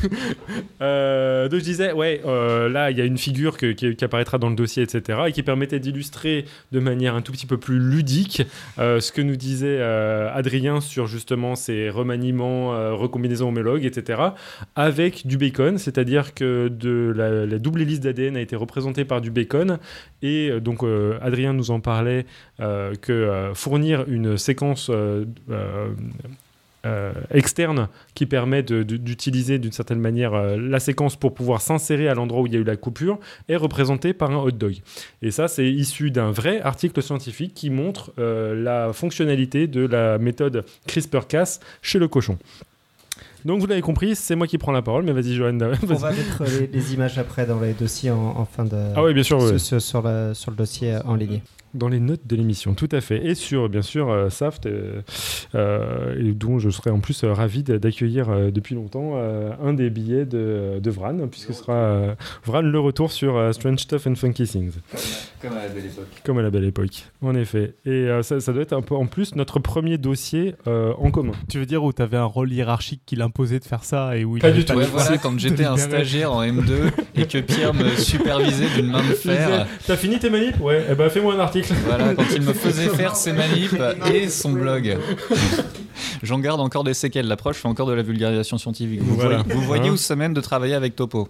euh, donc je disais, ouais, euh, là, il y a une figure que, qui, qui apparaîtra dans le dossier, et cetera, et qui permettait d'illustrer de manière un tout petit peu plus ludique euh, ce que nous disait euh, Adrien sur justement ces remaniements, euh, recombinaisons homologues, et cetera, avec du bacon, c'est-à-dire que de la, la double hélice d'A D N a été représentée par du bacon et euh, donc euh, Adrien nous en parlait euh, que euh, fournir une séquence euh, euh, euh, externe qui permet de, de, d'utiliser d'une certaine manière euh, la séquence pour pouvoir s'insérer à l'endroit où il y a eu la coupure est représenté par un hot dog. Et ça, c'est issu d'un vrai article scientifique qui montre euh, la fonctionnalité de la méthode CRISPR-Cas chez le cochon. Donc vous l'avez compris, c'est moi qui prends la parole, mais vas-y Johan. Vas-y. On va mettre les, les images après dans les dossiers en, en fin de... Ah oui, bien sûr. Sur, oui. sur, sur, la, sur le dossier en ligne. Dans les notes de l'émission, tout à fait. Et sur, bien sûr, euh, Saft, euh, euh, et dont je serais en plus euh, ravi d'accueillir euh, depuis longtemps euh, un des billets de, de Vran, puisque ce sera euh, Vran le retour sur euh, Strange Stuff and Funky Things. Comme à la belle époque. Comme à la belle époque, en effet. Et euh, ça, ça doit être un peu en plus notre premier dossier euh, en commun. Tu veux dire où tu avais un rôle hiérarchique qui l'imposait de faire ça et où il Pas avait du tout. le Ouais, choix voilà, de quand j'étais un libérer. stagiaire en M deux et que Pierre me supervisait d'une main de fer. T'as fini tes manips ? Ouais, eh ben fais-moi un article. Voilà, quand il me faisait faire ses manips et son blog. J'en garde encore des séquelles. L'approche fait encore de la vulgarisation scientifique. Vous Voilà. voyez, vous voyez Hein où ça mène de travailler avec Topo.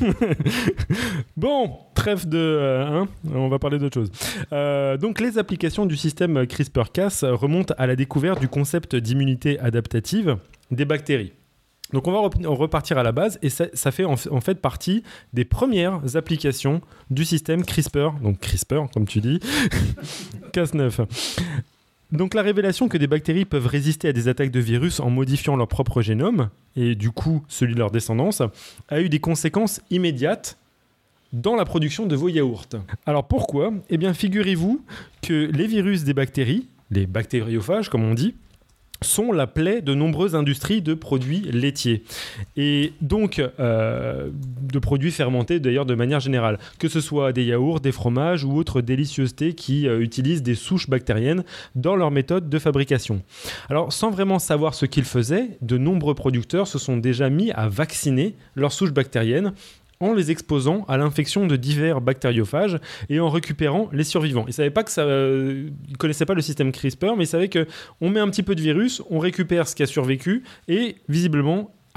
Bon, trêve de... Euh, hein, on va parler d'autre chose. Euh, donc les applications du système CRISPR-Cas remontent à la découverte du concept d'immunité adaptative des bactéries. Donc on va rep- repartir à la base et ça, ça fait en, f- en fait partie des premières applications du système CRISPR, donc CRISPR comme tu dis, Cas neuf. Donc la révélation que des bactéries peuvent résister à des attaques de virus en modifiant leur propre génome, et du coup celui de leur descendance, a eu des conséquences immédiates dans la production de vos yaourts. Alors pourquoi ? Eh bien figurez-vous que les virus des bactéries, les bactériophages comme on dit, sont la plaie de nombreuses industries de produits laitiers. Et donc, euh, de produits fermentés d'ailleurs de manière générale. Que ce soit des yaourts, des fromages ou autres délicieusetés qui euh, utilisent des souches bactériennes dans leur méthode de fabrication. Alors, sans vraiment savoir ce qu'ils faisaient, de nombreux producteurs se sont déjà mis à vacciner leurs souches bactériennes en les exposant à l'infection de divers bactériophages et en récupérant les survivants. Ils ne savaient pas que ça, euh, ils connaissaient pas le système CRISPR, mais ils savaient qu'on met un petit peu de virus, on récupère ce qui a survécu et visiblement,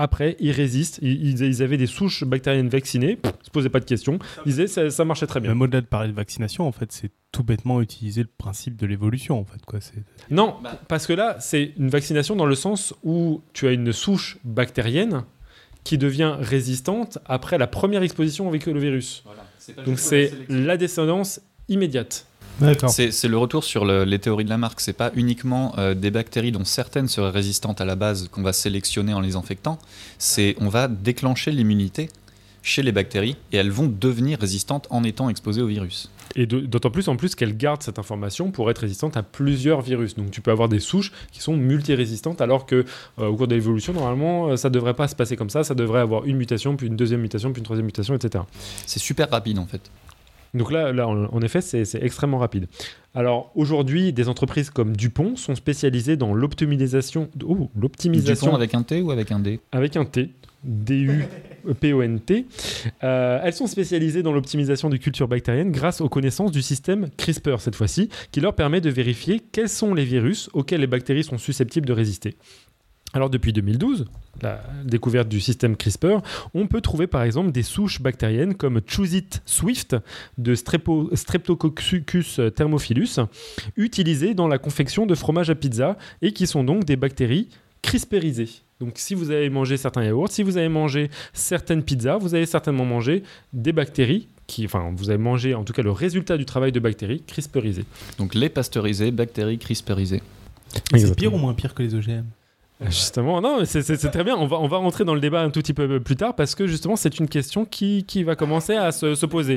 après, ils résistent. Ils, ils avaient des souches bactériennes vaccinées, pff, ils se posaient pas de questions. Ils disaient ça, ça marchait très bien. Même au-delà de parler de vaccination, en fait, c'est tout bêtement utiliser le principe de l'évolution, en fait, quoi. C'est... Non, parce que là, c'est une vaccination dans le sens où tu as une souche bactérienne qui devient résistante après la première exposition avec le virus. Voilà. C'est Donc c'est la descendance immédiate. D'accord. C'est, c'est le retour sur le, les théories de Lamarck. C'est pas uniquement euh, des bactéries dont certaines seraient résistantes à la base qu'on va sélectionner en les infectant. C'est on va déclencher l'immunité chez les bactéries et elles vont devenir résistantes en étant exposées au virus. Et de, d'autant plus en plus qu'elles gardent cette information pour être résistantes à plusieurs virus. Donc tu peux avoir des souches qui sont multirésistantes alors que euh, au cours de l'évolution, normalement, ça devrait pas se passer comme ça. Ça devrait avoir une mutation, puis une deuxième mutation, puis une troisième mutation, et cetera. C'est super rapide en fait. Donc là, là en, en effet, c'est, c'est extrêmement rapide. Alors aujourd'hui, des entreprises comme Dupont sont spécialisées dans l'optimisation... Oh, l'optimisation Dupont avec un T ou avec un D ? Avec un T. D U P O N T. Euh, elles sont spécialisées dans l'optimisation de cultures bactériennes grâce aux connaissances du système CRISPR cette fois-ci, qui leur permet de vérifier quels sont les virus auxquels les bactéries sont susceptibles de résister. Alors depuis deux mille douze, la découverte du système CRISPR, on peut trouver par exemple des souches bactériennes comme Choose-it Swift de Strepo, Streptococcus thermophilus, utilisées dans la confection de fromage à pizza et qui sont donc des bactéries CRISPRisées. Donc si vous avez mangé certains yaourts, si vous avez mangé certaines pizzas, vous avez certainement mangé des bactéries, qui, enfin vous avez mangé en tout cas le résultat du travail de bactéries CRISPRisées. Donc lait pasteurisé, bactéries CRISPRisées. C'est pire ou moins pire que les O G M ? Justement, non, mais c'est, c'est, c'est très bien. On va, on va rentrer dans le débat un tout petit peu plus tard parce que justement c'est une question qui, qui va commencer à se, se poser.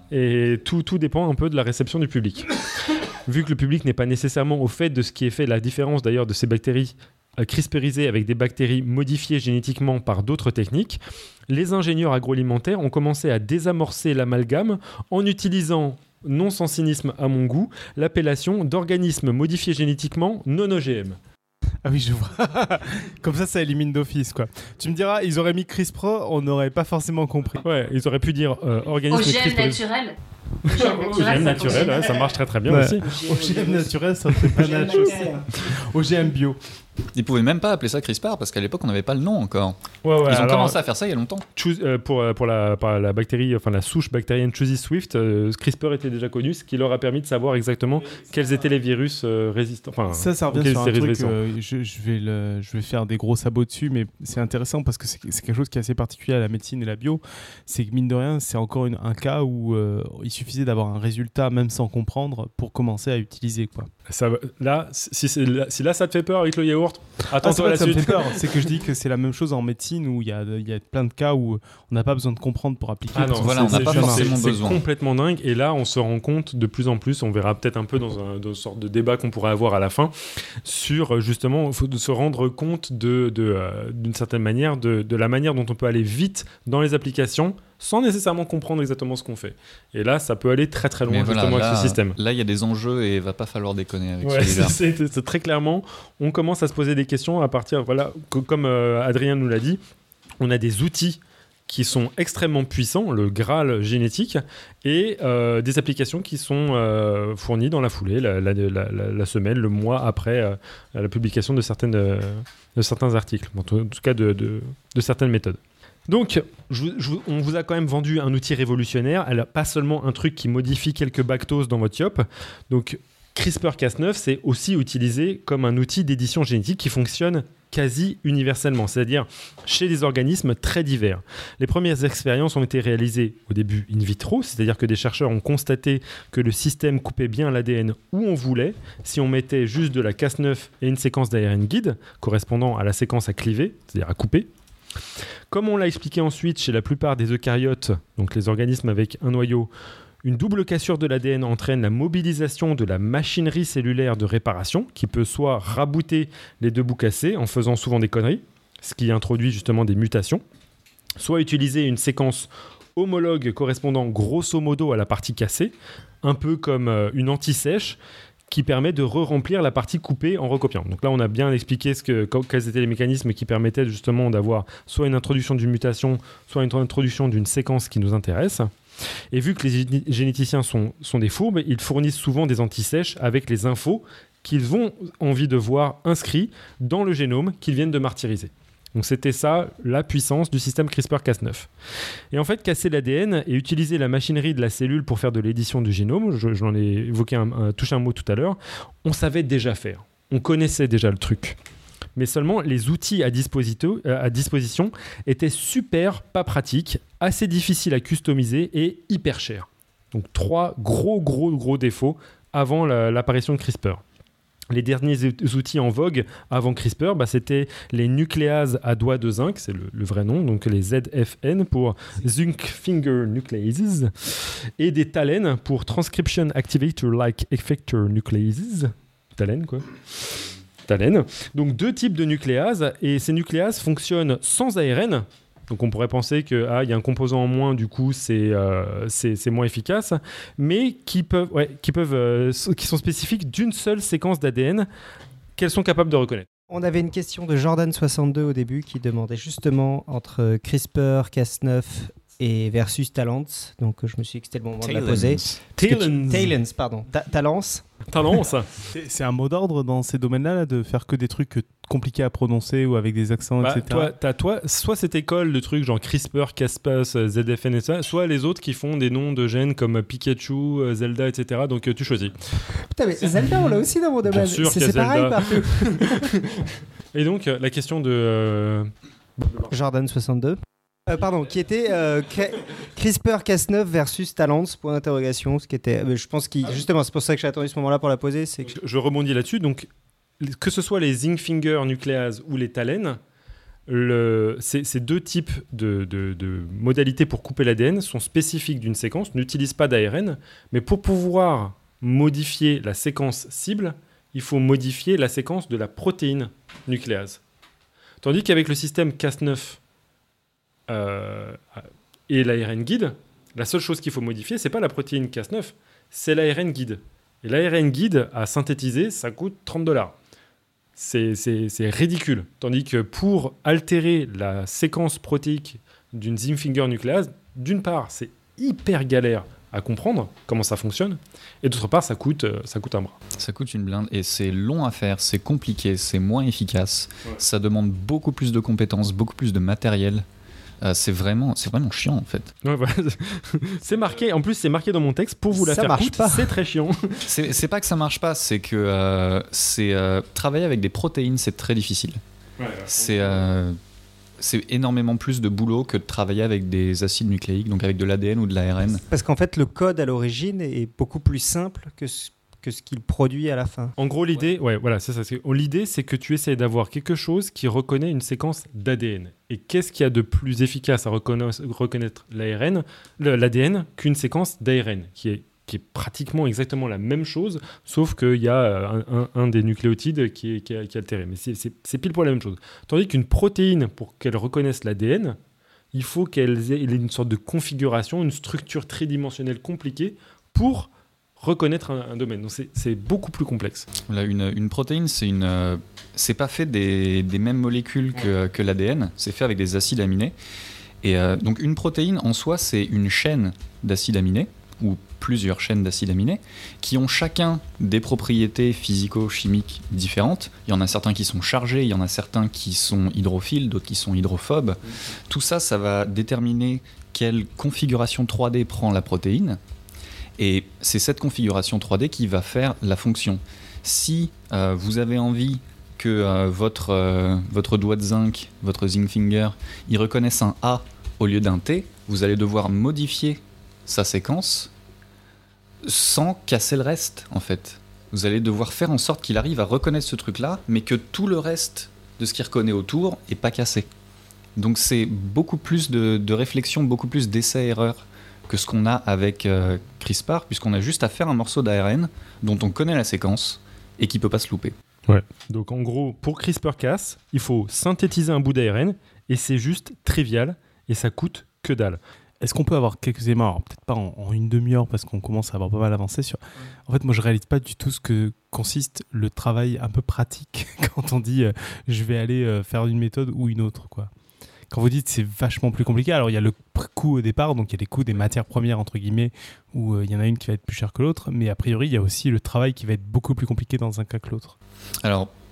Et tout, tout dépend un peu de la réception du public. Vu que le public n'est pas nécessairement au fait de ce qui est fait, la différence d'ailleurs de ces bactéries CRISPRisées avec des bactéries modifiées génétiquement par d'autres techniques, les ingénieurs agroalimentaires ont commencé à désamorcer l'amalgame en utilisant, non sans cynisme à mon goût, l'appellation d'organismes modifiés génétiquement non O G M. Ah oui, je vois. Comme ça, ça élimine d'office, quoi. Tu me diras, ils auraient mis CRISPR, on n'aurait pas forcément compris. Ouais, ils auraient pu dire euh, organisme O G M CRISPR. naturel. O G M naturel, ouais, ça marche très très bien Ouais. aussi. O G M naturel, ça fait pas nache aussi. O G M bio. Ils pouvaient même pas appeler ça CRISPR parce qu'à l'époque on n'avait pas le nom encore. Ouais, ouais, Ils ont alors, commencé à faire ça il y a longtemps. Choose, euh, pour, euh, pour, la, pour la bactérie, enfin la souche bactérienne Choose-it Swift, euh, CRISPR était déjà connu, ce qui leur a permis de savoir exactement quels étaient les virus euh, résistants. Enfin, Ça, ça revient auxquels sur un ils étaient truc, résistants. euh, je, je, vais le, je vais faire des gros sabots dessus, mais c'est intéressant parce que c'est, c'est quelque chose qui est assez particulier à la médecine et la bio. C'est que mine de rien, c'est encore une, un cas où euh, il suffisait d'avoir un résultat, même sans comprendre, pour commencer à utiliser, quoi. Ça, là, si, c'est, là, si là ça te fait peur avec le yaourt, attends-toi Ah, c'est à pas la que ça me suite. fait peur, c'est que je dis que c'est la même chose en médecine où il y a, il y a plein de cas où on n'a pas besoin de comprendre pour appliquer. Ah non, parce que voilà, c'est- on n'a c'est pas juste un- forcément c'est, besoin. C'est complètement dingue. Et là, on se rend compte de plus en plus, on verra peut-être un peu dans, un, dans une sorte de débat qu'on pourrait avoir à la fin, sur justement, il faut de se rendre compte de, de, euh, d'une certaine manière, de, de la manière dont on peut aller vite dans les applications sans nécessairement comprendre exactement ce qu'on fait. Et là, ça peut aller très très loin Mais justement voilà, avec là, ce système. là il y a des enjeux et il va pas falloir déconner avec Ouais, celui-là. c'est, c'est- c'est très clairement, on commence à se poser des questions à partir, voilà, co- comme euh, Adrien nous l'a dit, on a des outils qui sont extrêmement puissants, le Graal génétique, et euh, des applications qui sont euh, fournies dans la foulée, la, la, la, la- la semaine, le mois après euh, la publication de, certaines, euh, de certains articles, en tout en tout cas de, de, de certaines méthodes. Donc, je vous- je vous- on vous a quand même vendu un outil révolutionnaire, elle a pas seulement un truc qui modifie quelques bactoses dans votre yop. Donc, CRISPR Cas neuf, c'est aussi utilisé comme un outil d'édition génétique qui fonctionne quasi universellement, c'est-à-dire chez des organismes très divers. Les premières expériences ont été réalisées au début in vitro, c'est-à-dire que des chercheurs ont constaté que le système coupait bien l'A D N où on voulait, si on mettait juste de la Cas neuf et une séquence d'A R N guide, correspondant à la séquence à cliver, c'est-à-dire à couper. Comme on l'a expliqué ensuite chez la plupart des eucaryotes, donc les organismes avec un noyau, une double cassure de l'A D N entraîne la mobilisation de la machinerie cellulaire de réparation qui peut soit rabooter les deux bouts cassés en faisant souvent des conneries, ce qui introduit justement des mutations, soit utiliser une séquence homologue correspondant grosso modo à la partie cassée, un peu comme euh, une anti-sèche qui permet de re-remplir la partie coupée en recopiant. Donc là, on a bien expliqué ce que, quels étaient les mécanismes qui permettaient justement d'avoir soit une introduction d'une mutation, soit une introduction d'une séquence qui nous intéresse. Et vu que les gé- généticiens sont, sont des fourbes, ils fournissent souvent des anti-sèches avec les infos qu'ils ont envie de voir inscrits dans le génome qu'ils viennent de martyriser. Donc c'était ça, la puissance du système CRISPR Cas neuf. Et en fait, casser l'A D N et utiliser la machinerie de la cellule pour faire de l'édition du génome, je, j'en ai évoqué un, un, touché un mot tout à l'heure, on savait déjà faire. On connaissait déjà le truc. Mais seulement les outils à, disposito, euh, à disposition étaient super pas pratiques, assez difficiles à customiser et hyper chers. Donc trois gros, gros, gros défauts avant la, l'apparition de CRISPR. Les derniers outils en vogue avant CRISPR, bah, c'était les nucléases à doigts de zinc, c'est le, le vrai nom, donc les Z F N pour Zinc Finger Nucleases, et des TALEN pour Transcription Activator Like Effector Nucleases. TALEN, quoi. TALEN. Donc deux types de nucléases, et ces nucléases fonctionnent sans A R N. Donc on pourrait penser qu'il ah, y a un composant en moins, du coup c'est, euh, c'est, c'est moins efficace, mais qui, peuvent, ouais, qui, peuvent, euh, qui sont spécifiques d'une seule séquence d'A D N qu'elles sont capables de reconnaître. On avait une question de Jordan soixante-deux au début qui demandait justement entre CRISPR Cas neuf et versus Talents. Donc je me suis dit que c'était le moment de la poser. Talents. Talents, pardon. Ta- Talents. Talents. C'est, c'est un mot d'ordre dans ces domaines-là, là, de faire que des trucs compliqués à prononcer ou avec des accents, bah, et cetera. Toi, t'as toi, soit cette école de trucs genre CRISPR, Cas, Z F N et ça, soit les autres qui font des noms de gènes comme Pikachu, Zelda, et cetera. Donc tu choisis. Putain, mais Zelda, on l'a aussi dans mon domaine. Bien sûr c'est qu'il y a c'est pareil Zelda. partout. Et donc la question de... Euh... Jordan soixante-deux. Euh, pardon, qui était euh, Cri- CRISPR Cas neuf versus Talents, point d'interrogation, ce qui était, euh, je pense que justement, c'est pour ça que j'ai attendu ce moment-là pour la poser, c'est que... je, je rebondis là-dessus, donc que ce soit les zinc finger nucléases ou les TALEN, le, ces, ces deux types de, de, de modalités pour couper l'A D N sont spécifiques d'une séquence, n'utilisent pas d'A R N, mais pour pouvoir modifier la séquence cible, il faut modifier la séquence de la protéine nucléase. Tandis qu'avec le système Cas neuf, Euh, et l'A R N guide, la seule chose qu'il faut modifier, c'est pas la protéine Cas neuf, c'est l'A R N guide. Et l'A R N guide à synthétiser, ça coûte trente dollars. C'est, c'est, c'est ridicule. Tandis que pour altérer la séquence protéique d'une zinc finger nucléase, d'une part, c'est hyper galère à comprendre comment ça fonctionne, et d'autre part, ça coûte, ça coûte un bras. Ça coûte une blinde et c'est long à faire, c'est compliqué, c'est moins efficace. Ouais. Ça demande beaucoup plus de compétences, beaucoup plus de matériel. Euh, c'est vraiment, c'est vraiment chiant en fait. Ouais, voilà. C'est marqué, en plus c'est marqué dans mon texte pour vous la ça faire coûte, pas. C'est très chiant. C'est, c'est pas que ça marche pas, c'est que euh, c'est euh, travailler avec des protéines, c'est très difficile. Ouais, ouais. C'est, euh, c'est énormément plus de boulot que de travailler avec des acides nucléiques, donc avec de l'A D N ou de l'A R N. Parce qu'en fait le code à l'origine est beaucoup plus simple que ce que ce qu'il produit à la fin. En gros, l'idée, ouais, voilà, c'est ça. C'est, l'idée, c'est que tu essaies d'avoir quelque chose qui reconnaît une séquence d'A D N. Et qu'est-ce qu'il y a de plus efficace à reconnaître, reconnaître l'A R N, l'A D N qu'une séquence d'A R N, qui est, qui est pratiquement exactement la même chose, sauf qu'il y a un, un, un des nucléotides qui est, qui est, qui est altéré. Mais c'est, c'est, c'est pile pour la même chose. Tandis qu'une protéine, pour qu'elle reconnaisse l'A D N, il faut qu'elle ait une sorte de configuration, une structure tridimensionnelle compliquée pour reconnaître un, un domaine. Donc c'est, c'est beaucoup plus complexe. Là, une, une protéine, c'est, une, euh, c'est pas fait des, des mêmes molécules que, que l'A D N, c'est fait avec des acides aminés. Et euh, donc une protéine, en soi, c'est une chaîne d'acides aminés, ou plusieurs chaînes d'acides aminés, qui ont chacun des propriétés physico-chimiques différentes. Il y en a certains qui sont chargés, il y en a certains qui sont hydrophiles, d'autres qui sont hydrophobes. Tout ça, ça va déterminer quelle configuration trois D prend la protéine. Et c'est cette configuration trois D qui va faire la fonction. Si euh, vous avez envie que euh, votre, euh, votre doigt de zinc, votre zinc finger, il reconnaisse un A au lieu d'un T, vous allez devoir modifier sa séquence sans casser le reste, en fait. Vous allez devoir faire en sorte qu'il arrive à reconnaître ce truc-là, mais que tout le reste de ce qu'il reconnaît autour n'est pas cassé. Donc c'est beaucoup plus de, de réflexion, beaucoup plus d'essais-erreurs que ce qu'on a avec euh, CRISPR, puisqu'on a juste à faire un morceau d'A R N dont on connaît la séquence et qui ne peut pas se louper. Ouais. Donc en gros, pour CRISPR-Cas, il faut synthétiser un bout d'A R N et c'est juste trivial et ça coûte que dalle. Est-ce qu'on peut avoir quelques éléments, alors peut-être pas en, en une demi-heure parce qu'on commence à avoir pas mal avancé sur... En fait, moi je réalise pas du tout ce que consiste le travail un peu pratique quand on dit euh, je vais aller euh, faire une méthode ou une autre, quoi. Quand vous dites c'est vachement plus compliqué, alors il y a le coût au départ, donc il y a les coûts des matières premières, entre guillemets, où euh, il y en a une qui va être plus chère que l'autre, mais a priori il y a aussi le travail qui va être beaucoup plus compliqué dans un cas que l'autre. Alors,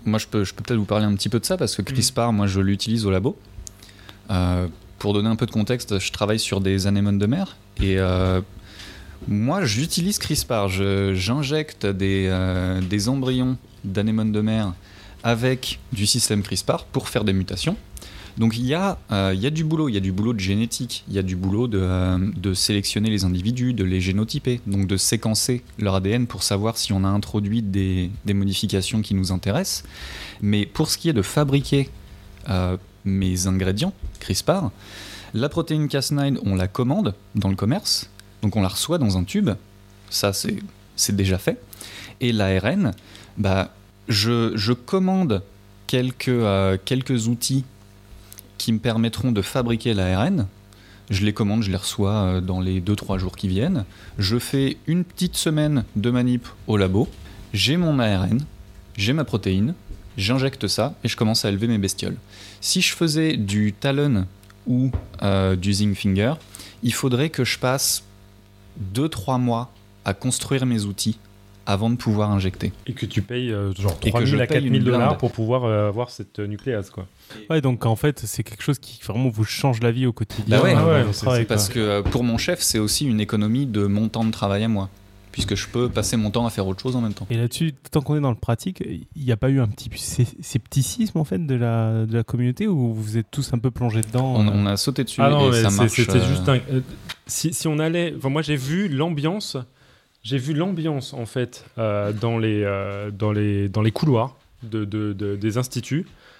moi je peux, je peux peut-être vous parler un petit peu de ça parce que CRISPR, moi je l'utilise au labo. Euh, pour donner un peu de contexte, je travaille sur des anémones de mer et euh, moi j'utilise CRISPR. Je, j'injecte des, euh, des embryons d'anémones de mer avec du système CRISPR pour faire des mutations. Donc il y a, euh, il y a du boulot, il y a du boulot de génétique, il y a du boulot de, euh, de sélectionner les individus, de les génotyper, donc de séquencer leur A D N pour savoir si on a introduit des, des modifications qui nous intéressent. Mais pour ce qui est de fabriquer euh, mes ingrédients CRISPR, la protéine Cas neuf, on la commande dans le commerce, donc on la reçoit dans un tube, ça c'est, c'est déjà fait. Et l'A R N, bah, je, je commande quelques, euh, quelques outils qui me permettront de fabriquer l'A R N. Je les commande, je les reçois dans les deux trois jours qui viennent. Je fais une petite semaine de manip au labo. J'ai mon A R N, j'ai ma protéine, j'injecte ça et je commence à élever mes bestioles. Si je faisais du Talon ou euh, du Zinc-Finger, il faudrait que je passe deux trois mois à construire mes outils avant de pouvoir injecter. Et que tu payes euh, genre Et trois que je mille à paye quatre mille une dollars blinde. pour pouvoir euh, avoir cette euh, nucléase, quoi. Ouais, donc en fait, c'est quelque chose qui vraiment vous change la vie au quotidien. Bah ouais, dans ouais, votre c'est- travail, C'est quoi. parce que euh, pour mon chef, c'est aussi une économie de mon temps de travail à moi, puisque je peux passer mon temps à faire autre chose en même temps. Et là-dessus, tant qu'on est dans le pratique, il n'y a pas eu un petit sc- scepticisme en fait de la, de la communauté ou vous êtes tous un peu plongés dedans On, euh, on a sauté dessus Ah non, et mais ça c'est- marche. c'était euh, juste un. euh, si, si on allait. Enfin, moi, j'ai vu l'ambiance. J'ai vu l'ambiance, en fait, euh, dans, les, euh, dans, les, dans les couloirs de, de- de- des instituts.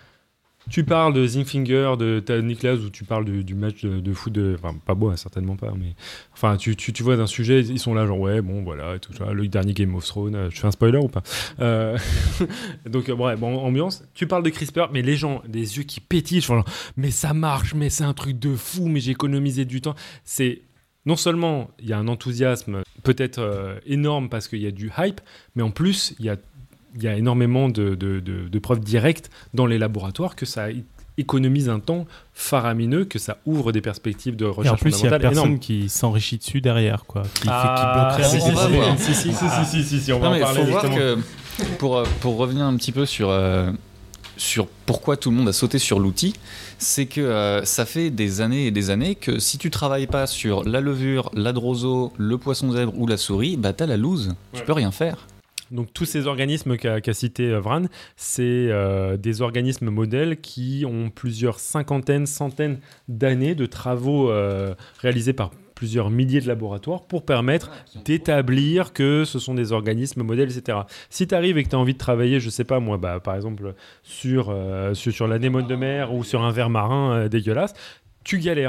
Tu parles de Zinfinger, de ta Nicolas, ou tu parles du, du match de, de foot de. Enfin, pas beau, certainement pas, mais. Enfin, tu, tu, tu vois d'un sujet, ils sont là, genre, ouais, bon, voilà, et tout ça, le dernier Game of Thrones. euh, Je fais un spoiler ou pas Euh, Donc, euh, ouais, bon, ambiance. Tu parles de CRISPR, mais les gens, les yeux qui pétillent, genre, mais ça marche, mais c'est un truc de fou, mais j'ai économisé du temps. C'est. Non seulement il y a un enthousiasme peut-être euh, énorme parce qu'il y a du hype, mais en plus, il y a, il y a énormément de, de, de, de preuves directes dans les laboratoires que ça é- économise un temps faramineux, que ça ouvre des perspectives de Et en recherche plus, il n'y a fondamentale personne énormes. qui s'enrichit dessus derrière, quoi. Qui, Ah, fait, qui si, bloquerait si, on va les- voir. si, si, si, si, si, si, si, on va Non, en mais parler faut voir justement. que pour, euh, pour revenir un petit peu sur, euh, sur pourquoi tout le monde a sauté sur l'outil, c'est que euh, ça fait des années et des années que si tu travailles pas sur la levure, la droso, le poisson zèbre ou la souris, bah t'as la loose, tu Ouais. peux rien faire. Donc tous ces organismes qu'a qu'a cité euh, Vran, c'est euh, des organismes modèles qui ont plusieurs cinquantaines, centaines d'années de travaux euh, réalisés par plusieurs milliers de laboratoires pour permettre d'établir que ce sont des organismes modèles, et cetera. Si tu arrives et que tu as envie de travailler, je sais pas moi, bah, par exemple sur, euh, sur, sur l'anémone de mer ou sur un ver marin euh, dégueulasse, tu galères.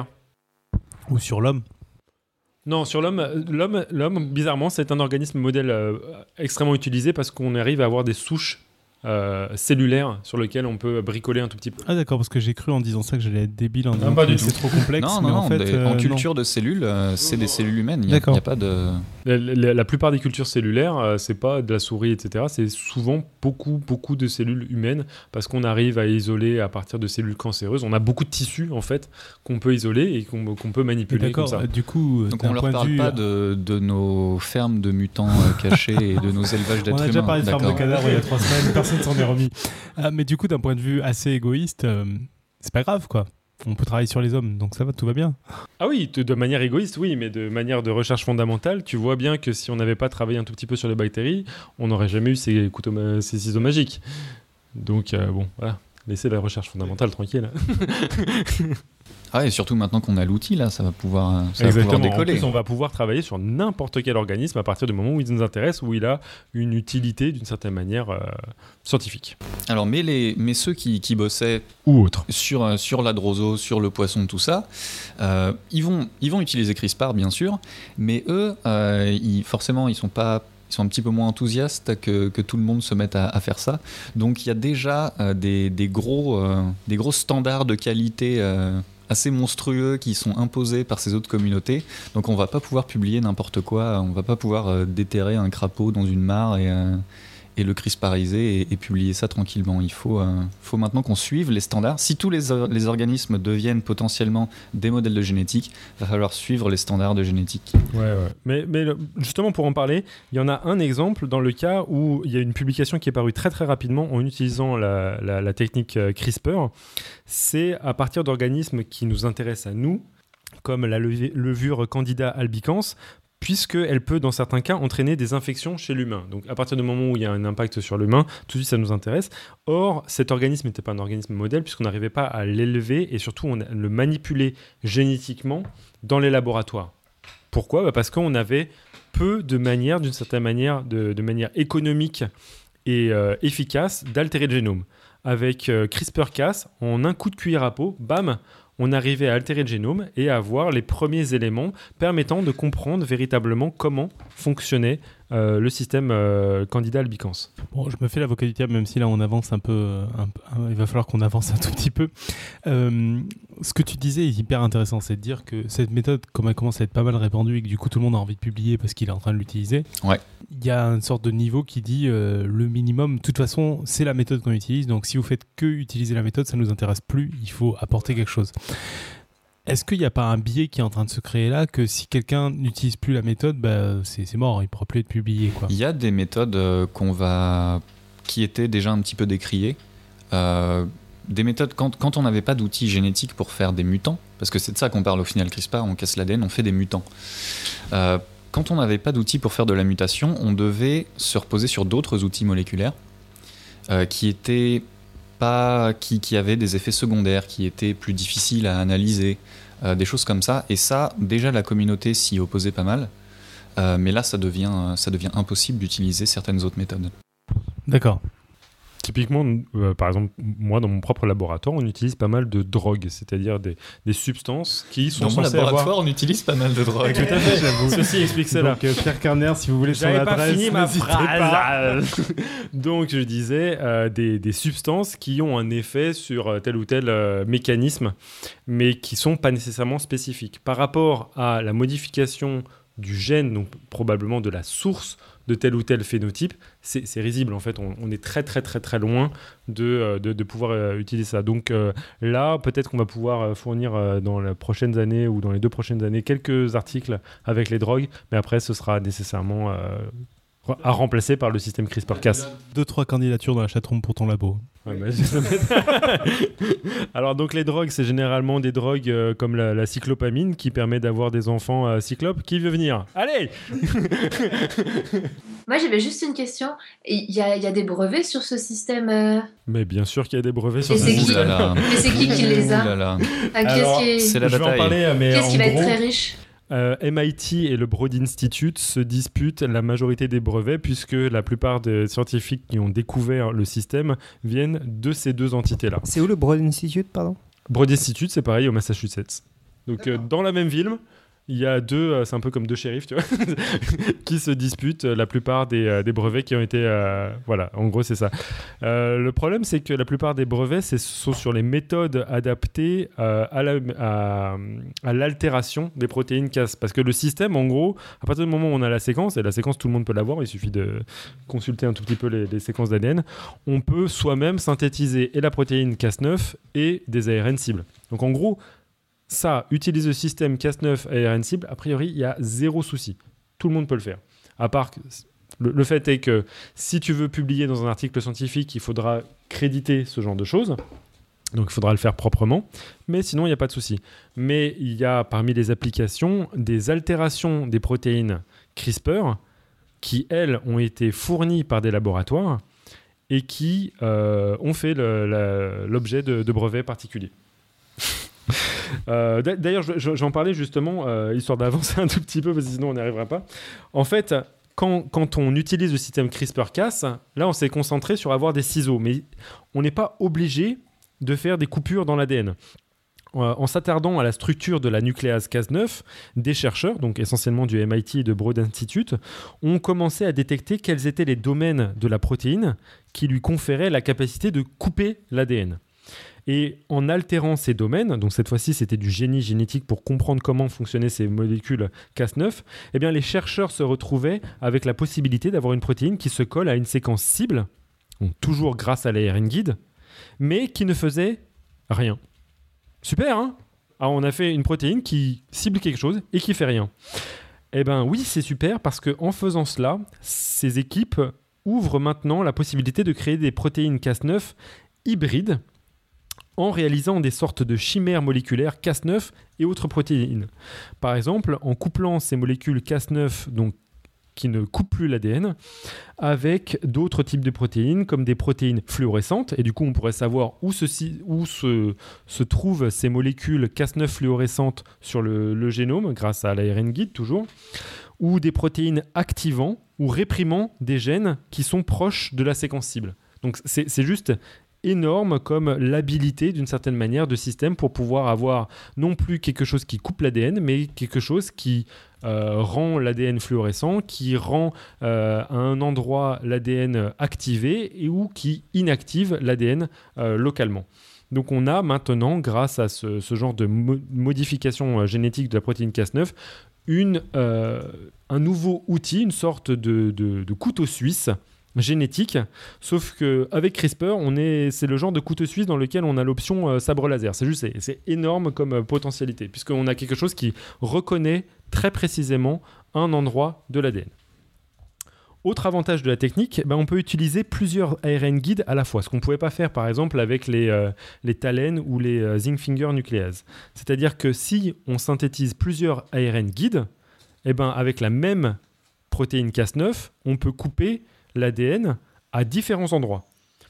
Ou sur l'homme. Non, sur l'homme, l'homme, l'homme, bizarrement, c'est un organisme modèle euh, extrêmement utilisé parce qu'on arrive à avoir des souches euh, cellulaires sur lesquelles on peut bricoler un tout petit peu. Ah d'accord, parce que j'ai cru en disant ça que j'allais être débile en disant pas que du c'est tout. trop complexe. Non, mais non, en non, fait, des- euh, en non. culture de cellules, euh, c'est des cellules humaines, il n'y a, D'accord. y a pas de... La, la- la plupart des cultures cellulaires, euh, c'est pas de la souris, et cetera. C'est souvent beaucoup, beaucoup de cellules humaines parce qu'on arrive à isoler à partir de cellules cancéreuses. On a beaucoup de tissus en fait qu'on peut isoler et qu'on, qu'on peut Mais manipuler comme D'accord, ça. euh, du coup, Donc d'un on leur point de parle vue... pas de, de nos fermes de mutants euh, cachés et de nos élevages d'êtres On humains. a déjà parlé de ferme de d'accord. cadavres il y a trois semaines, personne s'en est remis. Ah, mais du coup, d'un point de vue assez égoïste, euh, c'est pas grave, quoi. On peut travailler sur les hommes, donc ça va, tout va bien. Ah oui, de, de manière égoïste, oui, mais de manière de recherche fondamentale, tu vois bien que si on n'avait pas travaillé un tout petit peu sur les bactéries, on n'aurait jamais eu ces, couteaux ma- ces ciseaux magiques. Donc euh, bon, voilà, laissez la recherche fondamentale tranquille. Ah et surtout maintenant qu'on a l'outil, là, ça va pouvoir, ça va pouvoir Exactement. En décoller. plus, on va pouvoir travailler sur n'importe quel organisme à partir du moment où il nous intéresse, où il a une utilité d'une certaine manière euh, scientifique. Alors, mais, les, mais ceux qui, qui bossaient Ou autre. sur, euh, sur la droso, sur le poisson, tout ça, euh, ils, vont, ils vont utiliser CRISPR, bien sûr, mais eux, euh, ils, forcément, ils sont pas... Ils sont un petit peu moins enthousiastes que, que tout le monde se mette à, à faire ça. Donc il y a déjà euh, des, des, gros, euh, des gros standards de qualité euh, assez monstrueux qui sont imposés par ces autres communautés. Donc on va pas pouvoir publier n'importe quoi, on va pas pouvoir euh, déterrer un crapaud dans une mare et, euh, et le CRISPRiser et, et publier ça tranquillement. Il faut, euh, faut maintenant qu'on suive les standards. Si tous les, or- les organismes deviennent potentiellement des modèles de génétique, il va falloir suivre les standards de génétique. Ouais, ouais. Mais, mais le- justement, pour en parler, il y en a un exemple dans le cas où il y a une publication qui est parue très très rapidement en utilisant la, la, la technique euh, CRISPR. C'est à partir d'organismes qui nous intéressent à nous, comme la levi- levure Candida albicans, puisqu'elle peut, dans certains cas, entraîner des infections chez l'humain. Donc, à partir du moment où il y a un impact sur l'humain, tout de suite, ça nous intéresse. Or, cet organisme n'était pas un organisme modèle, puisqu'on n'arrivait pas à l'élever, et surtout, on le manipulait génétiquement dans les laboratoires. Pourquoi ? Bah parce qu'on avait peu de manières, d'une certaine manière, de, de manière économique et euh, efficace, d'altérer le génome. Avec euh, CRISPR-Cas, en un coup de cuillère à peau, bam, on arrivait à altérer le génome et à avoir les premiers éléments permettant de comprendre véritablement comment fonctionnait euh, le système euh, Candida albicans. Bon, je me fais l'avocat du diable, même si là on avance un peu, un peu- il va falloir qu'on avance un tout petit peu. Euh, ce que tu disais est hyper intéressant, c'est de dire que cette méthode, comme elle commence à être pas mal répandue et que du coup tout le monde a envie de publier parce qu'il est en train de l'utiliser, Ouais. il y a une sorte de niveau qui dit euh, le minimum, de toute façon c'est la méthode qu'on utilise, donc si vous faites que utiliser la méthode, ça nous intéresse plus, il faut apporter quelque chose. Est-ce qu'il n'y a pas un biais qui est en train de se créer là, que si quelqu'un n'utilise plus la méthode, bah, c'est, c'est mort, il ne pourra plus être publié, quoi. Il y a des méthodes euh, qu'on va... qui étaient déjà un petit peu décriées. Euh, des méthodes, quand, quand on n'avait pas d'outils génétiques pour faire des mutants, parce que c'est de ça qu'on parle au final, CRISPR, on casse l'A D N, on fait des mutants. Euh, quand on n'avait pas d'outils pour faire de la mutation, on devait se reposer sur d'autres outils moléculaires euh, qui étaient pas, qui, qui avaient des effets secondaires, qui étaient plus difficiles à analyser, euh, des choses comme ça. Et ça, déjà la communauté s'y opposait pas mal, euh, mais là ça devient, ça devient impossible d'utiliser certaines autres méthodes. D'accord. Typiquement, euh, par exemple, moi, dans mon propre laboratoire, on utilise pas mal de drogues, c'est-à-dire des, des substances qui sont Dans mon censées laboratoire, avoir... on utilise pas mal de drogues. Tout à fait, j'avoue. Ceci explique cela. Donc euh, Pierre Carner, si vous voulez son J'avais pas adresse, fini ma n'hésitez pas. phrase. Donc, je disais euh, des, des substances qui ont un effet sur euh, tel ou tel euh, mécanisme, mais qui sont pas nécessairement spécifiques. Par rapport à la modification du gène, donc probablement de la source de tel ou tel phénotype, c'est, c'est risible en fait. On, on est très très très très loin de, euh, de, de pouvoir euh, utiliser ça. Donc euh, là, peut-être qu'on va pouvoir euh, fournir euh, dans les prochaines années ou dans les deux prochaines années quelques articles avec les drogues, mais après ce sera nécessairement euh, à remplacer par le système CRISPR-Cas. Deux, trois candidatures dans la chatroom pour ton labo. Ouais, bah, alors donc les drogues, c'est généralement des drogues euh, comme la, la cyclopamine qui permet d'avoir des enfants euh, cyclopes. Qui veut venir ? Allez. Moi, j'avais juste une question. Il y a, il y a des brevets sur ce système euh, Mais bien sûr qu'il y a des brevets sur Et ce c'est Ouh qui système. là là. Mais c'est qui qui les a Ouh là là. Ah, Qu'est-ce Alors, qui, est- c'est la Je vais en bataille. parler, mais qu'est-ce en qui va être gros, très riche euh, M I T et le Broad Institute se disputent la majorité des brevets puisque la plupart des scientifiques qui ont découvert le système viennent de ces deux entités-là. C'est où le Broad Institute, pardon ? Broad Institute, c'est pareil au Massachusetts. Donc euh, dans la même ville, il y a deux, euh, c'est un peu comme deux shérifs, tu vois, qui se disputent euh, la plupart des, euh, des brevets qui ont été, euh, voilà, en gros c'est ça. Euh, le problème, c'est que la plupart des brevets, c'est sont sur les méthodes adaptées euh, à, la, à, à l'altération des protéines Cas, parce que le système, en gros, à partir du moment où on a la séquence, et la séquence tout le monde peut l'avoir, il suffit de consulter un tout petit peu les, les séquences d'A D N, on peut soi-même synthétiser et la protéine Cas neuf et des A R N cibles. Donc en gros, ça, utilise le système Cas neuf A R N cible, a priori, il y a zéro souci. Tout le monde peut le faire. À part que le, le fait est que si tu veux publier dans un article scientifique, il faudra créditer ce genre de choses. Donc, il faudra le faire proprement. Mais sinon, il n'y a pas de souci. Mais il y a parmi les applications des altérations des protéines CRISPR qui, elles, ont été fournies par des laboratoires et qui euh, ont fait le, la, l'objet de, de brevets particuliers. Euh, d'ailleurs, j'en parlais justement, euh, histoire d'avancer un tout petit peu, parce que sinon on n'y arrivera pas. En fait, quand, quand on utilise le système CRISPR-Cas, là on s'est concentré sur avoir des ciseaux, mais on n'est pas obligé de faire des coupures dans l'A D N. Euh, en s'attardant à la structure de la nucléase Cas neuf, des chercheurs, donc essentiellement du M I T et de Broad Institute, ont commencé à détecter quels étaient les domaines de la protéine qui lui conféraient la capacité de couper l'A D N. Et en altérant ces domaines, donc cette fois-ci c'était du génie génétique pour comprendre comment fonctionnaient ces molécules Cas neuf, eh bien les chercheurs se retrouvaient avec la possibilité d'avoir une protéine qui se colle à une séquence cible, donc toujours grâce à l'A R N guide, mais qui ne faisait rien. Super, hein ? Alors on a fait une protéine qui cible quelque chose et qui fait rien. Eh bien oui, c'est super parce qu'en faisant cela, ces équipes ouvrent maintenant la possibilité de créer des protéines Cas neuf hybrides en réalisant des sortes de chimères moléculaires Cas neuf et autres protéines. Par exemple, en couplant ces molécules Cas neuf, donc qui ne coupent plus l'A D N, avec d'autres types de protéines, comme des protéines fluorescentes, et du coup on pourrait savoir où, ceci, où se, se trouvent ces molécules Cas neuf fluorescentes sur le, le génome, grâce à l'A R N guide toujours, ou des protéines activant ou réprimant des gènes qui sont proches de la séquence cible. Donc c'est, c'est juste énorme comme l'habilité d'une certaine manière de système pour pouvoir avoir non plus quelque chose qui coupe l'A D N, mais quelque chose qui euh, rend l'A D N fluorescent, qui rend euh, à un endroit l'A D N activé et ou qui inactive l'A D N euh, localement. Donc on a maintenant, grâce à ce, ce genre de mo- modification euh, génétique de la protéine Cas neuf, une, euh, un nouveau outil, une sorte de, de, de couteau suisse génétique, sauf qu'avec CRISPR, on est, c'est le genre de couteau suisse dans lequel on a l'option euh, sabre laser. C'est juste, c'est, c'est énorme comme euh, potentialité, puisqu'on a quelque chose qui reconnaît très précisément un endroit de l'A D N. Autre avantage de la technique, ben on peut utiliser plusieurs A R N guides à la fois, ce qu'on ne pouvait pas faire par exemple avec les, euh, les Talène ou les euh, zinc finger nucléases. C'est-à-dire que si on synthétise plusieurs A R N guides, eh ben avec la même protéine Cas neuf, on peut couper l'A D N à différents endroits,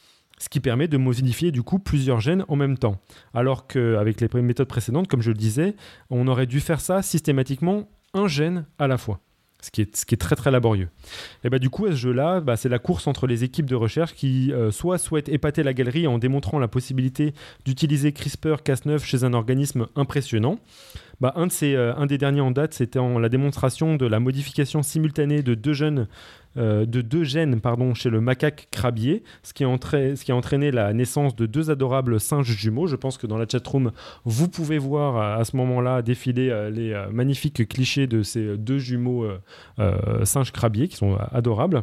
ce qui permet de modifier du coup plusieurs gènes en même temps. Alors qu'avec les méthodes précédentes, comme je le disais, on aurait dû faire ça systématiquement un gène à la fois, ce qui est, ce qui est très très laborieux. Et bah, du coup, à ce jeu-là, bah, c'est la course entre les équipes de recherche qui euh, soit souhaitent épater la galerie en démontrant la possibilité d'utiliser CRISPR Cas neuf chez un organisme impressionnant. Bah, un, de ces, euh, un des derniers en date, c'était en la démonstration de la modification simultanée de deux gènes, euh, de deux gènes pardon, chez le macaque crabier, ce qui, a entra- ce qui a entraîné la naissance de deux adorables singes jumeaux. Je pense que dans la chatroom, vous pouvez voir à, à ce moment-là défiler euh, les euh, magnifiques clichés de ces deux jumeaux euh, euh, singes crabiers qui sont adorables.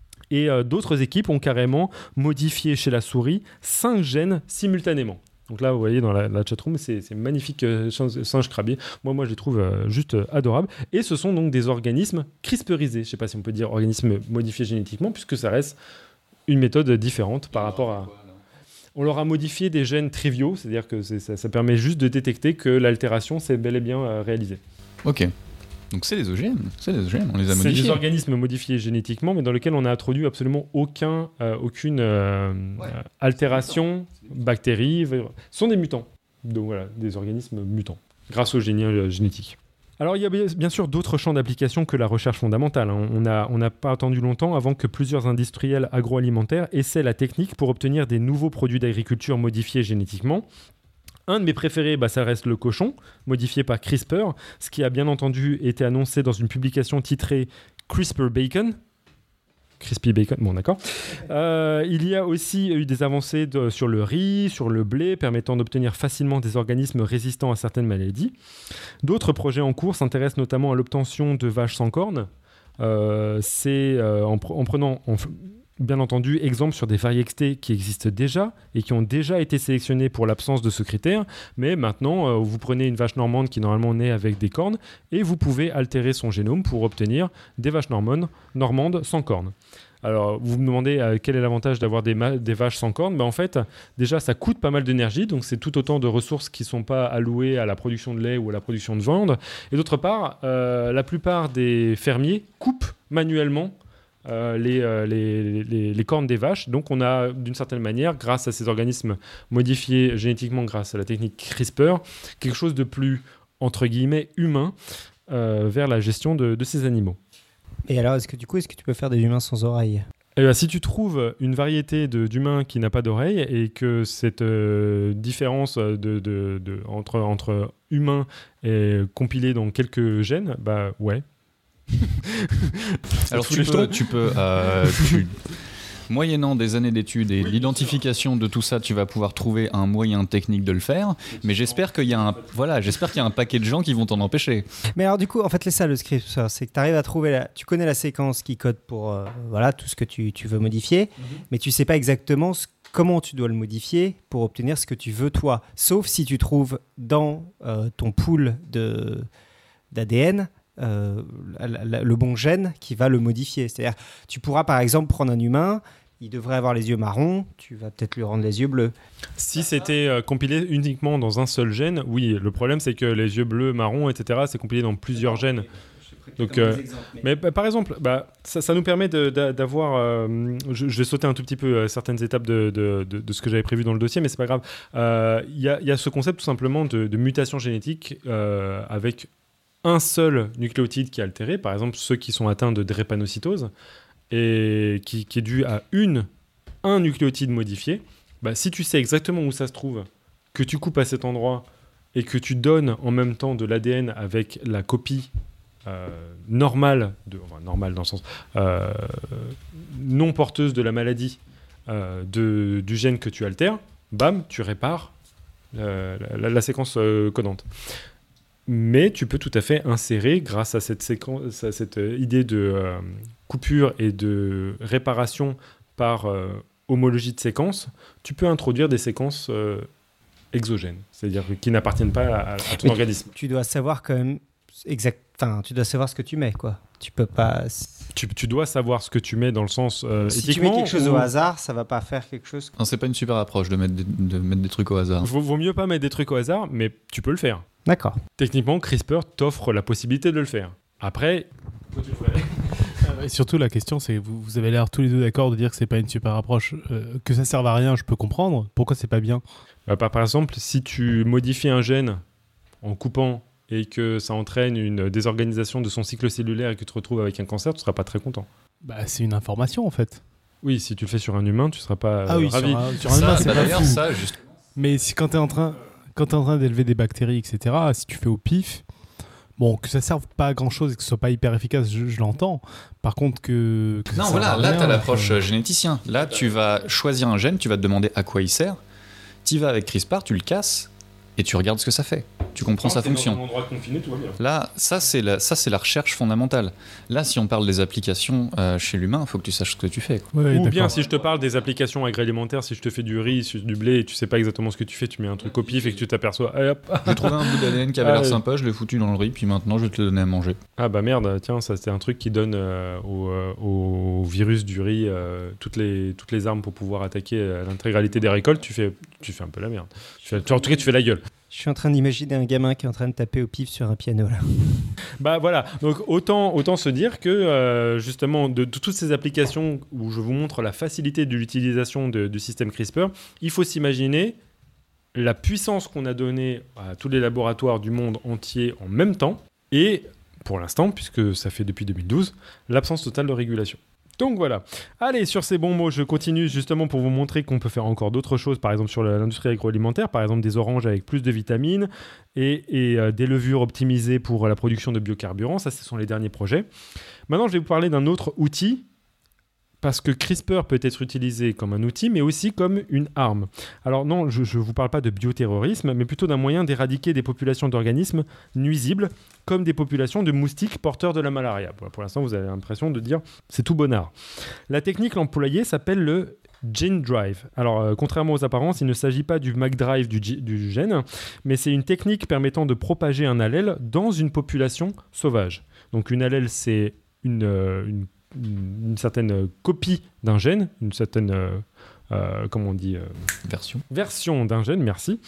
Et euh, d'autres équipes ont carrément modifié chez la souris cinq gènes simultanément. Donc là, vous voyez dans la, la chatroom, c'est, c'est magnifique euh, singe crabier. Moi, moi, je les trouve euh, juste euh, adorables. Et ce sont donc des organismes CRISPRisés. Je ne sais pas si on peut dire organismes modifiés génétiquement, puisque ça reste une méthode différente par rapport à... On leur a modifié des gènes triviaux, c'est-à-dire que c'est, ça, ça permet juste de détecter que l'altération s'est bel et bien euh, réalisée. Ok. Donc c'est des O G M, c'est des O G M, on les a C'est modifiés. des organismes modifiés génétiquement, mais dans lesquels on n'a introduit absolument aucun, euh, aucune euh, Ouais. euh, altération, bactéries, v- ce sont des mutants. Donc voilà, des organismes mutants, grâce au génie euh, génétique. Alors il y a bien bien sûr d'autres champs d'application que la recherche fondamentale, hein. On n'a on n'a pas attendu longtemps avant que plusieurs industriels agroalimentaires essaient la technique pour obtenir des nouveaux produits d'agriculture modifiés génétiquement. Un de mes préférés, bah, ça reste le cochon, modifié par CRISPR, ce qui a bien entendu été annoncé dans une publication titrée CRISPR Bacon. Crispy Bacon, bon d'accord. Euh, il y a aussi eu des avancées de- sur le riz, sur le blé, permettant d'obtenir facilement des organismes résistants à certaines maladies. D'autres projets en cours s'intéressent notamment à l'obtention de vaches sans cornes. Euh, c'est euh, en, pr- en prenant... En f- Bien entendu, exemple sur des variétés qui existent déjà et qui ont déjà été sélectionnées pour l'absence de ce critère, mais maintenant, euh, vous prenez une vache normande qui normalement naît avec des cornes et vous pouvez altérer son génome pour obtenir des vaches normandes, normandes sans cornes. Alors, vous me demandez euh, quel est l'avantage d'avoir des, ma- des vaches sans cornes. Ben, en fait, déjà, ça coûte pas mal d'énergie, donc c'est tout autant de ressources qui ne sont pas allouées à la production de lait ou à la production de viande. Et d'autre part, euh, la plupart des fermiers coupent manuellement Euh, les, euh, les, les, les cornes des vaches. Donc on a d'une certaine manière, grâce à ces organismes modifiés génétiquement grâce à la technique CRISPR, quelque chose de plus, entre guillemets, humain euh, vers la gestion de, de ces animaux. Et alors, est-ce que du coup, est-ce que tu peux faire des humains sans oreilles ? Eh bien, si tu trouves une variété de, d'humains qui n'a pas d'oreille et que cette euh, différence de, de, de, entre, entre humains est compilée dans quelques gènes, bah ouais. Alors Tous tu les peux, jetons. tu peux, euh, tu- moyennant des années d'études et l'identification de tout ça, tu vas pouvoir trouver un moyen technique de le faire. Mais j'espère qu'il y a un, voilà, j'espère qu'il y a un paquet de gens qui vont t'en empêcher. Mais alors du coup, en fait, c'est ça le script, ça, c'est que tu arrives à trouver, la... tu connais la séquence qui code pour euh, voilà, tout ce que tu, tu veux modifier, mm-hmm. mais tu sais pas exactement ce... comment tu dois le modifier pour obtenir ce que tu veux toi. Sauf si tu trouves dans euh, ton pool de... d'A D N euh, la, la, le bon gène qui va le modifier. C'est-à-dire, tu pourras par exemple prendre un humain, il devrait avoir les yeux marrons, tu vas peut-être lui rendre les yeux bleus. Si c'était euh, compilé uniquement dans un seul gène, oui. Le problème, c'est que les yeux bleus, marrons, et cetera, c'est compilé dans plusieurs gènes. Donc, euh, exemples, mais... mais bah, par exemple, bah, ça, ça nous permet de, de, d'avoir. Euh, je, je vais sauter un tout petit peu euh, certaines étapes de, de, de, de ce que j'avais prévu dans le dossier, mais c'est pas grave. Il euh, y, y a ce concept tout simplement de, de mutation génétique euh, avec un seul nucléotide qui est altéré, par exemple ceux qui sont atteints de drépanocytose, et qui, qui est dû à une, un nucléotide modifié. Bah, si tu sais exactement où ça se trouve, que tu coupes à cet endroit et que tu donnes en même temps de l'A D N avec la copie euh, normale, de, enfin normale dans le sens euh, non porteuse de la maladie euh, de, du gène que tu altères, bam, tu répares euh, la, la, la séquence euh, codante. Mais tu peux tout à fait insérer, grâce à cette, séquence, à cette idée de euh, coupure et de réparation par euh, homologie de séquence, tu peux introduire des séquences euh, exogènes, c'est-à-dire qui n'appartiennent pas à, à ton Mais organisme. Tu, tu dois savoir quand même exact, enfin, tu dois savoir ce que tu mets, quoi. Tu peux pas. Tu, tu dois savoir ce que tu mets dans le sens euh, si éthiquement. Si tu mets quelque chose ou... au hasard, ça va pas faire quelque chose. Non, c'est pas une super approche de mettre des, de mettre des trucs au hasard. Vaut, vaut mieux pas mettre des trucs au hasard, mais tu peux le faire. D'accord. Techniquement, CRISPR t'offre la possibilité de le faire. Après, toi, tu le ferais. Et surtout, la question, c'est vous, vous avez l'air tous les deux d'accord de dire que c'est pas une super approche, euh, que ça serve à rien. Je peux comprendre. Pourquoi c'est pas bien? Bah, par, par exemple, si tu modifies un gène en coupant et que ça entraîne une désorganisation de son cycle cellulaire et que tu te retrouves avec un cancer, tu seras pas très content. Bah, c'est une information en fait. Oui, si tu le fais sur un humain, tu seras pas ah euh, oui, ravi. Sur un, sur un ça, humain, c'est bah, pas d'ailleurs, fou. ça, juste... Mais si, quand tu es en train, quand t'es en train d'élever des bactéries, et cetera, si tu fais au pif, bon, que ça serve pas à grand chose et que ce soit pas hyper efficace, je, je l'entends. Par contre, que. que non, ça voilà, là, tu as l'approche que... généticien. Là, tu vas choisir un gène, tu vas te demander à quoi il sert. Tu vas avec CRISPR, tu le casses et tu regardes ce que ça fait. Tu comprends Quand sa fonction. Dans un endroit confiné, tout va bien. Là, ça c'est, la, ça, c'est la recherche fondamentale. Là, si on parle des applications euh, chez l'humain, il faut que tu saches ce que tu fais. Quoi. Ouais, Ou d'accord. bien, si je te parle des applications agroalimentaires, si je te fais du riz, sur du blé, et tu sais pas exactement ce que tu fais, tu mets un truc au pif et que tu t'aperçois. Allez, hop. J'ai trouvé un bout d'A D N qui avait Ah, l'air ouais. sympa, je l'ai foutu dans le riz, puis maintenant je vais te le donner à manger. Ah bah merde, tiens, ça c'était un truc qui donne euh, au, euh, au virus du riz euh, toutes, les, toutes les armes pour pouvoir attaquer euh, l'intégralité des récoltes. Tu fais, tu fais un peu la merde. Tu fais, en tout cas, tu fais la gueule. Je suis en train d'imaginer un gamin qui est en train de taper au pif sur un piano là. Bah voilà, donc autant, autant se dire que euh, justement de, de toutes ces applications où je vous montre la facilité de l'utilisation de, du système CRISPR, il faut s'imaginer la puissance qu'on a donnée à tous les laboratoires du monde entier en même temps et pour l'instant, puisque ça fait depuis deux mille douze, l'absence totale de régulation. Donc voilà. Allez, sur ces bons mots, je continue justement pour vous montrer qu'on peut faire encore d'autres choses, par exemple sur l'industrie agroalimentaire, par exemple des oranges avec plus de vitamines et, et euh, des levures optimisées pour la production de biocarburants. Ça, ce sont les derniers projets. Maintenant, je vais vous parler d'un autre outil, parce que CRISPR peut être utilisé comme un outil, mais aussi comme une arme. Alors non, je ne vous parle pas de bioterrorisme, mais plutôt d'un moyen d'éradiquer des populations d'organismes nuisibles, comme des populations de moustiques porteurs de la malaria. Pour, pour l'instant, vous avez l'impression de dire c'est tout bonnard. La technique employée s'appelle le Gene Drive. Alors, euh, contrairement aux apparences, il ne s'agit pas du McDrive du, du gène, mais c'est une technique permettant de propager un allèle dans une population sauvage. Donc une allèle, c'est une, euh, une une certaine copie d'un gène, une certaine, euh, euh, comment on dit euh, Version. Version d'un gène, merci.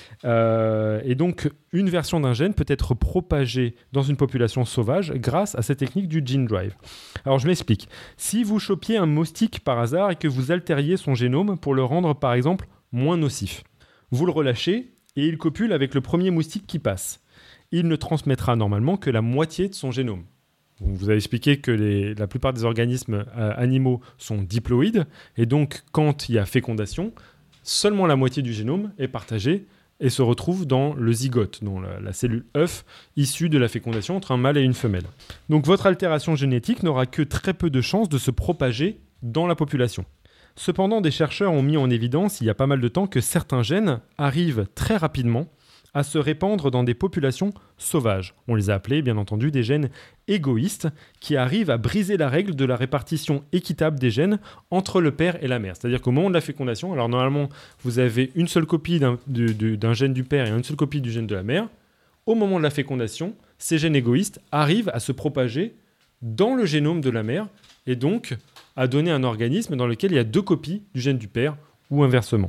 Euh, et donc, une version d'un gène peut être propagée dans une population sauvage grâce à cette technique du Gene Drive. Alors, je m'explique. Si vous chopiez un moustique par hasard et que vous altériez son génome pour le rendre, par exemple, moins nocif, vous le relâchez et il copule avec le premier moustique qui passe. Il ne transmettra normalement que la moitié de son génome. Vous avez expliqué que les, la plupart des organismes euh, animaux sont diploïdes, et donc quand il y a fécondation, seulement la moitié du génome est partagée et se retrouve dans le zygote, dans la, la cellule œuf issue de la fécondation entre un mâle et une femelle. Donc votre altération génétique n'aura que très peu de chances de se propager dans la population. Cependant, des chercheurs ont mis en évidence, il y a pas mal de temps, que certains gènes arrivent très rapidement à se répandre dans des populations sauvages. On les a appelés, bien entendu, des gènes égoïstes qui arrivent à briser la règle de la répartition équitable des gènes entre le père et la mère. C'est-à-dire qu'au moment de la fécondation, alors normalement, vous avez une seule copie d'un, de, de, d'un gène du père et une seule copie du gène de la mère. Au moment de la fécondation, ces gènes égoïstes arrivent à se propager dans le génome de la mère et donc à donner un organisme dans lequel il y a deux copies du gène du père ou inversement.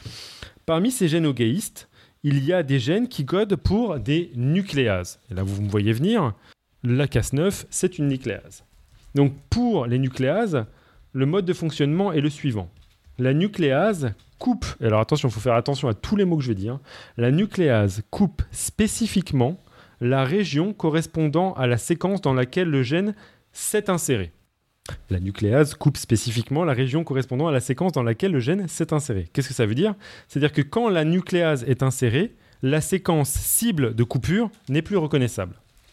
Parmi ces gènes égoïstes, il y a des gènes qui codent pour des nucléases. Et là, vous me voyez venir, la Cas neuf, c'est une nucléase. Donc, pour les nucléases, le mode de fonctionnement est le suivant. La nucléase coupe, et alors attention, il faut faire attention à tous les mots que je vais dire, la nucléase coupe spécifiquement la région correspondant à la séquence dans laquelle le gène s'est inséré. La nucléase coupe spécifiquement la région correspondant à la séquence dans laquelle le gène s'est inséré. Qu'est-ce que ça veut dire ? C'est-à-dire que quand la nucléase est insérée, la séquence cible de coupure n'est plus reconnaissable.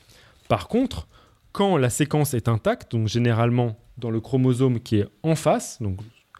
Par contre, quand la séquence est intacte, donc généralement dans le chromosome qui est en face, donc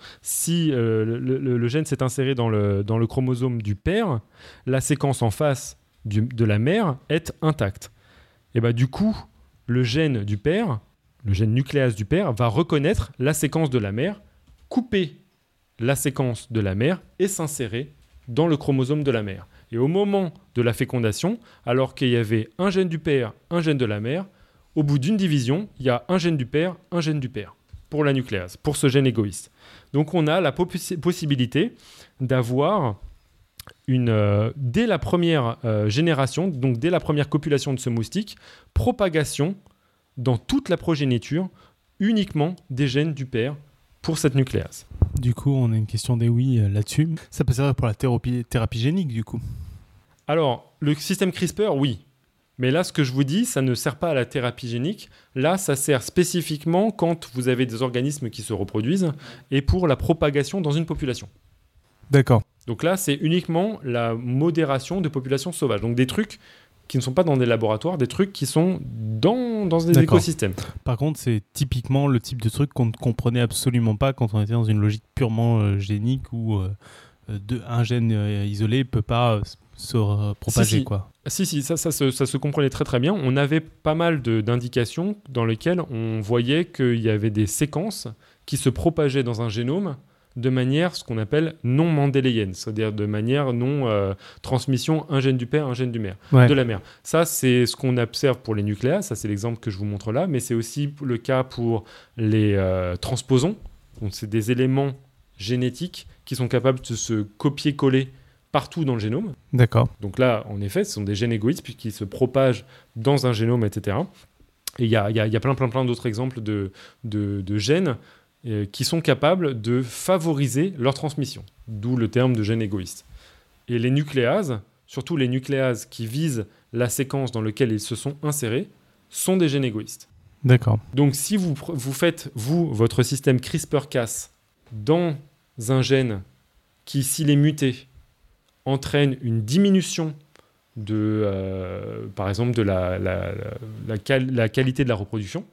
si euh, le, le, le gène s'est inséré dans le, dans le chromosome du père, la séquence en face du, de la mère est intacte. Et bah, du coup, le gène du père, le gène nucléase du père, va reconnaître la séquence de la mère, couper la séquence de la mère et s'insérer dans le chromosome de la mère. Et au moment de la fécondation, alors qu'il y avait un gène du père, un gène de la mère, au bout d'une division, il y a un gène du père, un gène du père, pour la nucléase, pour ce gène égoïste. Donc on a la possi- possibilité d'avoir une, euh, dès la première euh, génération, donc dès la première copulation de ce moustique, propagation dans toute la progéniture uniquement des gènes du père pour cette nucléase. Du coup, on a une question des oui euh, là-dessus. Ça peut servir pour la thérapie, thérapie génique, du coup. Alors, le système CRISPR, oui. Mais là, ce que je vous dis, ça ne sert pas à la thérapie génique. Là, ça sert spécifiquement quand vous avez des organismes qui se reproduisent et pour la propagation dans une population. D'accord. Donc là, c'est uniquement la modération de populations sauvages. Donc des trucs qui ne sont pas dans des laboratoires, des trucs qui sont dans, dans des D'accord. écosystèmes. Par contre, c'est typiquement le type de truc qu'on ne comprenait absolument pas quand on était dans une logique purement euh, génique où euh, de, un gène euh, isolé ne peut pas euh, se euh, propager. Si, si. Quoi. Si, si, ça, ça, se, ça se comprenait très très bien. On avait pas mal de, d'indications dans lesquelles on voyait qu'il y avait des séquences qui se propageaient dans un génome de manière, ce qu'on appelle non mendélienne, c'est-à-dire de manière non euh, transmission un gène du père, un gène du mère, Ouais. de la mère. Ça, c'est ce qu'on observe pour les nucléases, ça c'est l'exemple que je vous montre là, mais c'est aussi le cas pour les euh, transposons. Donc, c'est des éléments génétiques qui sont capables de se copier-coller partout dans le génome. D'accord. Donc là, en effet, ce sont des gènes égoïstes puisqu'ils se propagent dans un génome, et cetera. Et il y a, y a, y a plein, plein, plein d'autres exemples de, de, de gènes euh, qui sont capables de favoriser leur transmission, d'où le terme de gène égoïste. Et les nucléases, surtout les nucléases qui visent la séquence dans laquelle ils se sont insérés, sont des gènes égoïstes. D'accord. Donc si vous, vous faites, vous, votre système CRISPR-Cas dans un gène qui, s'il est muté, entraîne une diminution de, euh, par exemple, de la, la, la, la, qual- la qualité de la reproduction,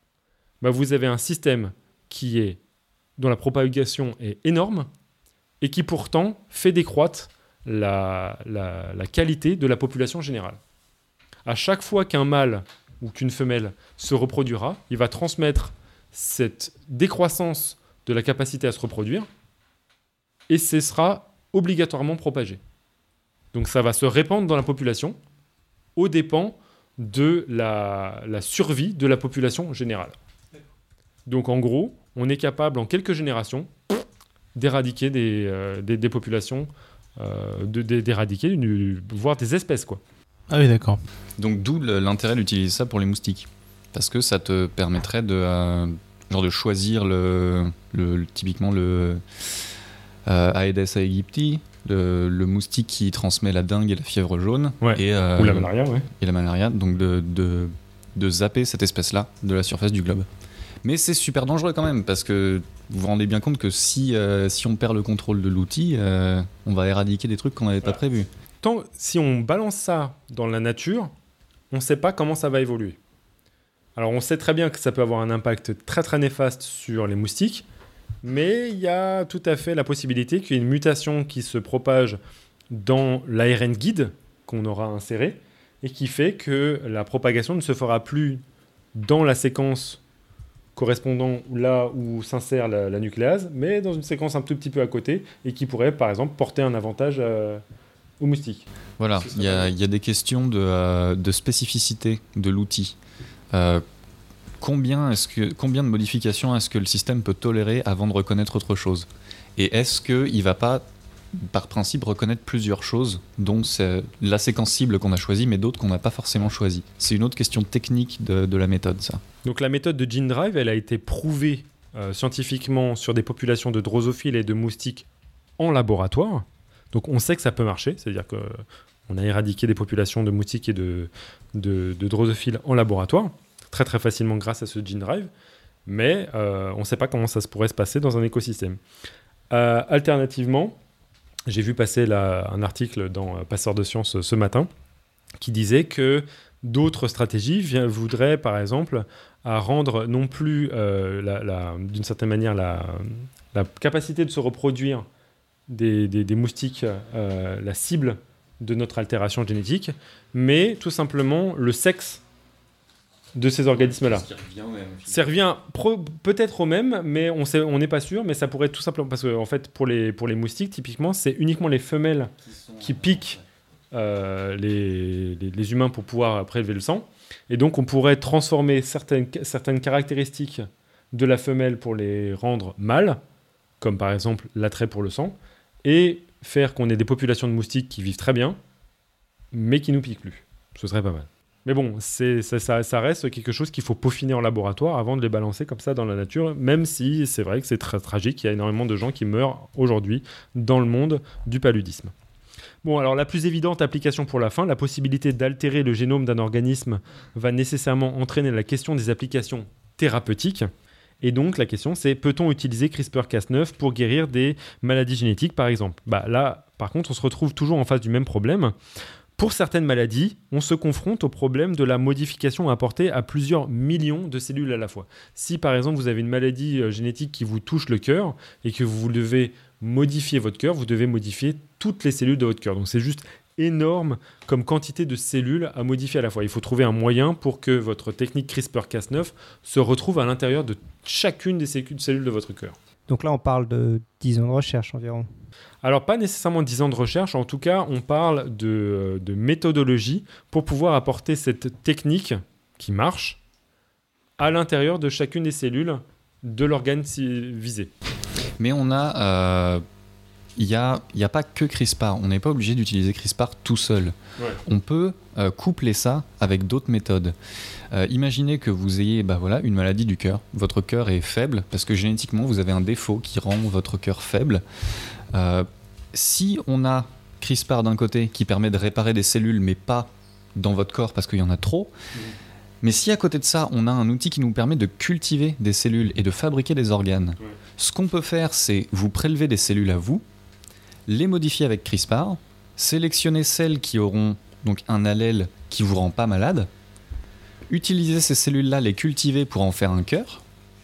bah vous avez un système qui est, dont la propagation est énorme et qui pourtant fait décroître la, la, la qualité de la population générale. À chaque fois qu'un mâle ou qu'une femelle se reproduira, il va transmettre cette décroissance de la capacité à se reproduire et ce sera obligatoirement propagé. Donc ça va se répandre dans la population aux dépens de la, la survie de la population générale. Donc en gros, on est capable en quelques générations d'éradiquer des, euh, des, des populations, euh, de, de, d'éradiquer, une, voire des espèces, quoi. Ah oui, d'accord. Donc d'où le- l'intérêt d'utiliser ça pour les moustiques. Parce que ça te permettrait de, euh, genre de choisir le, le, le- typiquement le euh, Aedes aegypti, le, le moustique qui transmet la dengue et la fièvre jaune. Ouais. Et, euh, Ou la malaria, ouais. et la malaria, donc de, de, de zapper cette espèce-là de la surface du globe. Mais c'est super dangereux quand même, parce que vous vous rendez bien compte que si, euh, si on perd le contrôle de l'outil, euh, on va éradiquer des trucs qu'on n'avait pas prévus. Tant, si on balance ça dans la nature, on ne sait pas comment ça va évoluer. Alors on sait très bien que ça peut avoir un impact très très néfaste sur les moustiques, mais il y a tout à fait la possibilité qu'il y ait une mutation qui se propage dans l'A R N guide qu'on aura inséré et qui fait que la propagation ne se fera plus dans la séquence correspondant là où s'insère la, la nucléase, mais dans une séquence un tout petit peu à côté et qui pourrait par exemple porter un avantage euh, aux moustiques. Voilà, il y, a, il y a des questions de, euh, de spécificité de l'outil. Euh, combien, est-ce que, combien de modifications est-ce que le système peut tolérer avant de reconnaître autre chose ? Et est-ce qu'il ne va pas, par principe, reconnaître plusieurs choses, dont c'est la séquence cible qu'on a choisie, mais d'autres qu'on n'a pas forcément choisies ? C'est une autre question technique de, de la méthode, ça. Donc la méthode de GeneDrive, elle a été prouvée euh, scientifiquement sur des populations de drosophiles et de moustiques en laboratoire. Donc on sait que ça peut marcher, c'est-à-dire qu'on a éradiqué des populations de moustiques et de, de, de drosophiles en laboratoire, très très facilement grâce à ce GeneDrive, mais euh, on ne sait pas comment ça se pourrait se passer dans un écosystème. Euh, alternativement, j'ai vu passer là, un article dans Passeur de Sciences ce matin qui disait que d'autres stratégies vient, voudraient par exemple à rendre non plus euh, la, la, d'une certaine manière la, la capacité de se reproduire Des, des, des moustiques euh, la cible de notre altération génétique, mais tout simplement le sexe de ces organismes-là. Ça revient pro- peut-être au même, mais on sait, on n'est pas sûr, mais ça pourrait tout simplement... Parce que en fait, pour les, pour les moustiques, typiquement, c'est uniquement les femelles qui, sont, qui piquent euh, les, les, les humains pour pouvoir prélever le sang. Et donc, on pourrait transformer certaines, certaines caractéristiques de la femelle pour les rendre mâles, comme par exemple l'attrait pour le sang, et faire qu'on ait des populations de moustiques qui vivent très bien, mais qui ne nous piquent plus. Ce serait pas mal. Mais bon, c'est, ça, ça, ça reste quelque chose qu'il faut peaufiner en laboratoire avant de les balancer comme ça dans la nature, même si c'est vrai que c'est très tragique, il y a énormément de gens qui meurent aujourd'hui dans le monde du paludisme. Bon, alors la plus évidente application pour la fin, la possibilité d'altérer le génome d'un organisme va nécessairement entraîner la question des applications thérapeutiques. Et donc, la question, c'est peut-on utiliser CRISPR Cas neuf pour guérir des maladies génétiques, par exemple ? Bah, là, par contre, on se retrouve toujours en face du même problème. Pour certaines maladies, on se confronte au problème de la modification apportée à plusieurs millions de cellules à la fois. Si, par exemple, vous avez une maladie euh, génétique qui vous touche le cœur et que vous devez modifier votre cœur, vous devez modifier toutes les cellules de votre cœur. Donc, c'est juste énorme comme quantité de cellules à modifier à la fois. Il faut trouver un moyen pour que votre technique CRISPR Cas neuf se retrouve à l'intérieur de chacune des cellules de votre cœur. Donc là, on parle de dix ans de recherche environ. Alors, pas nécessairement dix ans de recherche. En tout cas, on parle de, de méthodologie pour pouvoir apporter cette technique qui marche à l'intérieur de chacune des cellules de l'organe visé. Mais on a... Euh... Il n'y a, y a pas que CRISPR, on n'est pas obligé d'utiliser CRISPR tout seul. Ouais. On peut euh, coupler ça avec d'autres méthodes. Euh, imaginez que vous ayez bah voilà, une maladie du cœur, votre cœur est faible, parce que génétiquement vous avez un défaut qui rend votre cœur faible. Euh, si on a CRISPR d'un côté qui permet de réparer des cellules, mais pas dans votre corps parce qu'il y en a trop, mmh. mais si à côté de ça on a un outil qui nous permet de cultiver des cellules et de fabriquer des organes, ouais. ce qu'on peut faire c'est vous prélever des cellules à vous, les modifier avec CRISPR, sélectionner celles qui auront donc un allèle qui vous rend pas malade, utiliser ces cellules-là, les cultiver pour en faire un cœur,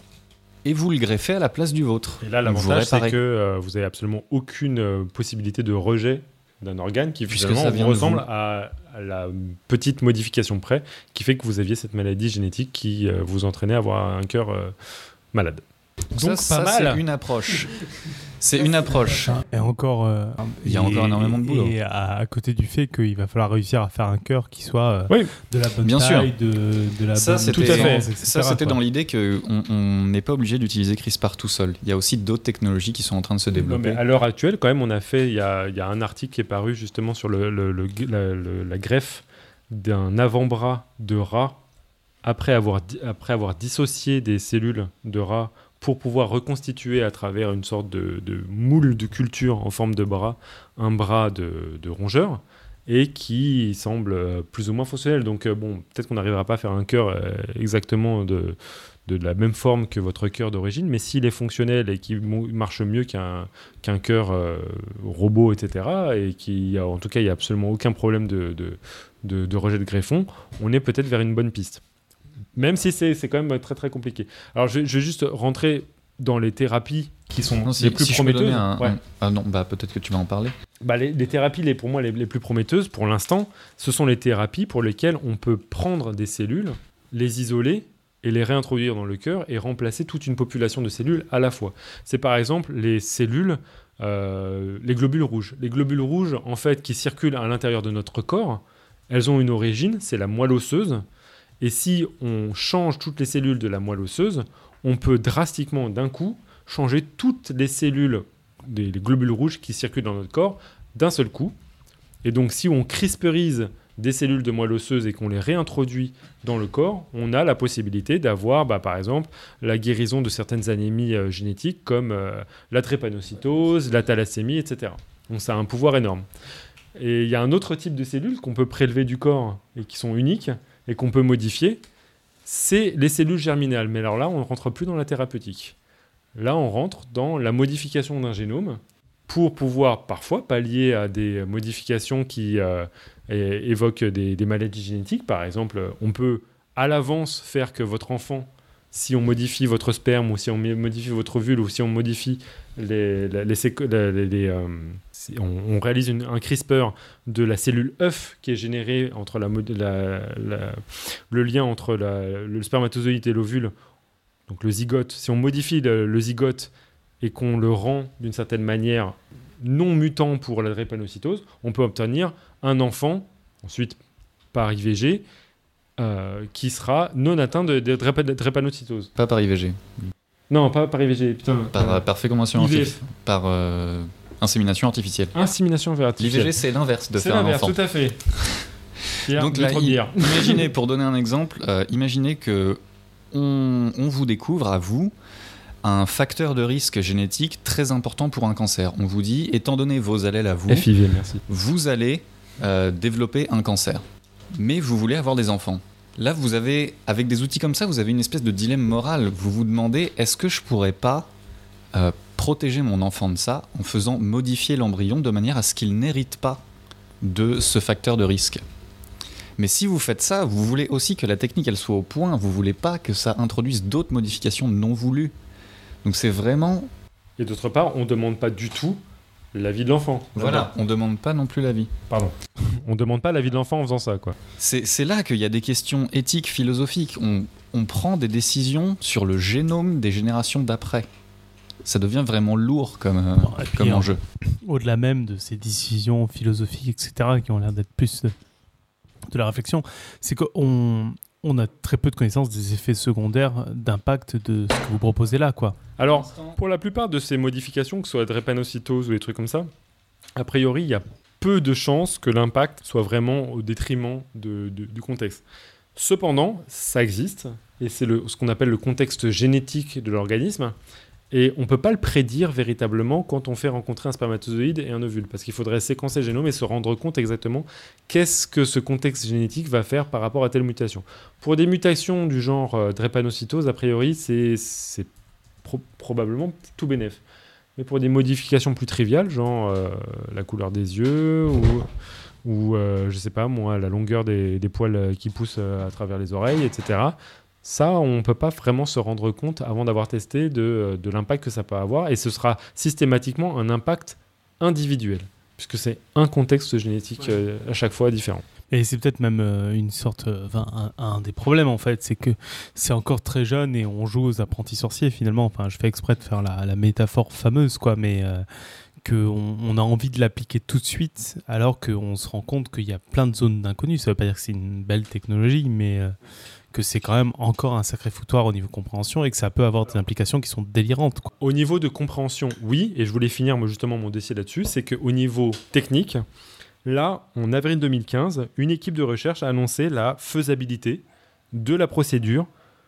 et vous le greffer à la place du vôtre. Et là, l'avantage, c'est que euh, vous n'avez absolument aucune euh, possibilité de rejet d'un organe qui finalement ressemble à, à la petite modification près qui fait que vous aviez cette maladie génétique qui euh, vous entraînait à avoir un cœur euh, malade. Donc, ça, pas ça mal. C'est une approche. C'est une approche. Et encore, euh, il y a et, encore énormément de boulot. Et à, à côté du fait qu'il va falloir réussir à faire un cœur qui soit euh, oui. de la bonne Bien taille, sûr. de, de la ça, bonne c'était, tout à fait. et cetera, ça, c'était quoi. dans l'idée qu'on n'est pas obligé d'utiliser CRISPR tout seul. Il y a aussi d'autres technologies qui sont en train de se développer. Non, mais à l'heure actuelle, quand même, on a fait. Il y a, il y a un article qui est paru justement sur le, le, le, la, le, la greffe d'un avant-bras de rat après avoir, après avoir dissocié des cellules de rat pour pouvoir reconstituer à travers une sorte de, de moule de culture en forme de bras, un bras de, de rongeur, et qui semble plus ou moins fonctionnel. Donc euh, bon, peut-être qu'on n'arrivera pas à faire un cœur euh, exactement de, de la même forme que votre cœur d'origine, mais s'il est fonctionnel et qu'il marche mieux qu'un, qu'un cœur euh, robot, et cetera, et qui, en tout cas, il n'y a absolument aucun problème de, de, de, de rejet de greffon, on est peut-être vers une bonne piste. Même si c'est, c'est quand même très très compliqué. Alors je, je vais juste rentrer dans les thérapies qui sont Non, si, les plus si je peux prometteuses, donner un, ouais. un- ah non, bah peut-être que tu vas en parler. Bah, les, les thérapies, les, pour moi, les, les plus prometteuses, pour l'instant, ce sont les thérapies pour lesquelles on peut prendre des cellules, les isoler et les réintroduire dans le cœur et remplacer toute une population de cellules à la fois. C'est par exemple les cellules, euh, les globules rouges. Les globules rouges, en fait, qui circulent à l'intérieur de notre corps, elles ont une origine, c'est la moelle osseuse. Et si on change toutes les cellules de la moelle osseuse, on peut drastiquement, d'un coup, changer toutes les cellules des les globules rouges qui circulent dans notre corps d'un seul coup. Et donc, si on CRISPRise des cellules de moelle osseuse et qu'on les réintroduit dans le corps, on a la possibilité d'avoir, bah, par exemple, la guérison de certaines anémies euh, génétiques comme euh, la drépanocytose, la thalassémie, et cetera. Donc, ça a un pouvoir énorme. Et il y a un autre type de cellules qu'on peut prélever du corps et qui sont uniques et qu'on peut modifier, c'est les cellules germinales. Mais alors là, on ne rentre plus dans la thérapeutique. Là, on rentre dans la modification d'un génome pour pouvoir parfois pallier à des modifications qui euh, é- évoquent des, des maladies génétiques. Par exemple, on peut à l'avance faire que votre enfant, si on modifie votre sperme ou si on modifie votre ovule ou si on modifie les, les, les, séco- les- les- les, euh, si on, on réalise une- un CRISPR de la cellule œuf qui est générée entre la, mod- la- la- le lien entre la- le spermatozoïde et l'ovule, donc le zygote. Si on modifie le, le zygote et qu'on le rend d'une certaine manière non mutant pour la drépanocytose, on peut obtenir un enfant, ensuite par I V G, euh, qui sera non atteint de, de drépa- de drépanocytose. Pas par I V G, Non, pas par I V G, putain. par, euh, par fécondation I V F. artificielle, par euh, insémination artificielle. Insémination artificielle. L'I V G, c'est l'inverse de C'est faire un l'inverse, enfant. tout à fait. Pierre, Donc deux, là, trois i- bières. imaginez, pour donner un exemple, euh, imaginez que on, on vous découvre à vous un facteur de risque génétique très important pour un cancer. On vous dit, étant donné vos allèles à vous, F I V, merci. vous allez euh, développer un cancer. Mais vous voulez avoir des enfants. Là, vous avez, avec des outils comme ça, vous avez une espèce de dilemme moral. Vous vous demandez, est-ce que je pourrais pas euh, protéger mon enfant de ça en faisant modifier l'embryon de manière à ce qu'il n'hérite pas de ce facteur de risque. Mais si vous faites ça, vous voulez aussi que la technique elle soit au point, vous voulez pas que ça introduise d'autres modifications non voulues. Donc c'est vraiment... Et d'autre part, on ne demande pas du tout l'avis de l'enfant. Voilà, on demande pas non plus l'avis. Pardon. On ne demande pas l'avis de l'enfant en faisant ça, quoi. C'est, c'est là qu'il y a des questions éthiques, philosophiques. On, on prend des décisions sur le génome des générations d'après. Ça devient vraiment lourd comme, euh, Bon, et puis, comme hein, enjeu. Au-delà même de ces décisions philosophiques, et cetera, qui ont l'air d'être plus de, de la réflexion, c'est qu'on on a très peu de connaissances des effets secondaires d'impact de ce que vous proposez là, quoi. Alors, pour la plupart de ces modifications, que ce soit la drépanocytose ou des trucs comme ça, a priori, il y a peu de chances que l'impact soit vraiment au détriment de, de- du contexte. Cependant, ça existe, et c'est le, ce qu'on appelle le contexte génétique de l'organisme, et on ne peut pas le prédire véritablement quand on fait rencontrer un spermatozoïde et un ovule, parce qu'il faudrait séquencer le génome et se rendre compte exactement qu'est-ce que ce contexte génétique va faire par rapport à telle mutation. Pour des mutations du genre euh, drépanocytose, a priori, c'est, c'est pro- probablement tout bénef. Mais pour des modifications plus triviales, genre euh, la couleur des yeux ou, ou euh, je sais pas moi, la longueur des, des poils euh, qui poussent euh, à travers les oreilles, et cetera, ça, on ne peut pas vraiment se rendre compte avant d'avoir testé de, de l'impact que ça peut avoir. Et ce sera systématiquement un impact individuel, puisque c'est un contexte génétique euh, à chaque fois différent. Et c'est peut-être même euh, une sorte, euh, enfin, un, un des problèmes en fait, c'est que c'est encore très jeune et on joue aux apprentis sorciers finalement. Enfin, je fais exprès de faire la, la métaphore fameuse, quoi, mais euh, qu'on on a envie de l'appliquer tout de suite, alors qu'on se rend compte qu'il y a plein de zones d'inconnu. Ça veut pas dire que c'est une belle technologie, mais euh, que c'est quand même encore un sacré foutoir au niveau compréhension et que ça peut avoir des implications qui sont délirantes, quoi. Au niveau de compréhension, oui, et je voulais finir moi, justement mon dossier là-dessus, c'est qu'au niveau technique, là, en avril deux mille quinze, une équipe de recherche a annoncé la faisabilité de la procédure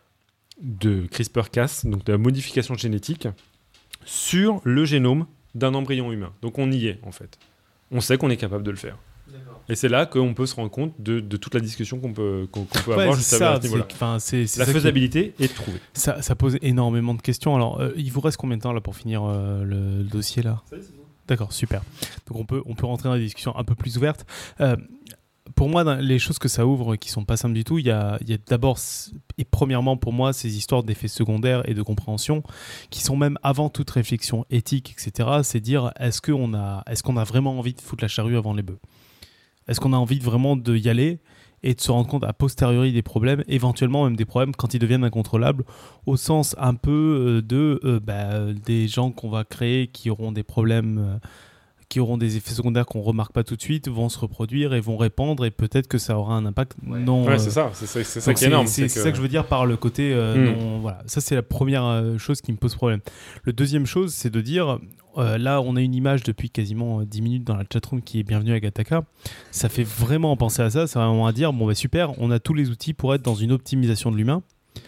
de CRISPR-Cas, donc de la modification génétique, sur le génome d'un embryon humain. Donc on y est, en fait. On sait qu'on est capable de le faire. Et c'est là qu'on peut se rendre compte de, de toute la discussion qu'on peut, qu'on, qu'on peut Ouais, avoir c'est juste ça, à ce niveau-là. c'est- enfin, c'est- c'est La ça qui- faisabilité est trouvée. Ça, ça pose énormément de questions. Alors, euh, il vous reste combien de temps là pour finir euh, le, le dossier là ? D'accord, super. Donc on peut, on peut rentrer dans des discussions un peu plus ouvertes. Euh, pour moi, dans les choses que ça ouvre qui sont pas simples du tout, il y a, il y a d'abord, et premièrement pour moi, ces histoires d'effets secondaires et de compréhension qui sont même avant toute réflexion éthique, et cetera. C'est dire, est-ce qu'on a, est-ce qu'on a vraiment envie de foutre la charrue avant les bœufs ? Est-ce qu'on a envie de vraiment d'y aller et de se rendre compte a posteriori des problèmes, éventuellement même des problèmes quand ils deviennent incontrôlables, au sens un peu de euh, bah, des gens qu'on va créer qui auront des problèmes, euh, qui auront des effets secondaires qu'on ne remarque pas tout de suite, vont se reproduire et vont répandre, et peut-être que ça aura un impact ouais. non... Ouais, euh, c'est ça, c'est ça, c'est ça donc qui est énorme. C'est, c'est, c'est c'est que... ça que je veux dire par le côté euh, Mm. non... Voilà, ça c'est la première euh, chose qui me pose problème. Le deuxième chose, c'est de dire... Euh, là, on a une image depuis quasiment dix minutes dans la chatroom qui est bienvenue à Gataka. Ça fait vraiment penser à ça. C'est vraiment à dire, bon bah super, on a tous les outils pour être dans une optimisation de l'humain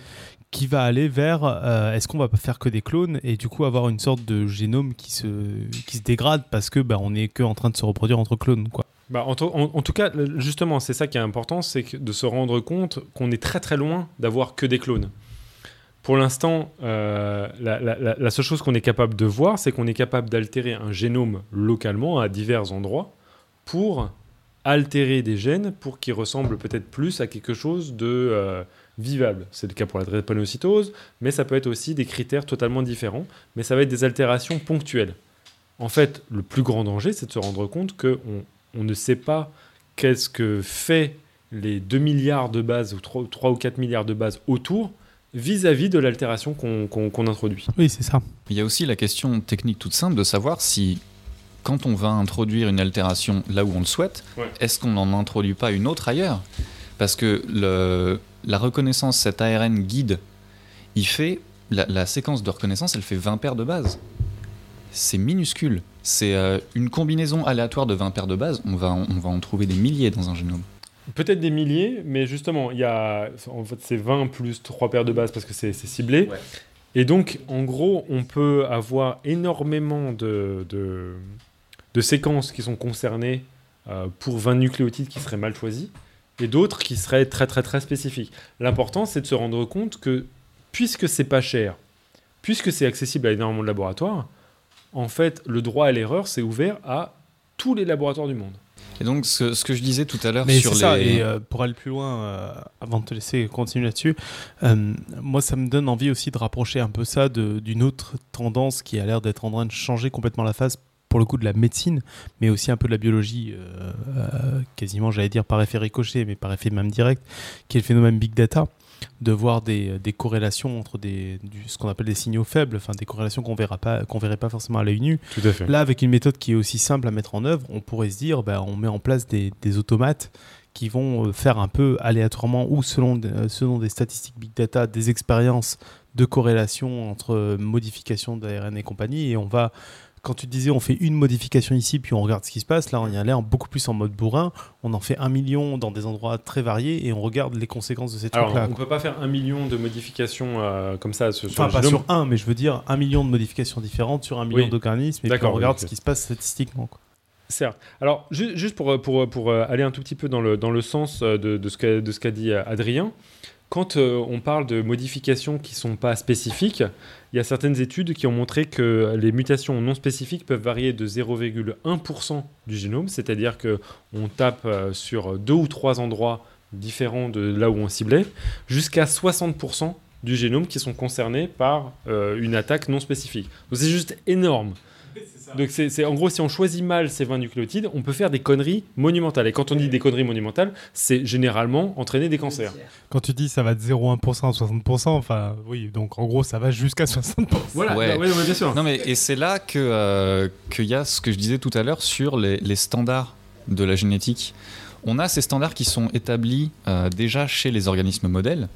qui va aller vers euh, est-ce qu'on va pas faire que des clones et du coup avoir une sorte de génome qui se, qui se dégrade parce que bah, on n'est que en train de se reproduire entre clones, quoi. Bah, en, to- en, en tout cas, justement, c'est ça qui est important, c'est que de se rendre compte qu'on est très très loin d'avoir que des clones. Pour l'instant, euh, la, la, la, la seule chose qu'on est capable de voir, c'est qu'on est capable d'altérer un génome localement à divers endroits pour altérer des gènes pour qu'ils ressemblent peut-être plus à quelque chose de euh, vivable. C'est le cas pour la drépanocytose, mais ça peut être aussi des critères totalement différents, mais ça va être des altérations ponctuelles. En fait, le plus grand danger, c'est de se rendre compte qu'on on ne sait pas qu'est-ce que fait les deux milliards de bases ou trois, trois ou quatre milliards de bases autour vis-à-vis de l'altération qu'on, qu'on, qu'on introduit. Oui, c'est ça. Il y a aussi la question technique toute simple de savoir si, quand on va introduire une altération là où on le souhaite, ouais. est-ce qu'on n'en introduit pas une autre ailleurs ? Parce que le, la reconnaissance, cet A R N guide, il fait, la, la séquence de reconnaissance, elle fait vingt paires de bases. C'est minuscule. C'est euh, une combinaison aléatoire de vingt paires de bases. On va, on va en trouver des milliers dans un génome. Peut-être des milliers, mais justement, il y a, en fait, c'est vingt plus trois paires de bases parce que c'est, c'est ciblé. Ouais. Et donc, en gros, on peut avoir énormément de, de, de séquences qui sont concernées euh, pour vingt nucléotides qui seraient mal choisis et d'autres qui seraient très, très, très spécifiques. L'important, c'est de se rendre compte que, puisque c'est pas cher, puisque c'est accessible à énormément de laboratoires, en fait, le droit à l'erreur, c'est ouvert à tous les laboratoires du monde. Et donc, ce, ce que je disais tout à l'heure Mais sur c'est les... ça, et euh, pour aller plus loin, euh, avant de te laisser continuer là-dessus, euh, moi, ça me donne envie aussi de rapprocher un peu ça de, d'une autre tendance qui a l'air d'être en train de changer complètement la face, pour le coup, de la médecine, mais aussi un peu de la biologie, euh, euh, quasiment, j'allais dire, par effet ricochet, mais par effet même direct, qui est le phénomène Big Data, de voir des, des corrélations entre des, du, ce qu'on appelle des signaux faibles, enfin des corrélations qu'on verra pas, qu'on verrait pas forcément à l'œil nu. Tout à fait. Là, avec une méthode qui est aussi simple à mettre en œuvre, on pourrait se dire, bah, on met en place des, des automates qui vont faire un peu aléatoirement ou selon, selon des statistiques Big Data, des expériences de corrélation entre modification d'A R N et compagnie, et on va... Quand tu disais on fait une modification ici puis on regarde ce qui se passe, là on y a l'air beaucoup plus en mode bourrin, on en fait un million dans des endroits très variés et on regarde les conséquences de ces Alors, trucs-là. on ne peut pas faire un million de modifications euh, comme ça sur, Enfin, sur pas le génome. sur un, mais je veux dire un million de modifications différentes sur un million Oui. d'organismes et D'accord, puis on regarde oui, ce ok. qui se passe statistiquement, quoi. Certes. Alors, ju- juste pour, pour, pour aller un tout petit peu dans le, dans le sens de, de, ce qu'a, de ce qu'a dit Adrien, quand euh, on parle de modifications qui ne sont pas spécifiques, il y a certaines études qui ont montré que les mutations non spécifiques peuvent varier de zéro virgule un pour cent du génome, c'est-à-dire qu'on tape euh, sur deux ou trois endroits différents de là où on ciblait, jusqu'à soixante pour cent du génome qui sont concernés par euh, une attaque non spécifique. Donc c'est juste énorme. Donc c'est, c'est en gros, si on choisit mal ces vingt nucléotides, on peut faire des conneries monumentales. Et quand on dit des conneries monumentales, c'est généralement entraîner des cancers. Quand tu dis ça va de zéro virgule un pour cent à soixante pour cent, enfin oui, donc en gros ça va jusqu'à soixante pour cent. Voilà, Ouais. bah, ouais, ouais, bien sûr. Non mais et c'est là que euh, qu'il y a ce que je disais tout à l'heure sur les, les standards de la génétique. On a ces standards qui sont établis euh, déjà chez les organismes modèles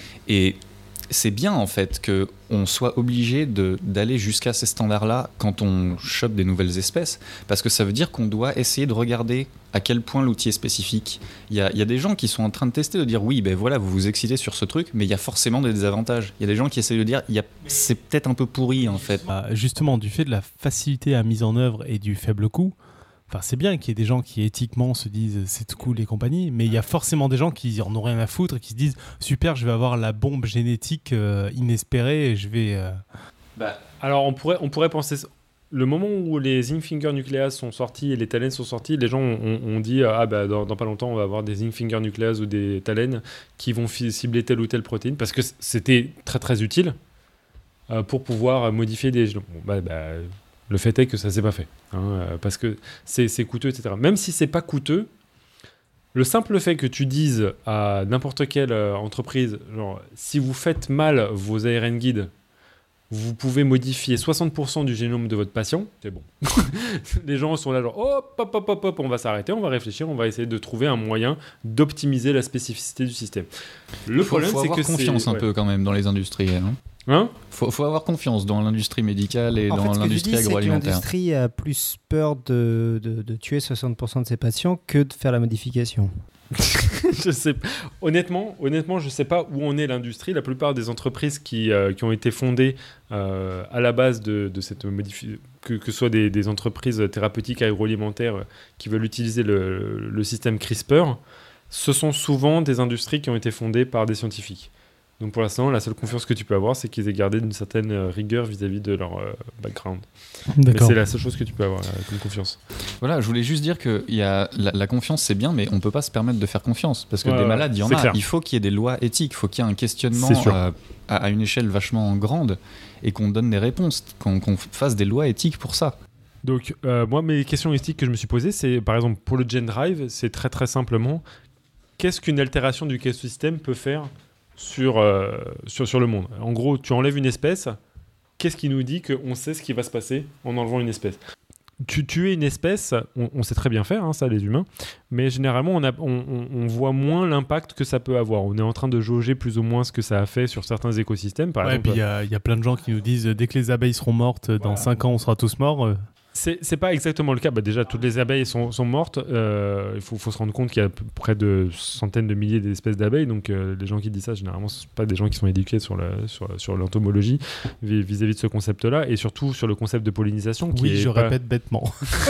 et c'est bien en fait que on soit obligé de, d'aller jusqu'à ces standards-là quand on chope des nouvelles espèces, parce que ça veut dire qu'on doit essayer de regarder à quel point l'outil est spécifique. Il y a, il y a des gens qui sont en train de tester, de dire oui, ben voilà, vous vous excitez sur ce truc, mais il y a forcément des désavantages. Il y a des gens qui essayent de dire il y a, c'est peut-être un peu pourri en fait. Bah, justement, du fait de la facilité à mise en œuvre et du faible coût, enfin, c'est bien qu'il y ait des gens qui éthiquement se disent c'est cool et compagnie, mais il y a forcément des gens qui en ont rien à foutre et qui se disent super, je vais avoir la bombe génétique euh, inespérée et je vais. Euh... Bah, Alors on pourrait, on pourrait penser, le moment où les zinc finger nuclease sont sortis et les thalènes sont sortis, les gens ont, ont, ont dit ah bah dans, dans pas longtemps on va avoir des zinc finger nuclease ou des thalènes qui vont fi- cibler telle ou telle protéine parce que c'était très très utile euh, pour pouvoir modifier des génomes. Bon, bah, bah, le fait est que ça s'est pas fait hein, euh, parce que c'est, c'est coûteux, et cetera. Même si c'est pas coûteux, le simple fait que tu dises à n'importe quelle euh, entreprise, genre si vous faites mal vos A R N guides, vous pouvez modifier soixante pour cent du génome de votre patient, c'est bon. Les gens sont là genre hop, hop, hop, hop, hop, on va s'arrêter, on va réfléchir, on va essayer de trouver un moyen d'optimiser la spécificité du système. Le faut, problème, faut c'est avoir que confiance c'est... un ouais. peu quand même dans les industriels. Hein Hein faut, faut avoir confiance dans l'industrie médicale et En dans fait, ce que l'industrie tu dis, c'est que agroalimentaire. l'industrie a plus peur de, de, de tuer soixante pour cent de ses patients que de faire la modification. je sais, honnêtement, honnêtement, je sais pas où en est l'industrie. La plupart des entreprises qui, euh, qui ont été fondées euh, à la base de, de cette modification, que, que ce soit des, des entreprises thérapeutiques agroalimentaires euh, qui veulent utiliser le, le système CRISPR, ce sont souvent des industries qui ont été fondées par des scientifiques. Donc pour l'instant, la seule confiance que tu peux avoir, c'est qu'ils aient gardé une certaine euh, rigueur vis-à-vis de leur euh, background. Mais c'est la seule chose que tu peux avoir euh, comme confiance. Voilà, je voulais juste dire que y a la, la confiance, c'est bien, mais on ne peut pas se permettre de faire confiance. Parce que Ouais, des ouais, malades, il y en c'est a. clair. Il faut qu'il y ait des lois éthiques, il faut qu'il y ait un questionnement C'est sûr. euh, à, à une échelle vachement grande et qu'on donne des réponses, qu'on, qu'on fasse des lois éthiques pour ça. Donc, euh, moi, mes questions éthiques que je me suis posées, c'est par exemple pour le Gen Drive, c'est très très simplement qu'est-ce qu'une altération du écosystème peut faire sur, euh, sur, sur le monde. En gros, tu enlèves une espèce, qu'est-ce qui nous dit qu'on sait ce qui va se passer en enlevant une espèce ? Tu, tuer une espèce, on, on sait très bien faire, hein, ça, les humains, mais généralement, on, a, on, on, on voit moins l'impact que ça peut avoir. On est en train de jauger plus ou moins ce que ça a fait sur certains écosystèmes. Par Ouais, et exemple, puis il y, a- il y a plein de gens qui nous disent euh, dès que les abeilles seront mortes, dans Voilà. cinq ans, on sera tous morts. euh. C'est, c'est pas exactement le cas. Bah déjà, toutes les abeilles sont, sont mortes. Euh, il faut, faut se rendre compte qu'il y a p- près de centaines de milliers d'espèces d'abeilles. Donc, euh, les gens qui disent ça, généralement, ce ne sont pas des gens qui sont éduqués sur, la, sur, sur l'entomologie vis- vis-à-vis de ce concept-là. Et surtout sur le concept de pollinisation. Qui Oui, est je pas- répète bêtement.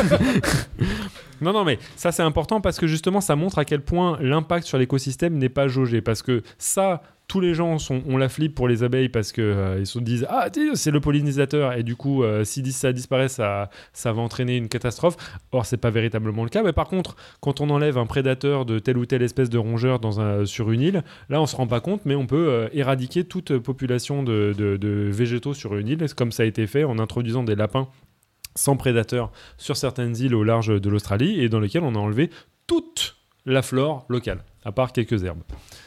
Non, non, mais ça, c'est important parce que justement, ça montre à quel point l'impact sur l'écosystème n'est pas jaugé. Parce que ça, tous les gens sont, ont la flip pour les abeilles parce qu'ils euh, se disent « Ah, tiens, c'est le pollinisateur » et du coup, euh, si dis- ça disparaît, ça, ça va entraîner une catastrophe. Or, c'est pas véritablement le cas. Mais par contre, quand on enlève un prédateur de telle ou telle espèce de rongeur dans un, sur une île, là, on se rend pas compte, mais on peut euh, éradiquer toute population de, de, de végétaux sur une île, comme ça a été fait en introduisant des lapins sans prédateurs sur certaines îles au large de l'Australie et dans lesquelles on a enlevé toute la flore locale, à part quelques herbes.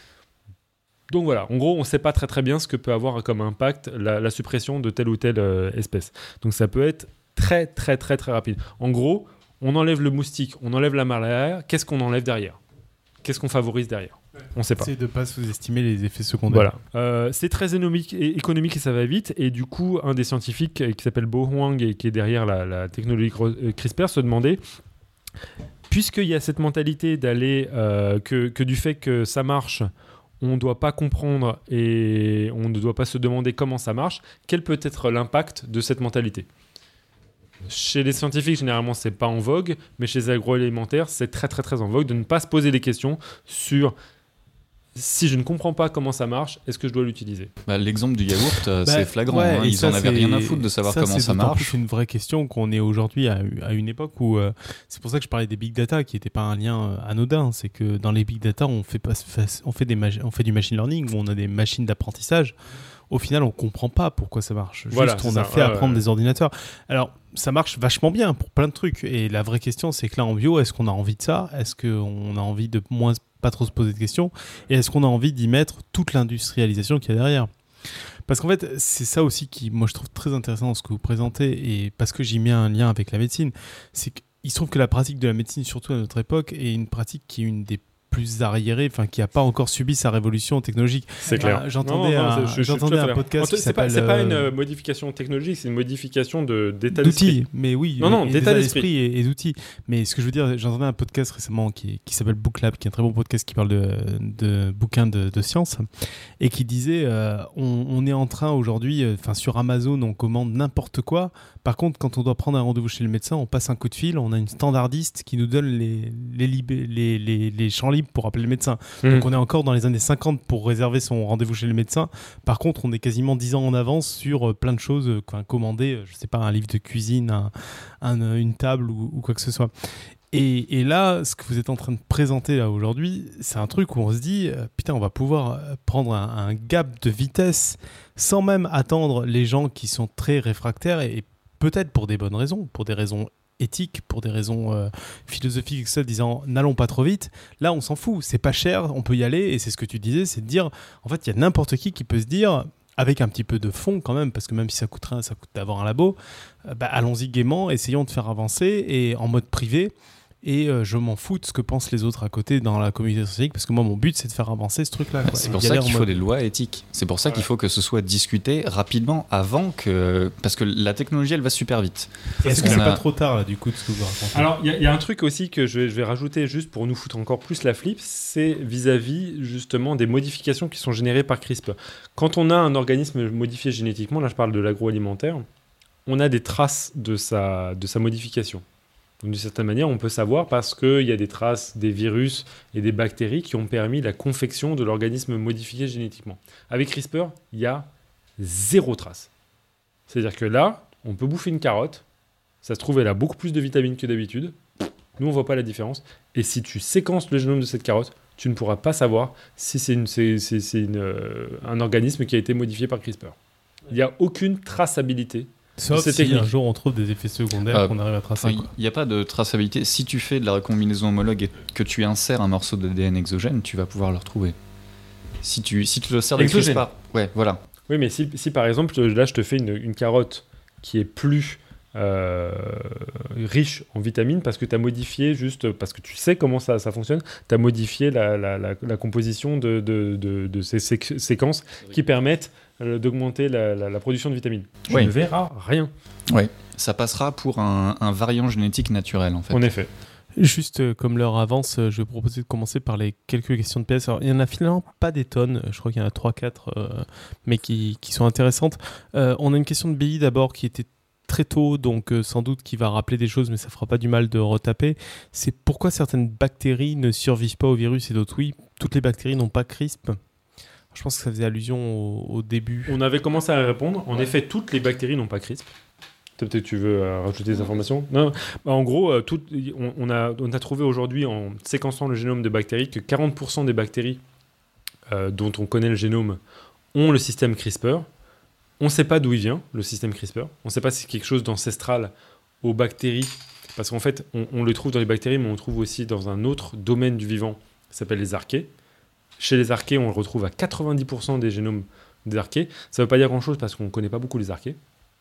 Donc voilà, en gros, on ne sait pas très très bien ce que peut avoir comme impact la, la suppression de telle ou telle euh, espèce. Donc ça peut être très très très très rapide. En gros, on enlève le moustique, on enlève la malaria, qu'est-ce qu'on enlève derrière ? Qu'est-ce qu'on favorise derrière ? On ne sait pas. C'est de ne pas sous-estimer les effets secondaires. Voilà. Euh, c'est très économique et, économique et ça va vite. Et du coup, un des scientifiques euh, qui s'appelle Bo Huang et qui est derrière la, la technologie cro- euh, CRISPR se demandait, puisqu'il y a cette mentalité d'aller, euh, que, que du fait que ça marche, on ne doit pas comprendre et on ne doit pas se demander comment ça marche, quel peut être l'impact de cette mentalité ? Chez les scientifiques, généralement, c'est pas en vogue, mais chez les agroalimentaires, c'est très très très en vogue de ne pas se poser des questions sur si je ne comprends pas comment ça marche, est-ce que je dois l'utiliser ? Bah, l'exemple du yaourt, euh, Bah, c'est flagrant. ouais, hein. et Ils ça, en avaient c'est- rien à foutre de savoir comment c'est ça d'autant marche. plus une vraie question qu'on est aujourd'hui à, à une époque où euh, c'est pour ça que je parlais des big data qui n'étaient pas un lien euh, anodin. C'est que dans les big data, on fait, pas, on fait, des magi- on fait du machine learning où on a des machines d'apprentissage. Au final, on comprend pas pourquoi ça marche. Juste, Voilà, on c'est a ça. fait Ouais, apprendre ouais. des ordinateurs. Alors, ça marche vachement bien pour plein de trucs. Et la vraie question, c'est que là, en bio, est-ce qu'on a envie de ça ? Est-ce qu'on a envie de moins pas trop se poser de questions ? Et est-ce qu'on a envie d'y mettre toute l'industrialisation qu'il y a derrière ? Parce qu'en fait, c'est ça aussi qui, moi, je trouve très intéressant dans ce que vous présentez, et parce que j'y mets un lien avec la médecine, c'est qu'il se trouve que la pratique de la médecine, surtout à notre époque, est une pratique qui est une des plus arriérées, enfin qui n'a pas encore subi sa révolution technologique. C'est clair. Ah, j'entendais Non, non, un- je- je- je suis j'entendais tout à un fait podcast d'accord. qui C'est pas, s'appelle, c'est pas euh, une euh, modification technologique, c'est une modification de, d'état d'esprit. D'outils, mais oui, Non, non, et d'état d'esprit. et, et d'outils. Mais ce que je veux dire, j'entendais un podcast récemment qui, qui s'appelle Booklab, qui est un très bon podcast qui parle de, de bouquins de, de science, et qui disait euh, on, on est en train aujourd'hui, enfin euh, sur Amazon, on commande n'importe quoi. Par contre, quand on doit prendre un rendez-vous chez le médecin, on passe un coup de fil, on a une standardiste qui nous donne les, les, libé- les, les, les champs libres disponible pour appeler le médecin. Mmh. Donc on est encore dans les années cinquante pour réserver son rendez-vous chez le médecin. Par contre, on est quasiment dix ans en avance sur euh, plein de choses, euh, enfin, commander, euh, je sais pas, un livre de cuisine, un, un, une table ou, ou quoi que ce soit. Et, et là, ce que vous êtes en train de présenter là aujourd'hui, c'est un truc où on se dit, euh, putain, on va pouvoir prendre un, un gap de vitesse sans même attendre les gens qui sont très réfractaires et, et peut-être pour des bonnes raisons, pour des raisons éthiques, pour des raisons euh, philosophiques, et cetera, disant n'allons pas trop vite. Là, on s'en fout, c'est pas cher, on peut y aller. Et c'est ce que tu disais, c'est de dire, en fait, il y a n'importe qui qui peut se dire, avec un petit peu de fond quand même, parce que même si ça coûte rien, ça coûte d'avoir un labo, euh, bah, allons-y gaiement, essayons de faire avancer et en mode privé. Et euh, je m'en fous de ce que pensent les autres à côté dans la communauté scientifique, parce que moi, mon but, c'est de faire avancer ce truc-là. Quoi. C'est Et pour d'y ça aller qu'il en faut mode- des lois éthiques. C'est pour ça qu'il faut que ce soit discuté rapidement avant que... Parce que la technologie, elle va super vite. Est-ce que On c'est a- pas trop tard, là, du coup, de ce que vous racontez? Alors, il y, a- il y a un truc aussi que je vais, je vais rajouter juste pour nous foutre encore plus la flip, c'est vis-à-vis justement des modifications qui sont générées par CRISPR. Quand on a un organisme modifié génétiquement, là je parle de l'agroalimentaire, on a des traces de sa, de sa modification. Donc, d'une certaine manière, on peut savoir parce qu'il y a des traces des virus et des bactéries qui ont permis la confection de l'organisme modifié génétiquement. Avec CRISPR, il y a zéro trace. C'est-à-dire que là, on peut bouffer une carotte, ça se trouve, elle a beaucoup plus de vitamines que d'habitude. Nous, on ne voit pas la différence. Et si tu séquences le génome de cette carotte, tu ne pourras pas savoir si c'est, une, c'est, c'est, c'est une, euh, un organisme qui a été modifié par CRISPR. Il n'y a aucune traçabilité. Sauf c'est si technique. un jour on trouve des effets secondaires Euh, qu'on arrive à tracer. Enfin, quoi. il n'y a pas de traçabilité. Si tu fais de la recombinaison homologue et que tu insères un morceau de D N exogène, tu vas pouvoir le retrouver. Si tu, si tu le sers de Exogène. CRISPR, ouais, voilà. Oui, mais si, si par exemple, là, je te fais une, une carotte qui est plus euh, riche en vitamines parce que tu as modifié, juste parce que tu sais comment ça, ça fonctionne, tu as modifié la, la, la, la composition de, de, de, de ces sé- séquences qui permettent euh, d'augmenter la, la, la production de vitamines. Tu Oui. ne verras rien. Ça passera pour un, un variant génétique naturel, en fait. En effet. Juste euh, comme l'heure avance, euh, je vais proposer de commencer par les quelques questions de P S. Alors, il n'y en a finalement pas des tonnes, je crois qu'il y en a trois quatre, euh, mais qui, qui sont intéressantes. Euh, on a une question de Billy d'abord qui était très tôt, donc euh, sans doute qui va rappeler des choses, mais ça fera pas du mal de retaper. C'est pourquoi certaines bactéries ne survivent pas au virus et d'autres oui. Toutes les bactéries n'ont pas CRISPR. Je pense que ça faisait allusion au, au début. On avait commencé à répondre. En effet, toutes les bactéries n'ont pas CRISPR. Peut-être que tu veux euh, rajouter des informations. Non. Bah, en gros, euh, tout- on, on a, on a trouvé aujourd'hui, en séquençant le génome de bactéries, que quarante pour cent des bactéries euh, dont on connaît le génome ont le système CRISPR. On ne sait pas d'où il vient, le système CRISPR. On ne sait pas si c'est quelque chose d'ancestral aux bactéries. Parce qu'en fait, on, on le trouve dans les bactéries, mais on le trouve aussi dans un autre domaine du vivant qui s'appelle les archées. Chez les archées, on le retrouve à quatre-vingt-dix pour cent des génomes des archées. Ça ne veut pas dire grand-chose parce qu'on ne connaît pas beaucoup les archées.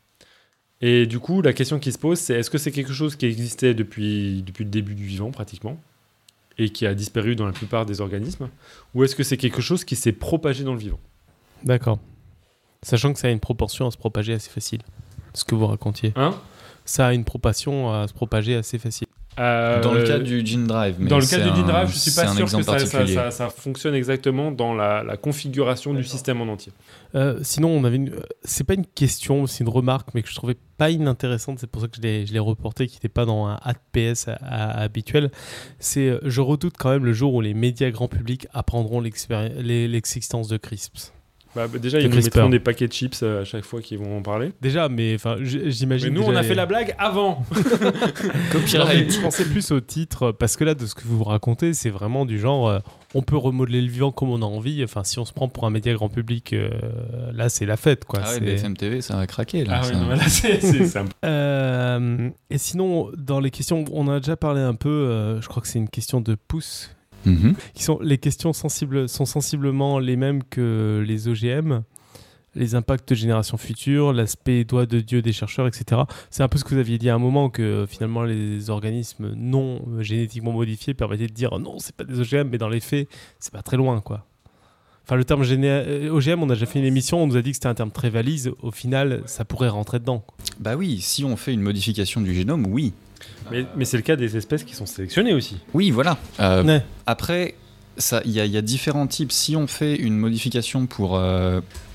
Et du coup, la question qui se pose, c'est est-ce que c'est quelque chose qui existait depuis, depuis le début du vivant, pratiquement, et qui a disparu dans la plupart des organismes, ou est-ce que c'est quelque chose qui s'est propagé dans le vivant? D'accord. Sachant que ça a une proportion à se propager assez facile. Ce que vous racontiez. Hein Ça a une proportion à se propager assez facile. Euh, Dans le cas du Gene Drive. mais Dans le cas c'est du Gene un- Drive, je suis c'est pas un sûr que exemple ça, ça, particulier. ça- ça fonctionne exactement dans la, la configuration du système en entier. Euh, sinon, on avait une... euh, c'est pas une question, c'est une remarque, mais que je trouvais pas inintéressante. C'est pour ça que je l'ai, je l'ai reporté, qui n'était pas dans un A P S à- à- habituel. C'est, euh, je redoute quand même le jour où les médias grand public apprendront l'expéri- les- l'existence de CRISPR. Bah, bah, déjà, De ils nous CRISPR. mettront des paquets de chips euh, à chaque fois qu'ils vont en parler. Déjà, mais enfin, j- j'imagine. Mais nous, déjà on a les- fait la blague avant. Non, mais je pensais plus au titre, parce que là, de ce que vous racontez, c'est vraiment du genre, euh, on peut remodeler le vivant comme on a envie. Enfin, si on se prend pour un média grand public, euh, là, c'est la fête, quoi. Ah ouais, C'est- B F M T V, ça va craquer. Là, Ah ouais, ça. non, mais là, c'est, c'est, c'est un peu- Euh, et sinon, dans les questions, on en a déjà parlé un peu. euh, je crois que c'est une question de pouce. Mhm. Qui sont les questions sensibles sont sensiblement les mêmes que les O G M. Les impacts de générations futures, l'aspect doigt de Dieu des chercheurs, et cetera. C'est un peu ce que vous aviez dit à un moment, que euh, finalement les organismes non euh, génétiquement modifiés permettaient de dire oh non, c'est pas des O G M, mais dans les faits, c'est pas très loin, quoi. Enfin, le terme géné- euh, O G M, on a déjà fait une émission, on nous a dit que c'était un terme très valise. Au final, ça pourrait rentrer dedans, quoi. Bah oui, si on fait une modification du génome, oui. mais, mais c'est le cas des espèces qui sont sélectionnées aussi. Oui, voilà. Euh, Ouais. Après, ça, il y, a- il y a différents types. Si on fait une modification pour, euh,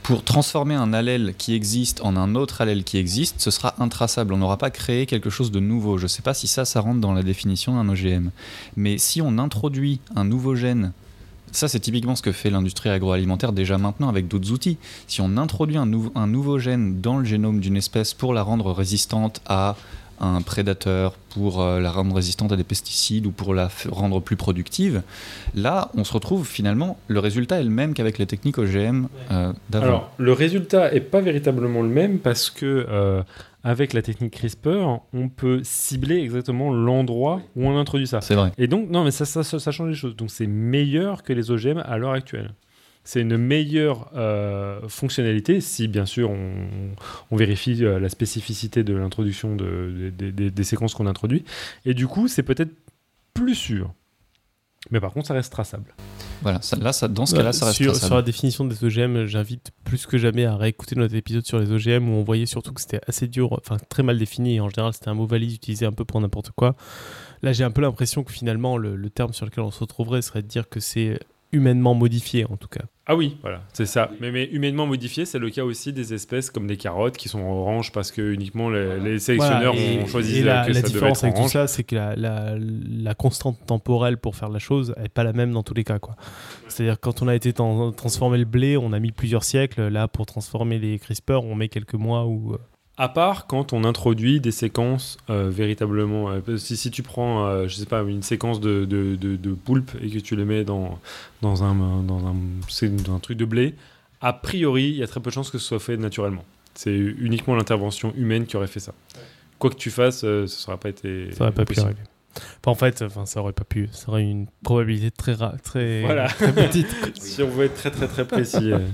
pour transformer un allèle qui existe en un autre allèle qui existe, ce sera intraçable. On n'aura pas créé quelque chose de nouveau. Je ne sais pas si ça, ça rentre dans la définition d'un O G M. Mais si on introduit un nouveau gène, ça c'est typiquement ce que fait l'industrie agroalimentaire déjà maintenant avec d'autres outils. Si on introduit un, nou- un nouveau gène dans le génome d'une espèce pour la rendre résistante à un prédateur, pour euh, la rendre résistante à des pesticides ou pour la f- rendre plus productive, là on se retrouve finalement, le résultat est le même qu'avec les techniques O G M euh, d'avant. Alors, le résultat n'est pas véritablement le même parce que euh, avec la technique CRISPR, on peut cibler exactement l'endroit où on introduit ça. C'est vrai. Et donc, non, mais ça, ça, ça change les choses. Donc, c'est meilleur que les O G M à l'heure actuelle. C'est une meilleure euh, fonctionnalité si, bien sûr, on, on vérifie euh, la spécificité de l'introduction de, de, de, de, des séquences qu'on introduit. Et du coup, c'est peut-être plus sûr. Mais par contre, ça reste traçable. Voilà, ça, là, ça, dans ce cas-là, ça reste sur, traçable. sur la définition des O G M, j'invite plus que jamais à réécouter notre épisode sur les O G M où on voyait surtout que c'était assez dur, enfin très mal défini. Et en général, c'était un mot valise utilisé un peu pour n'importe quoi. Là, j'ai un peu l'impression que finalement, le, le terme sur lequel on se retrouverait serait de dire que c'est humainement modifié, en tout cas. Ah oui, voilà, c'est ça. Mais, mais humainement modifié, c'est le cas aussi des espèces comme des carottes qui sont oranges parce que uniquement les, les sélectionneurs Voilà, et, ont choisi et la, que la ça devait différence être avec tout orange. ça, c'est que la, la, la constante temporelle pour faire la chose n'est pas la même dans tous les cas, quoi. C'est-à-dire quand on a été ten- transformer le blé, on a mis plusieurs siècles. Là, pour transformer les CRISPR, on met quelques mois ou... À part quand on introduit des séquences euh, véritablement. Euh, si, si tu prends, euh, je sais pas, une séquence de, de, de, de poulpe et que tu les mets dans, dans, un, dans, un, c'est dans un truc de blé, a priori, il y a très peu de chances que ce soit fait naturellement. C'est uniquement l'intervention humaine qui aurait fait ça. Quoi que tu fasses, euh, ça n'aurait pas été. Ça n'aurait pas pu possible. arriver. Enfin, en fait, enfin, ça aurait pas pu. Ça aurait une probabilité très, ra- très, Voilà. très petite. Si on veut être très très très précis. euh.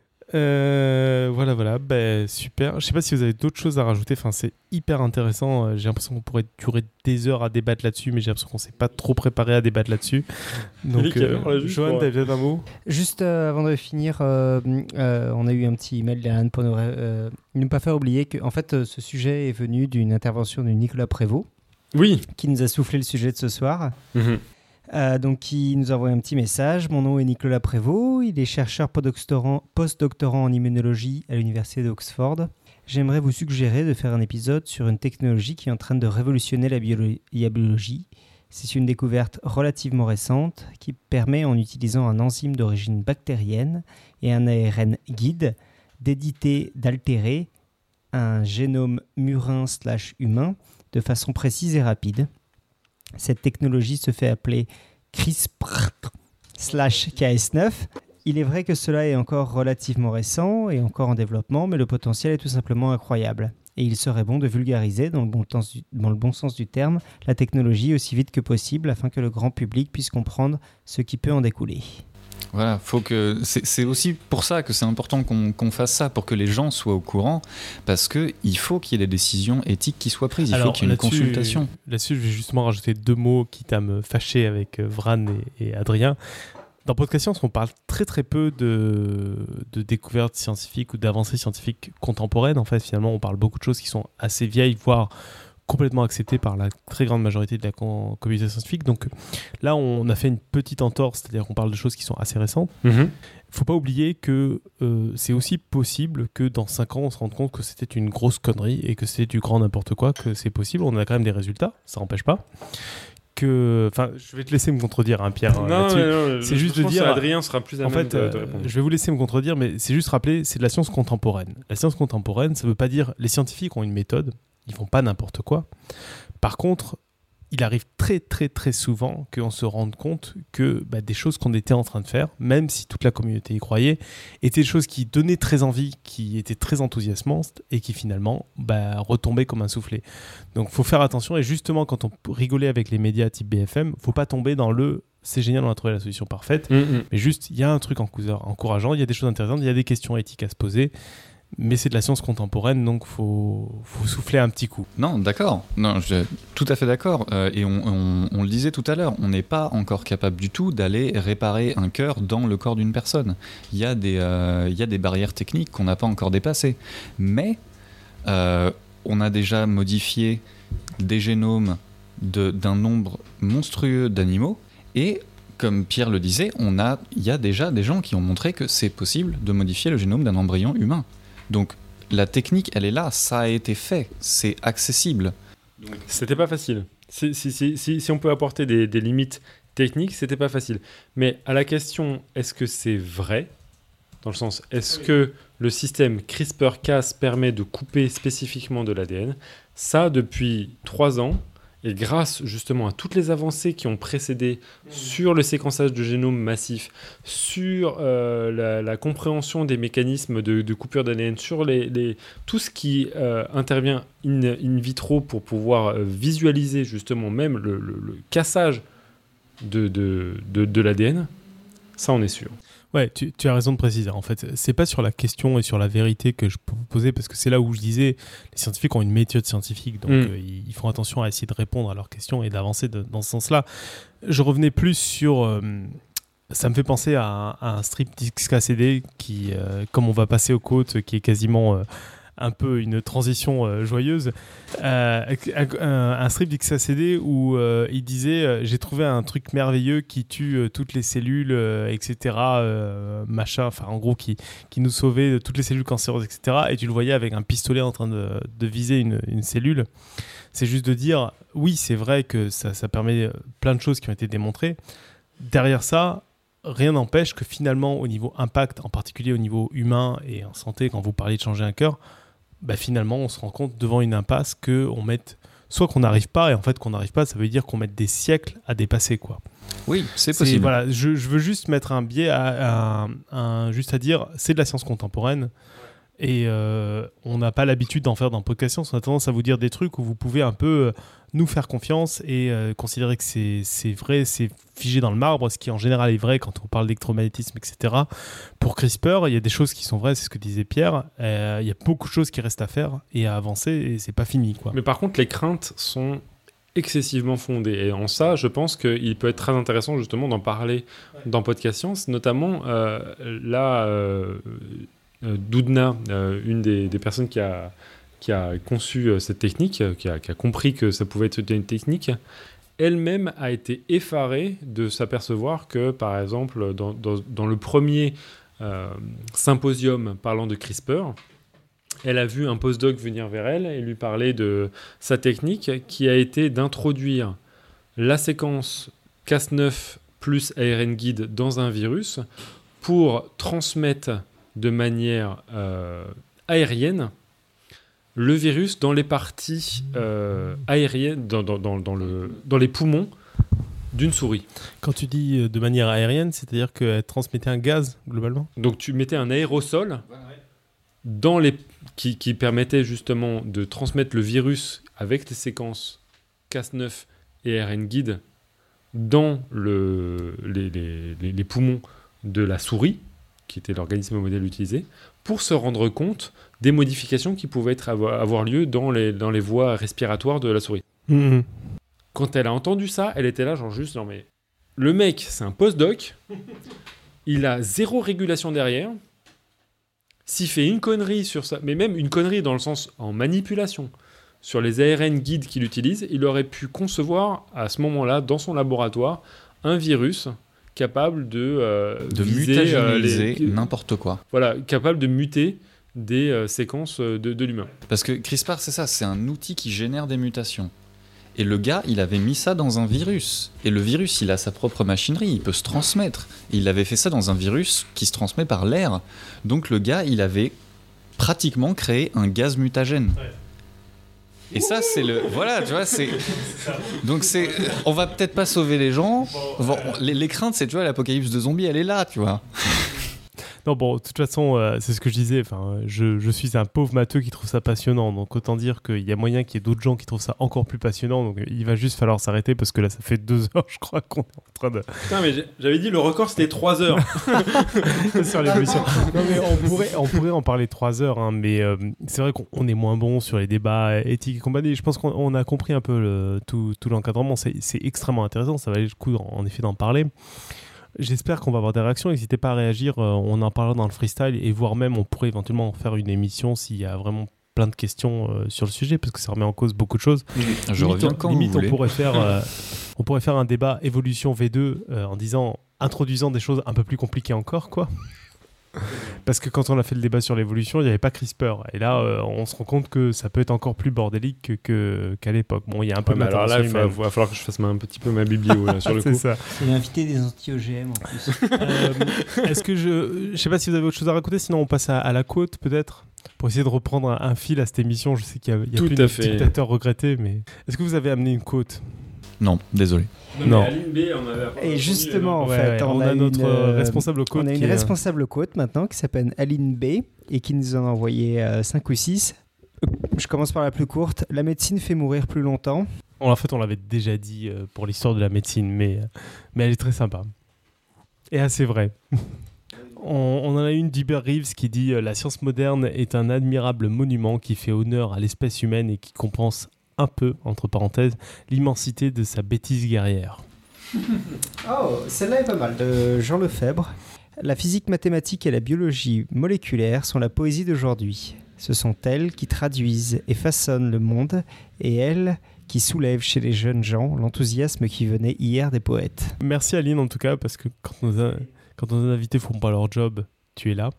Euh, voilà, voilà, ben, super. Je sais pas si vous avez d'autres choses à rajouter. Enfin, c'est hyper intéressant. Euh, J'ai l'impression qu'on pourrait durer des heures à débattre là-dessus, mais j'ai l'impression qu'on s'est pas trop préparé à débattre là-dessus. Donc, Nick, alors, là, juste Johan, pour- t'avais peut-être un mot. Juste euh, avant de finir, euh, euh, on a eu un petit email d'Alan pour nous, euh, ne pas faire oublier que en fait, euh, ce sujet est venu d'une intervention de Nicolas Prévost, Oui. qui nous a soufflé le sujet de ce soir. Mhm. Euh, donc, qui nous a envoyé un petit message. Mon nom est Nicolas Prévost. Il est chercheur postdoctorant, postdoctorant en immunologie à l'université d'Oxford. J'aimerais vous suggérer de faire un épisode sur une technologie qui est en train de révolutionner la, biolo- la biologie. C'est une découverte relativement récente qui permet, en utilisant un enzyme d'origine bactérienne et un A R N guide, d'éditer, d'altérer un génome murin slash humain de façon précise et rapide. Cette technologie se fait appeler CRISPR slash K S neuf. Il est vrai que cela est encore relativement récent et encore en développement, mais le potentiel est tout simplement incroyable. Et il serait bon de vulgariser, dans le bon, temps du, dans le bon sens du terme, la technologie aussi vite que possible afin que le grand public puisse comprendre ce qui peut en découler. Voilà, faut que c'est, c'est aussi pour ça que c'est important qu'on, qu'on fasse ça, pour que les gens soient au courant, parce que il faut qu'il y ait des décisions éthiques qui soient prises. Il Alors, faut qu'il y ait une là-dessus- consultation. Là-dessus, je vais justement rajouter deux mots quitte à me fâcher avec euh, Vran et, et Adrien. Dans Podcast Science, on parle très très peu de, de découvertes scientifiques ou d'avancées scientifiques contemporaines. En fait, finalement, on parle beaucoup de choses qui sont assez vieilles, voire complètement acceptées par la très grande majorité de la com- communauté scientifique. Donc là, on a fait une petite entorse, c'est-à-dire qu'on parle de choses qui sont assez récentes. Mhm. Il ne faut pas oublier que euh, c'est aussi possible que dans cinq ans, on se rende compte que c'était une grosse connerie et que c'était du grand n'importe quoi, que c'est possible. On a quand même des résultats, ça n'empêche pas. Que... Enfin, je vais te laisser me contredire, hein, Pierre. euh, Non, là-dessus. mais non, c'est je juste de pense dire- que Adrien sera plus à En même fait, de, euh, de répondre. je vais vous laisser me contredire, mais c'est juste rappeler, c'est de la science contemporaine. La science contemporaine, ça ne veut pas dire les scientifiques ont une méthode, ils font pas n'importe quoi. Par contre, il arrive très très très souvent qu'on se rende compte que bah, des choses qu'on était en train de faire, même si toute la communauté y croyait, étaient des choses qui donnaient très envie, qui étaient très enthousiasmantes et qui finalement bah, retombaient comme un soufflet. Donc il faut faire attention, et justement quand on rigolait avec les médias type B F M, il ne faut pas tomber dans le « c'est génial, on a trouvé la solution parfaite », Mhm. mais juste il y a un truc encourageant, il y a des choses intéressantes, il y a des questions éthiques à se poser. Mais c'est de la science contemporaine, donc il faut, faut souffler un petit coup. Non, d'accord. Non, je suis tout à fait d'accord. Euh, et on, on- on le disait tout à l'heure, on n'est pas encore capable du tout d'aller réparer un cœur dans le corps d'une personne. Il y a des, euh, il y a des barrières techniques qu'on n'a pas encore dépassées. Mais euh, on a déjà modifié des génomes de- d'un nombre monstrueux d'animaux. Et comme Pierre le disait, on a, il y a déjà des gens qui ont montré que c'est possible de modifier le génome d'un embryon humain. Donc la technique, elle est là, ça a été fait, c'est accessible. Donc... C'était pas facile. Si, si, si, si, si on peut apporter des, des limites techniques, c'était pas facile. Mais à la question, est-ce que c'est vrai ? Dans le sens, est-ce oui. que le système CRISPR-Cas permet de couper spécifiquement de l'A D N ? Ça, depuis trois ans, et grâce justement à toutes les avancées qui ont précédé mmh. sur le séquençage de génome massif, sur euh, la, la compréhension des mécanismes de, de coupure d'A D N, sur les, les, tout ce qui euh, intervient in, in vitro pour pouvoir euh, visualiser justement même le, le, le cassage de, de, de, de l'A D N, ça on est sûr. Ouais, tu, tu as raison de préciser. En fait, c'est pas sur la question et sur la vérité que je peux vous poser, parce que c'est là où je disais, les scientifiques ont une méthode scientifique, donc mm. euh, ils font attention à essayer de répondre à leurs questions et d'avancer de, dans ce sens-là. Je revenais plus sur... Euh, ça me fait penser à un, à un strip d'X K C D qui, euh, comme on va passer aux côtes, qui est quasiment... Euh, un peu une transition euh, joyeuse, euh, un, un strip d'X K C D où euh, il disait euh, j'ai trouvé un truc merveilleux qui tue euh, toutes les cellules, euh, et cetera. Euh, machin, enfin en gros qui, qui nous sauvait de toutes les cellules cancéreuses, et cetera. Et tu le voyais avec un pistolet en train de, de viser une, une cellule. C'est juste de dire oui, c'est vrai que ça, ça permet plein de choses qui ont été démontrées. Derrière ça, rien n'empêche que finalement, au niveau impact, en particulier au niveau humain et en santé, quand vous parliez de changer un cœur, bah finalement, on se rend compte devant une impasse qu'on mette, soit qu'on n'arrive pas, et en fait, qu'on n'arrive pas, ça veut dire qu'on mette des siècles à dépasser, quoi. Oui, c'est possible. C'est, voilà, je, je veux juste mettre un biais, à, à, à, juste à dire, c'est de la science contemporaine, et euh, on n'a pas l'habitude d'en faire dans Podcast Science. On a tendance à vous dire des trucs où vous pouvez un peu nous faire confiance et euh, considérer que c'est, c'est vrai, c'est figé dans le marbre, ce qui en général est vrai quand on parle d'électromagnétisme, et cetera. Pour CRISPR, il y a des choses qui sont vraies, c'est ce que disait Pierre. Euh, il y a beaucoup de choses qui restent à faire et à avancer, et c'est pas fini, quoi. Mais par contre, les craintes sont excessivement fondées. Et en ça, je pense qu'il peut être très intéressant justement d'en parler dans Podcast Science, notamment euh, là... Euh, Euh, Doudna, euh, une des, des personnes qui a, qui a conçu euh, cette technique, euh, qui, a, qui a compris que ça pouvait être une technique, elle-même a été effarée de s'apercevoir que, par exemple, dans, dans, dans le premier euh, symposium parlant de CRISPR, elle a vu un postdoc venir vers elle et lui parler de sa technique qui a été d'introduire la séquence Cas neuf plus A R N guide dans un virus pour transmettre de manière euh, aérienne le virus dans les parties euh, aériennes, dans, dans, dans, dans, le, dans les poumons d'une souris. Quand tu dis de manière aérienne, c'est-à-dire qu'elle transmettait un gaz, globalement ? Donc tu mettais un aérosol dans les, qui, qui permettait justement de transmettre le virus avec les séquences Cas neuf et A R N guide dans le, les, les, les, les poumons de la souris, qui était l'organisme modèle utilisé, pour se rendre compte des modifications qui pouvaient être, avoir lieu dans les, dans les voies respiratoires de la souris. Mmh. Quand elle a entendu ça, elle était là, genre juste, non mais... Le mec, c'est un postdoc, il a zéro régulation derrière, s'il fait une connerie sur ça, mais même une connerie dans le sens en manipulation, sur les A R N guides qu'il utilise, il aurait pu concevoir, à ce moment-là, dans son laboratoire, un virus... capable de, euh, de viser, mutagéniser euh, les... n'importe quoi. Voilà, capable de muter des euh, séquences de, de l'humain. Parce que CRISPR, c'est ça, c'est un outil qui génère des mutations. Et le gars, il avait mis ça dans un virus. Et le virus, il a sa propre machinerie, il peut se transmettre. Et il avait fait ça dans un virus qui se transmet par l'air. Donc le gars, il avait pratiquement créé un gaz mutagène. Ouais. Et ça, c'est le... Voilà, tu vois, c'est... Donc, c'est... On va peut-être pas sauver les gens. Bon, les, les craintes, c'est, tu vois, l'apocalypse de zombies, elle est là, tu vois. Non, bon, de toute façon, euh, c'est ce que je disais. Enfin, je, je suis un pauvre matheux qui trouve ça passionnant. Donc, autant dire qu'il y a moyen qu'il y ait d'autres gens qui trouvent ça encore plus passionnant. Donc, il va juste falloir s'arrêter parce que là, ça fait deux heures, je crois, qu'on est en train de... Putain, mais j'avais dit le record, c'était trois heures. Sur l'émission. Non, mais on pourrait, on pourrait en parler trois heures. Hein, mais euh, c'est vrai qu'on est moins bon sur les débats éthiques et compagnie. Je pense qu'on on a compris un peu le, tout, tout l'encadrement. C'est, c'est extrêmement intéressant. Ça valait le coup, en, en effet, d'en parler. J'espère qu'on va avoir des réactions. N'hésitez pas à réagir. Euh, on en parlera dans le freestyle et voire même on pourrait éventuellement en faire une émission s'il y a vraiment plein de questions euh, sur le sujet parce que ça remet en cause beaucoup de choses. Je limite, reviens on, quand limite, vous on voulez. pourrait faire, euh, on pourrait faire un débat évolution V deux euh, en disant, introduisant des choses un peu plus compliquées encore, quoi. Parce que quand on a fait le débat sur l'évolution, il n'y avait pas CRISPR. Et là, euh, on se rend compte que ça peut être encore plus bordélique que, que, qu'à l'époque. Bon, il y a un peu Ouais, de mais alors là, il l'intervention va, humaine. va falloir que je fasse ma- un petit peu ma biblio là, sur le C'est coup. ça. C'est invité des anti-O G M en plus. Euh, est-ce que je... Je sais pas si vous avez autre chose à raconter, sinon on passe à, à la quote, peut-être pour essayer de reprendre un, un fil à cette émission. Je sais qu'il y a, il y a Tout plus à de fait. dictateurs regrettés, mais est-ce que vous avez amené une quote? Non, désolé. Non. Et justement, en Ouais, fait, ouais, on, on a, a notre une, euh, euh, responsable quote. on a qui une est- responsable quote maintenant qui s'appelle Aline B et qui nous en a envoyé cinq ou six. Je commence par la plus courte. La médecine fait mourir plus longtemps. En fait, on l'avait déjà dit euh, pour l'histoire de la médecine, mais, euh, mais elle est très sympa. Et assez vraie. On, on en a une d'Hubert Reeves qui dit euh, « La science moderne est un admirable monument qui fait honneur à l'espèce humaine et qui compense un peu, entre parenthèses, l'immensité de sa bêtise guerrière. » Oh, celle-là est pas mal. De Jean Lefebvre. La physique mathématique et la biologie moléculaire sont la poésie d'aujourd'hui. Ce sont elles qui traduisent et façonnent le monde et elles qui soulèvent chez les jeunes gens l'enthousiasme qui venait hier des poètes. Merci Aline en tout cas, parce que quand nos, in- quand nos invités font pas leur job, tu es là.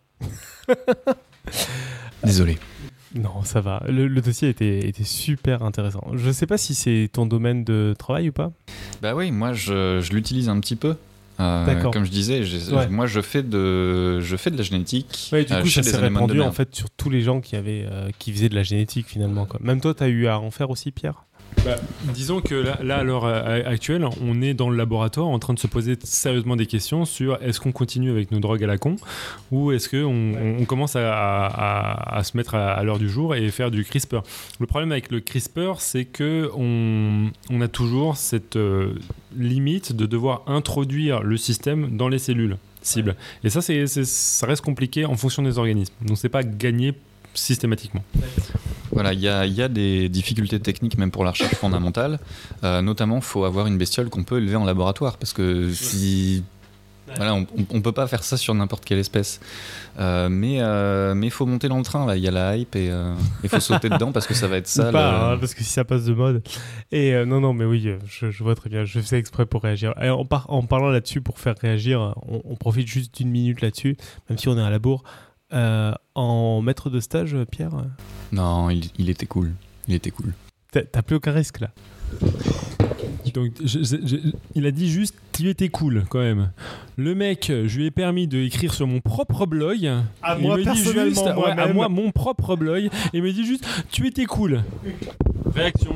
Désolé. Non, ça va. Le, le dossier était, était super intéressant. Je sais pas si c'est ton domaine de travail ou pas. Bah oui, moi je, je l'utilise un petit peu. Euh, D'accord. Comme je disais, j'ai- Ouais. moi je fais de, je fais de la génétique. Ouais, du euh, coup, chez ça des s'est anémones de répandu en merde. fait sur tous les gens qui avaient, euh, qui faisaient de la génétique finalement. Quoi. Même toi, tu as eu à en faire aussi, Pierre. Bah, disons que là, là, à l'heure euh, actuelle, on est dans le laboratoire en train de se poser sérieusement des questions sur est-ce qu'on continue avec nos drogues à la con ou est-ce qu'on on, on commence à, à- à se mettre à, à l'heure du jour et faire du CRISPR. Le problème avec le CRISPR, c'est que on, on a toujours cette euh, limite de devoir introduire le système dans les cellules cibles. Et ça, c'est, c'est- ça reste compliqué en fonction des organismes. Donc, c'est pas gagné systématiquement. Voilà, il y a, il y a des difficultés techniques même pour la recherche fondamentale. Euh, notamment, il faut avoir une bestiole qu'on peut élever en laboratoire parce que si voilà, on, on, on peut pas faire ça sur n'importe quelle espèce. Euh, mais euh, mais il faut monter dans le train là. Il y a la hype et il faut sauter dedans parce que ça va être ça. Ou pas, le- hein, parce que si ça passe de mode. Et euh, non, non, mais oui, euh, je, je vois très bien. Je faisais exprès pour réagir. Et en, par- en parlant là-dessus, pour faire réagir, on, on profite juste d'une minute là-dessus, même si on est à la bourre. Euh, en maître de stage, Pierre, Non, il, il était cool. Il était cool. t'as, t'as plus aucun risque là. Donc, je- je- je- il a dit juste tu étais cool quand même. Le mec, je lui ai permis d'écrire sur mon propre blog. À Il moi, me dit personnellement, juste, ouais, à moi-même. moi, mon propre blog. Et il me dit juste tu étais cool. Réaction.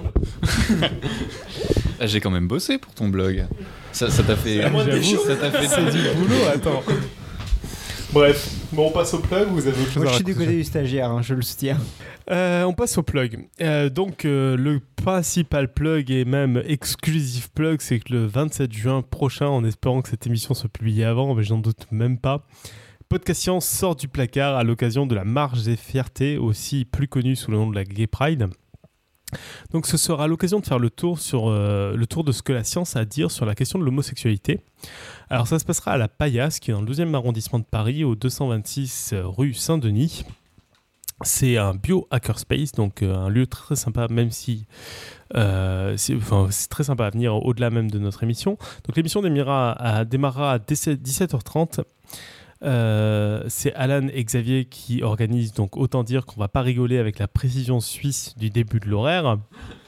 Ah, j'ai quand même bossé pour ton blog. Ça, ça t'a fait. J'avoue, ça t'a fait. c'est du boulot, attends. Bref, bon, on passe au plug, vous avez autre chose Moi, à je suis du raconter? côté du stagiaire, hein, je le soutiens. Euh, on passe au plug. Euh, donc, euh, le principal plug et même exclusif plug, c'est que le vingt-sept juin prochain, en espérant que cette émission soit publiée avant, mais j'en doute même pas, Podcast Science sort du placard à l'occasion de la Marche des Fiertés, aussi plus connue sous le nom de la Gay Pride. Donc, ce sera l'occasion de faire le tour, sur, euh, le tour de ce que la science a à dire sur la question de l'homosexualité. Alors, ça se passera à la Paillasse, qui est dans le douzième arrondissement de Paris, au deux cent vingt-six rue Saint-Denis. C'est un bio-hackerspace, donc euh, un lieu très sympa, même si euh, c'est, enfin, c'est très sympa à venir au-delà même de notre émission. Donc l'émission démarrera à, démarrera à dix-sept heures trente. Euh, c'est Alan et Xavier qui organisent, donc autant dire qu'on va pas rigoler avec la précision suisse du début de l'horaire.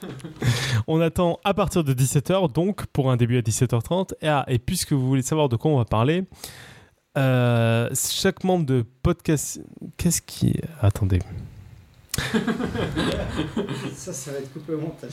On attend à partir de dix-sept heures, donc pour un début à dix-sept heures trente. Et, ah, et puisque vous voulez savoir de quoi on va parler, euh, chaque membre de podcast... Qu'est-ce qui... Attendez. Ça, ça va être coupé au montage.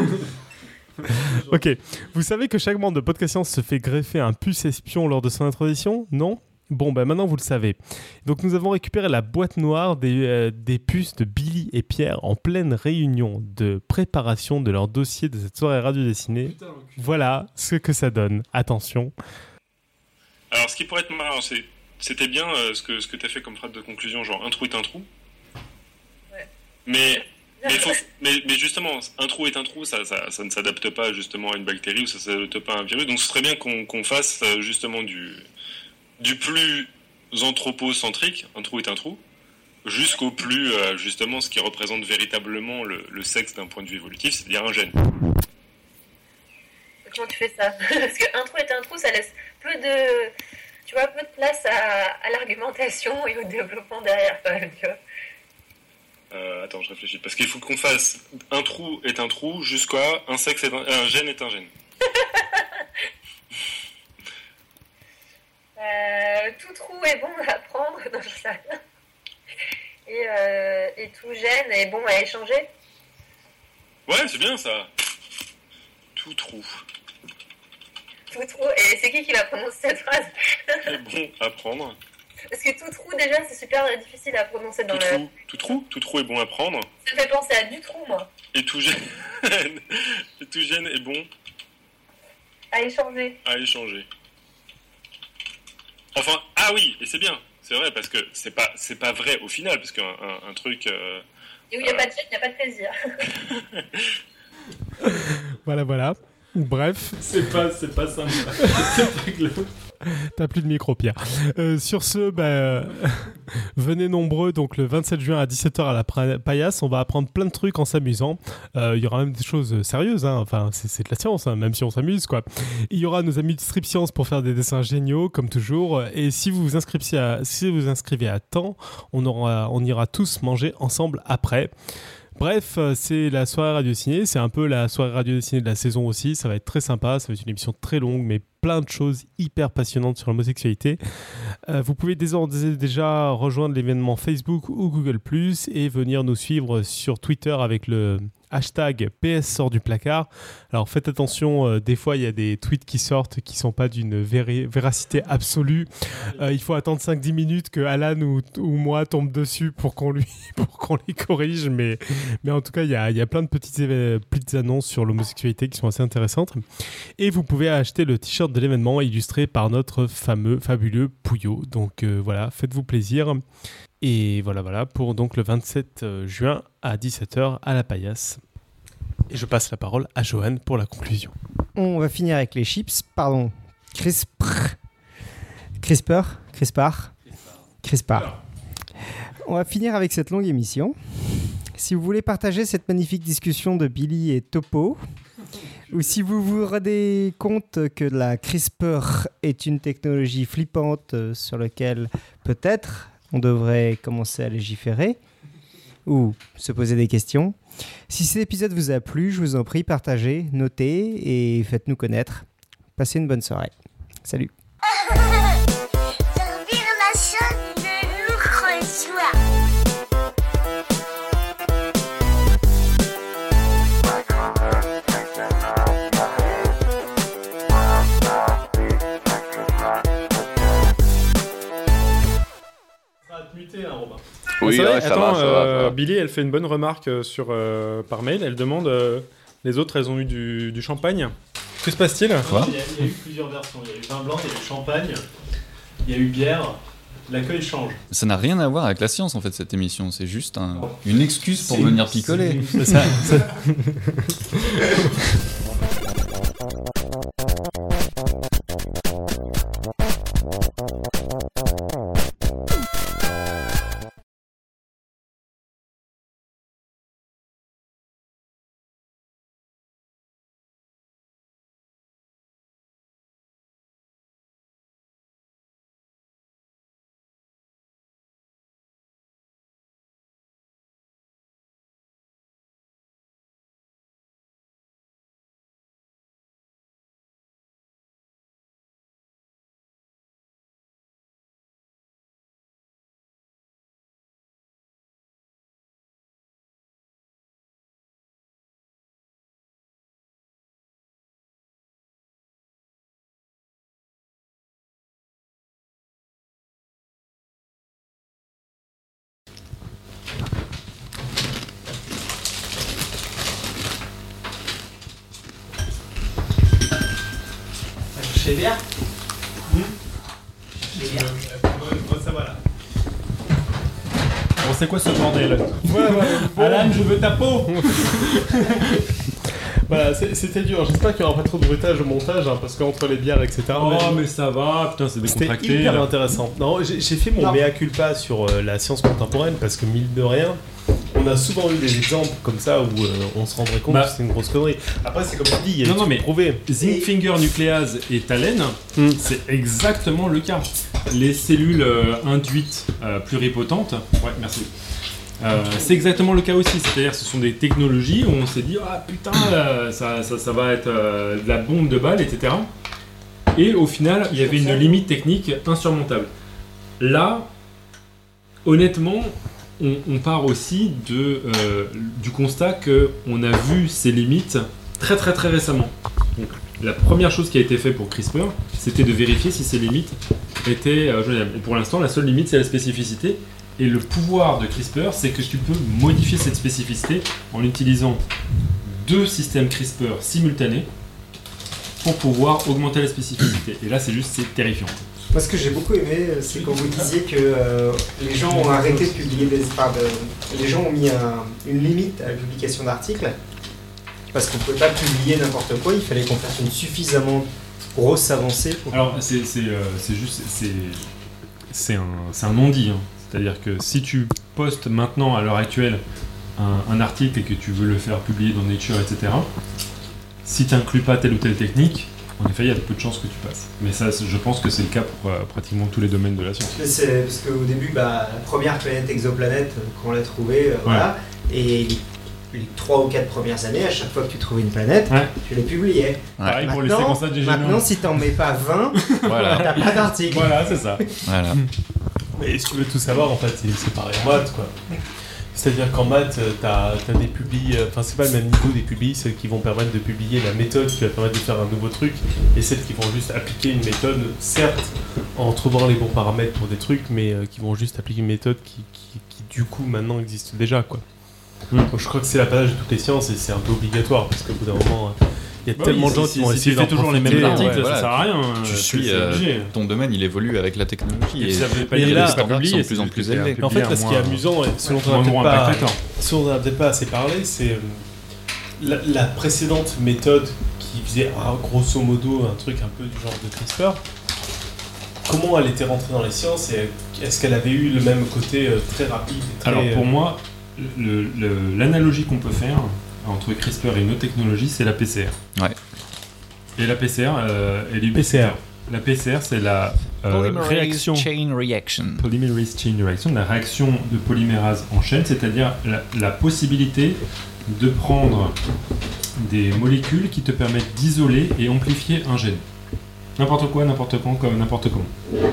Ok. Vous savez que chaque membre de Podcast Science se fait greffer un puce espion lors de son introduction ? Non ? Bon, ben maintenant vous le savez. Donc nous avons récupéré la boîte noire des, euh, des puces de Billy et Pierre en pleine réunion de préparation de leur dossier de cette soirée radio dessinée. Voilà ce que ça donne. Attention. Alors, ce qui pourrait être marrant, c'est, c'était bien euh, ce que, ce que tu as fait comme phrase de conclusion, genre un trou est un trou. Ouais. Mais, mais, faut- mais, mais justement, un trou est un trou, ça, ça, ça ne s'adapte pas justement à une bactérie ou ça ne s'adapte pas à un virus. Donc, ce serait bien qu'on, qu'on fasse euh, justement du, du plus anthropocentrique, un trou est un trou, jusqu'au plus, euh, justement, ce qui représente véritablement le, le sexe d'un point de vue évolutif, c'est-à-dire un gène. Comment tu fais ça? Parce qu'un trou est un trou, ça laisse peu de, tu vois, peu de place à, à l'argumentation et au développement derrière, quand même, tu vois. Euh, attends, je réfléchis. Parce qu'il faut qu'on fasse un trou est un trou jusqu'à un sexe est un, un gène est un gène. Euh, tout trou est bon à prendre, non, je sais rien. Et, euh, et tout gène est bon à échanger. Ouais, c'est bien ça. Tout trou. Tout trou, et c'est qui qui va prononcer cette phrase? est bon à prendre. Parce que tout trou, déjà, c'est super difficile à prononcer dans Tout le... trou, tout trou, tout trou est bon à prendre. Ça me fait penser à du trou, moi. Et tout gène, et tout gène est bon À échanger. à échanger. Enfin, ah oui, et c'est bien, c'est vrai, parce que c'est pas, c'est pas vrai au final, parce qu'un un, un truc... Euh, Et où il n'y a euh... pas de gène, il n'y a pas de plaisir. Voilà, voilà. Bref. C'est pas, c'est pas simple. C'est pas glauque. T'as plus de micro, Pierre. Euh, sur ce, bah, euh, venez nombreux, donc le vingt-sept juin à dix-sept heures à la Paillasse. On va apprendre plein de trucs en s'amusant. Euh, il y aura même des choses sérieuses, hein. Enfin, c'est, c'est de la science, hein, même si on s'amuse, quoi. Il y aura nos amis de Strip Science pour faire des dessins géniaux, comme toujours. Et si vous vous inscrivez à, si vous inscrivez à temps, on, aura, on ira tous manger ensemble après. Bref, c'est la soirée radio ciné, c'est un peu la soirée radio ciné de la saison aussi, ça va être très sympa, ça va être une émission très longue, mais plein de choses hyper passionnantes sur l'homosexualité. Euh, vous pouvez désormais déjà rejoindre l'événement Facebook ou Google plus, et venir nous suivre sur Twitter avec le hashtag P S sort du placard. Alors faites attention, euh, des fois il y a des tweets qui sortent qui sont pas d'une véri- véracité absolue. Euh, il faut attendre cinq à dix minutes que Alan ou, ou moi tombe dessus pour qu'on lui pour qu'on les corrige, mais mais en tout cas il y a il y a plein de petites éve- petites annonces sur l'homosexualité qui sont assez intéressantes. Et vous pouvez acheter le t-shirt de l'événement illustré par notre fameux fabuleux Pouillot. Donc euh, voilà, faites-vous plaisir. Et voilà, voilà, pour donc le vingt-sept juin à dix-sept heures à la Paillasse. Et je passe la parole à Johan pour la conclusion. On va finir avec les chips. Pardon. CRISPR. CRISPR. CRISPR. CRISPR. On va finir avec cette longue émission. Si vous voulez partager cette magnifique discussion de Billy et Topo, ou si vous vous rendez compte que la CRISPR est une technologie flippante sur laquelle peut-être on devrait commencer à légiférer ou se poser des questions. Si cet épisode vous a plu, je vous en prie, partagez, notez et faites-nous connaître. Passez une bonne soirée. Salut. Oui, c'est vrai, ouais, ça, attends, va, ça, euh, va, ça va. Billy, elle fait une bonne remarque euh, sur, euh, par mail. Elle demande euh, les autres, elles ont eu du, du champagne. Que se passe-t-il? Quoi ? Il y, a, il y a eu plusieurs versions. Il y a eu vin blanc, il y a eu champagne, il y a eu bière. L'accueil change. Ça n'a rien à voir avec la science en fait cette émission. C'est juste un, une excuse pour c'est venir picoler. C'est ça. C'est... Chez bière mmh. Chez bière. Bon, ça va là. Bon, c'est quoi ce bordel? Ouais, ouais. Bon. Alan, je veux ta peau. Voilà, c'est- c'était dur. J'espère qu'il n'y aura pas trop de bruitage au montage, hein, parce qu'entre les bières, et cetera. Oh, mais- mais ça va, putain, c'est C'était décontracté. hyper là. intéressant. Non, j'ai j'ai fait mon Non. mea culpa sur euh, la science contemporaine parce que mille de rien, on a souvent eu des exemples comme ça où euh, on se rendrait compte Bah. que c'est une grosse connerie. Après, c'est comme tu dis, il y a Non, des non, trucs mais- prouvés. Zinc finger nucléase et thalène, Mm. c'est exactement le cas. Les cellules euh, induites euh, pluripotentes, ouais, merci. Euh, c'est exactement le cas aussi, c'est-à-dire que ce sont des technologies où on s'est dit ah putain euh, ça, ça, ça va être euh, de la bombe de balle, et cetera. Et au final, il y avait une limite technique insurmontable. Là, honnêtement, on, on part aussi de, euh, du constat qu'on a vu ces limites très très très récemment. Donc, la première chose qui a été faite pour CRISPR, c'était de vérifier si ces limites étaient euh, joignables. Et pour l'instant, la seule limite, c'est la spécificité. Et le pouvoir de CRISPR, c'est que tu peux modifier cette spécificité en utilisant deux systèmes CRISPR simultanés pour pouvoir augmenter la spécificité. Et là, c'est juste, c'est terrifiant. Moi, ce que j'ai beaucoup aimé, euh, c'est quand vous disiez que euh, les gens ont arrêté de publier des. Enfin, de- les gens ont mis un- une limite à la publication d'articles parce qu'on ne pouvait pas publier n'importe quoi. Il fallait qu'on fasse une suffisamment grosse avancée pour. Alors, c'est c'est, euh, c'est juste, c'est c'est un, c'est un non-dit. Hein. C'est-à-dire que si tu postes maintenant, à l'heure actuelle, un, un article et que tu veux le faire publier dans Nature, et cetera, si tu n'inclus pas telle ou telle technique, en effet, il y a peu de chances que tu passes. Mais ça, c'est- je pense que c'est le cas pour euh, pratiquement tous les domaines de la science. Mais c'est parce qu'au début, bah, la première planète exoplanète, euh, quand on l'a trouvée, euh, voilà, et les, les trois ou quatre premières années, à chaque fois que tu trouvais une planète, Ouais. tu les publiais. Pareil pour les Maintenant, séquençages des maintenant, génomes. si t'en mets pas vingt, Voilà. t'as pas d'article. Voilà, c'est ça. Voilà. Mais si tu veux tout savoir, en fait, c'est c'est pareil en maths, quoi. C'est-à-dire qu'en maths, euh, t'as as des publis, euh, enfin c'est pas le même niveau des publis, celles qui vont permettre de publier la méthode qui va permettre de faire un nouveau truc, et celles qui vont juste appliquer une méthode, certes, en trouvant les bons paramètres pour des trucs, mais euh, qui vont juste appliquer une méthode qui, qui, qui, du coup maintenant existe déjà, quoi. Mm. Donc je crois que c'est l'apanage de toutes les sciences et c'est un peu obligatoire, parce qu'au bout d'un moment, euh, il y a Bah tellement oui, de gens si- qui vont si essayer tu fais d'en toujours les mêmes profiter, articles, ouais. ça voilà. sert à rien. Tu euh, suis, c'est euh, obligé. ton domaine, il évolue avec la technologie. Et Et, ça veut pas et dire que là, les les standards publiés, sont de c'est plus en juste plus que t'es élevés. un Mais en fait, publié là, à ce qui est moins- amusant, et ce dont on moins n'a gros peut-être impact pas, temps. ce dont on n'a peut-être pas assez parlé, c'est euh, la, la précédente méthode qui faisait ah, grosso modo un truc un peu du genre de CRISPR. Comment elle était rentrée dans les sciences et est-ce qu'elle avait eu le même côté euh, très rapide et très, Alors pour euh, moi, le- le- l'analogie qu'on peut faire entre CRISPR et une autre technologie, c'est la P C R. Ouais. Et la P C R, euh, elle est P C R. La P C R, c'est la euh, réaction chain reaction. polymerase chain reaction, la réaction de polymérase en chaîne, c'est-à-dire la, la possibilité de prendre des molécules qui te permettent d'isoler et amplifier un gène. N'importe quoi, n'importe quand, comme n'importe comment.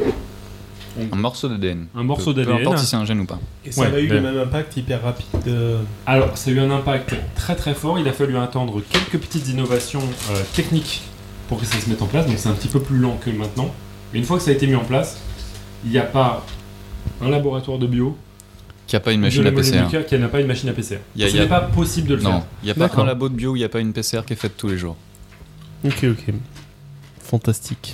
Un morceau d'A D N. Un morceau Peu- d'A D N. Peu importe si c'est un gène ou pas. Et ça Ouais, avait eu mais- le même impact hyper rapide. euh, Alors, ça a eu un impact très très fort. Il a fallu attendre quelques petites innovations euh, techniques pour que ça se mette en place. Donc, c'est un petit peu plus lent que maintenant. Et une fois que ça a été mis en place, il n'y a pas un laboratoire de bio, Qui a pas une de machine la à P C R. moléculaire qui n'a pas une machine à P C R. Il y a- Ce il y a- n'est pas possible de le Non, faire. il n'y a pas D'accord. un labo de bio où il n'y a pas une P C R qui est faite tous les jours. Ok, ok. Fantastique.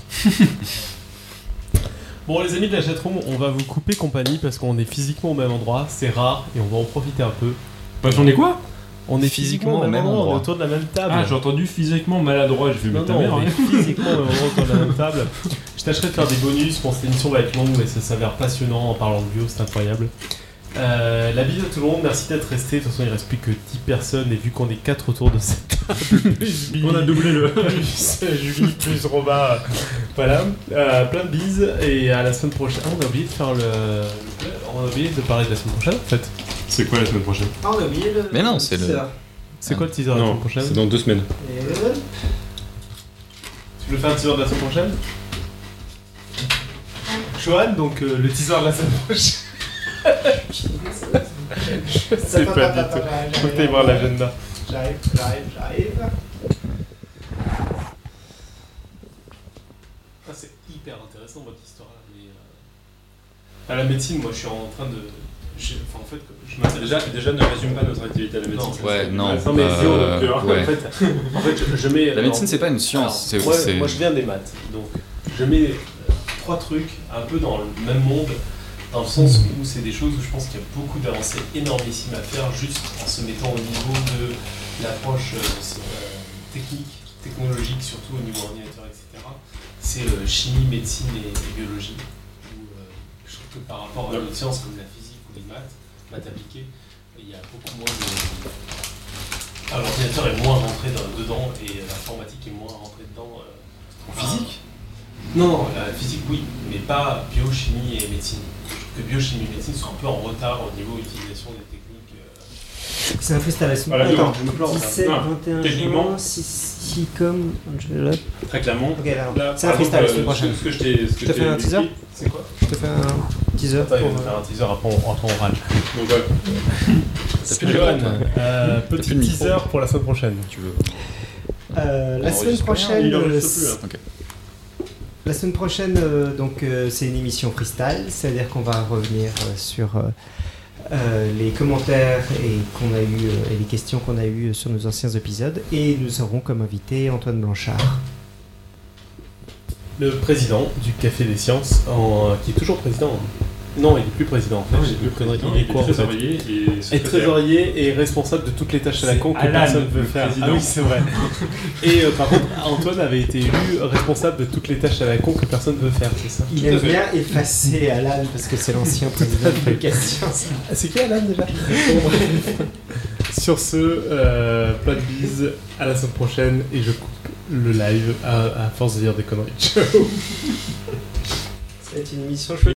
Bon, les amis de la chatroom, on va vous couper compagnie parce qu'on est physiquement au même endroit. C'est rare et on va en profiter un peu. Bah, j'en ai quoi On est Physiquement physiquement au même endroit, on est endroit. autour de la même table. Ah, j'ai entendu physiquement maladroit. Je vais Non, mettre ta non, mère. on hein. est physiquement au même endroit autour de la même table. Je tâcherai de faire des bonus. Bon, cette émission va être longue, mais ça s'avère passionnant en parlant de bio, c'est incroyable. Euh, la bise à tout le monde, merci d'être resté. De toute façon, il reste plus que dix personnes et vu qu'on est quatre autour de cette table, plus Billy, On a doublé le. plus Julie, plus Robin, voilà. Euh, plein de bises et à la semaine prochaine. Ah, on a oublié de faire le. On a oublié de parler de la semaine prochaine en fait. C'est quoi la semaine prochaine Ah, on a oublié le. Mais non, c'est le- ça. C'est quoi le teaser de la Non, semaine prochaine c'est dans deux semaines. Et le- Tu veux faire un teaser de la semaine prochaine Johan, donc euh, le teaser de la semaine prochaine. Je sais pas du tout. Faut que t'ailles voir l'agenda. J'arrive, j'arrive, j'arrive. Ah, c'est hyper intéressant votre histoire là. Mais, euh, à la médecine, moi je suis en train de. je- Enfin, en fait, je m'intéresse. Déjà, déjà, ne résume pas notre activité à la médecine. Non. Ouais, non. Non, mais euh, zéro, donc, euh, ouais. en fait, en fait je, je mets. La médecine, c'est pas une science. Alors, c'est- moi, c'est- moi, je viens des maths, donc je mets euh, trois trucs un peu dans le même monde, dans le sens où c'est des choses où je pense qu'il y a beaucoup d'avancées énormissimes à faire juste en se mettant au niveau de l'approche euh, c'est, euh, techniques, technologiques, surtout au niveau ordinateur, et cetera, c'est euh, chimie, médecine et, et biologie. Où, euh, je trouve que par rapport à d'autres sciences comme la physique ou les maths, maths appliquées, il y a beaucoup moins de... Ah, l'ordinateur est moins rentré dans- dedans et l'informatique est moins rentrée dedans. euh, En physique Non, non, la physique oui, mais pas bio, chimie et médecine. Je trouve que bio, chimie et médecine sont un peu en retard au niveau utilisation des techniques. euh, C'est un freestyle la semaine. Voilà, Attends, je me plante, là. dix-sept, Non, vingt et un techniquement- juin, six comme Angela. Très clairement. Ok, alors, Là, c'est un par freestyle la exemple, semaine euh, prochaine. Ce que je t'ai. ce que Je te je fais un t'ai teaser. décrit. C'est quoi? Je te fais un teaser Attends, il pour. va faire un teaser, après on, après on râle. Donc voilà. T'as plus de Johan, micro, toi. euh, plus petit de micro. teaser pour la semaine prochaine. Tu veux Euh, la On semaine enregistre prochaine, Il euh, enregistre plus, hein. Ok. la semaine prochaine, euh, donc euh, c'est une émission freestyle, c'est-à-dire qu'on va revenir euh, sur euh, euh, les commentaires et qu'on a eu euh, et les questions qu'on a eues sur nos anciens épisodes, et nous aurons comme invité Antoine Blanchard. Le président du Café des Sciences, en- qui est toujours président. hein. Non, il est plus président en fait. Non, J'ai il plus est président. président, Il est quoi en fait? trésorier et Et secrétaire. trésorier et responsable de toutes les tâches à la C'est con que Alan, personne veut le faire. président. Ah oui, c'est vrai. Et euh, par contre, Antoine avait été élu responsable de toutes les tâches à la con que personne veut faire, c'est ça? Il Tout à aime fait. bien effacer Alan parce que c'est l'ancien président de Café des Sciences. Ah, c'est qui Alan déjà? Sur ce, euh, plein de bises, à la semaine prochaine et je coupe le live à, à force de dire des conneries. Ciao. Ça va être une émission chouette.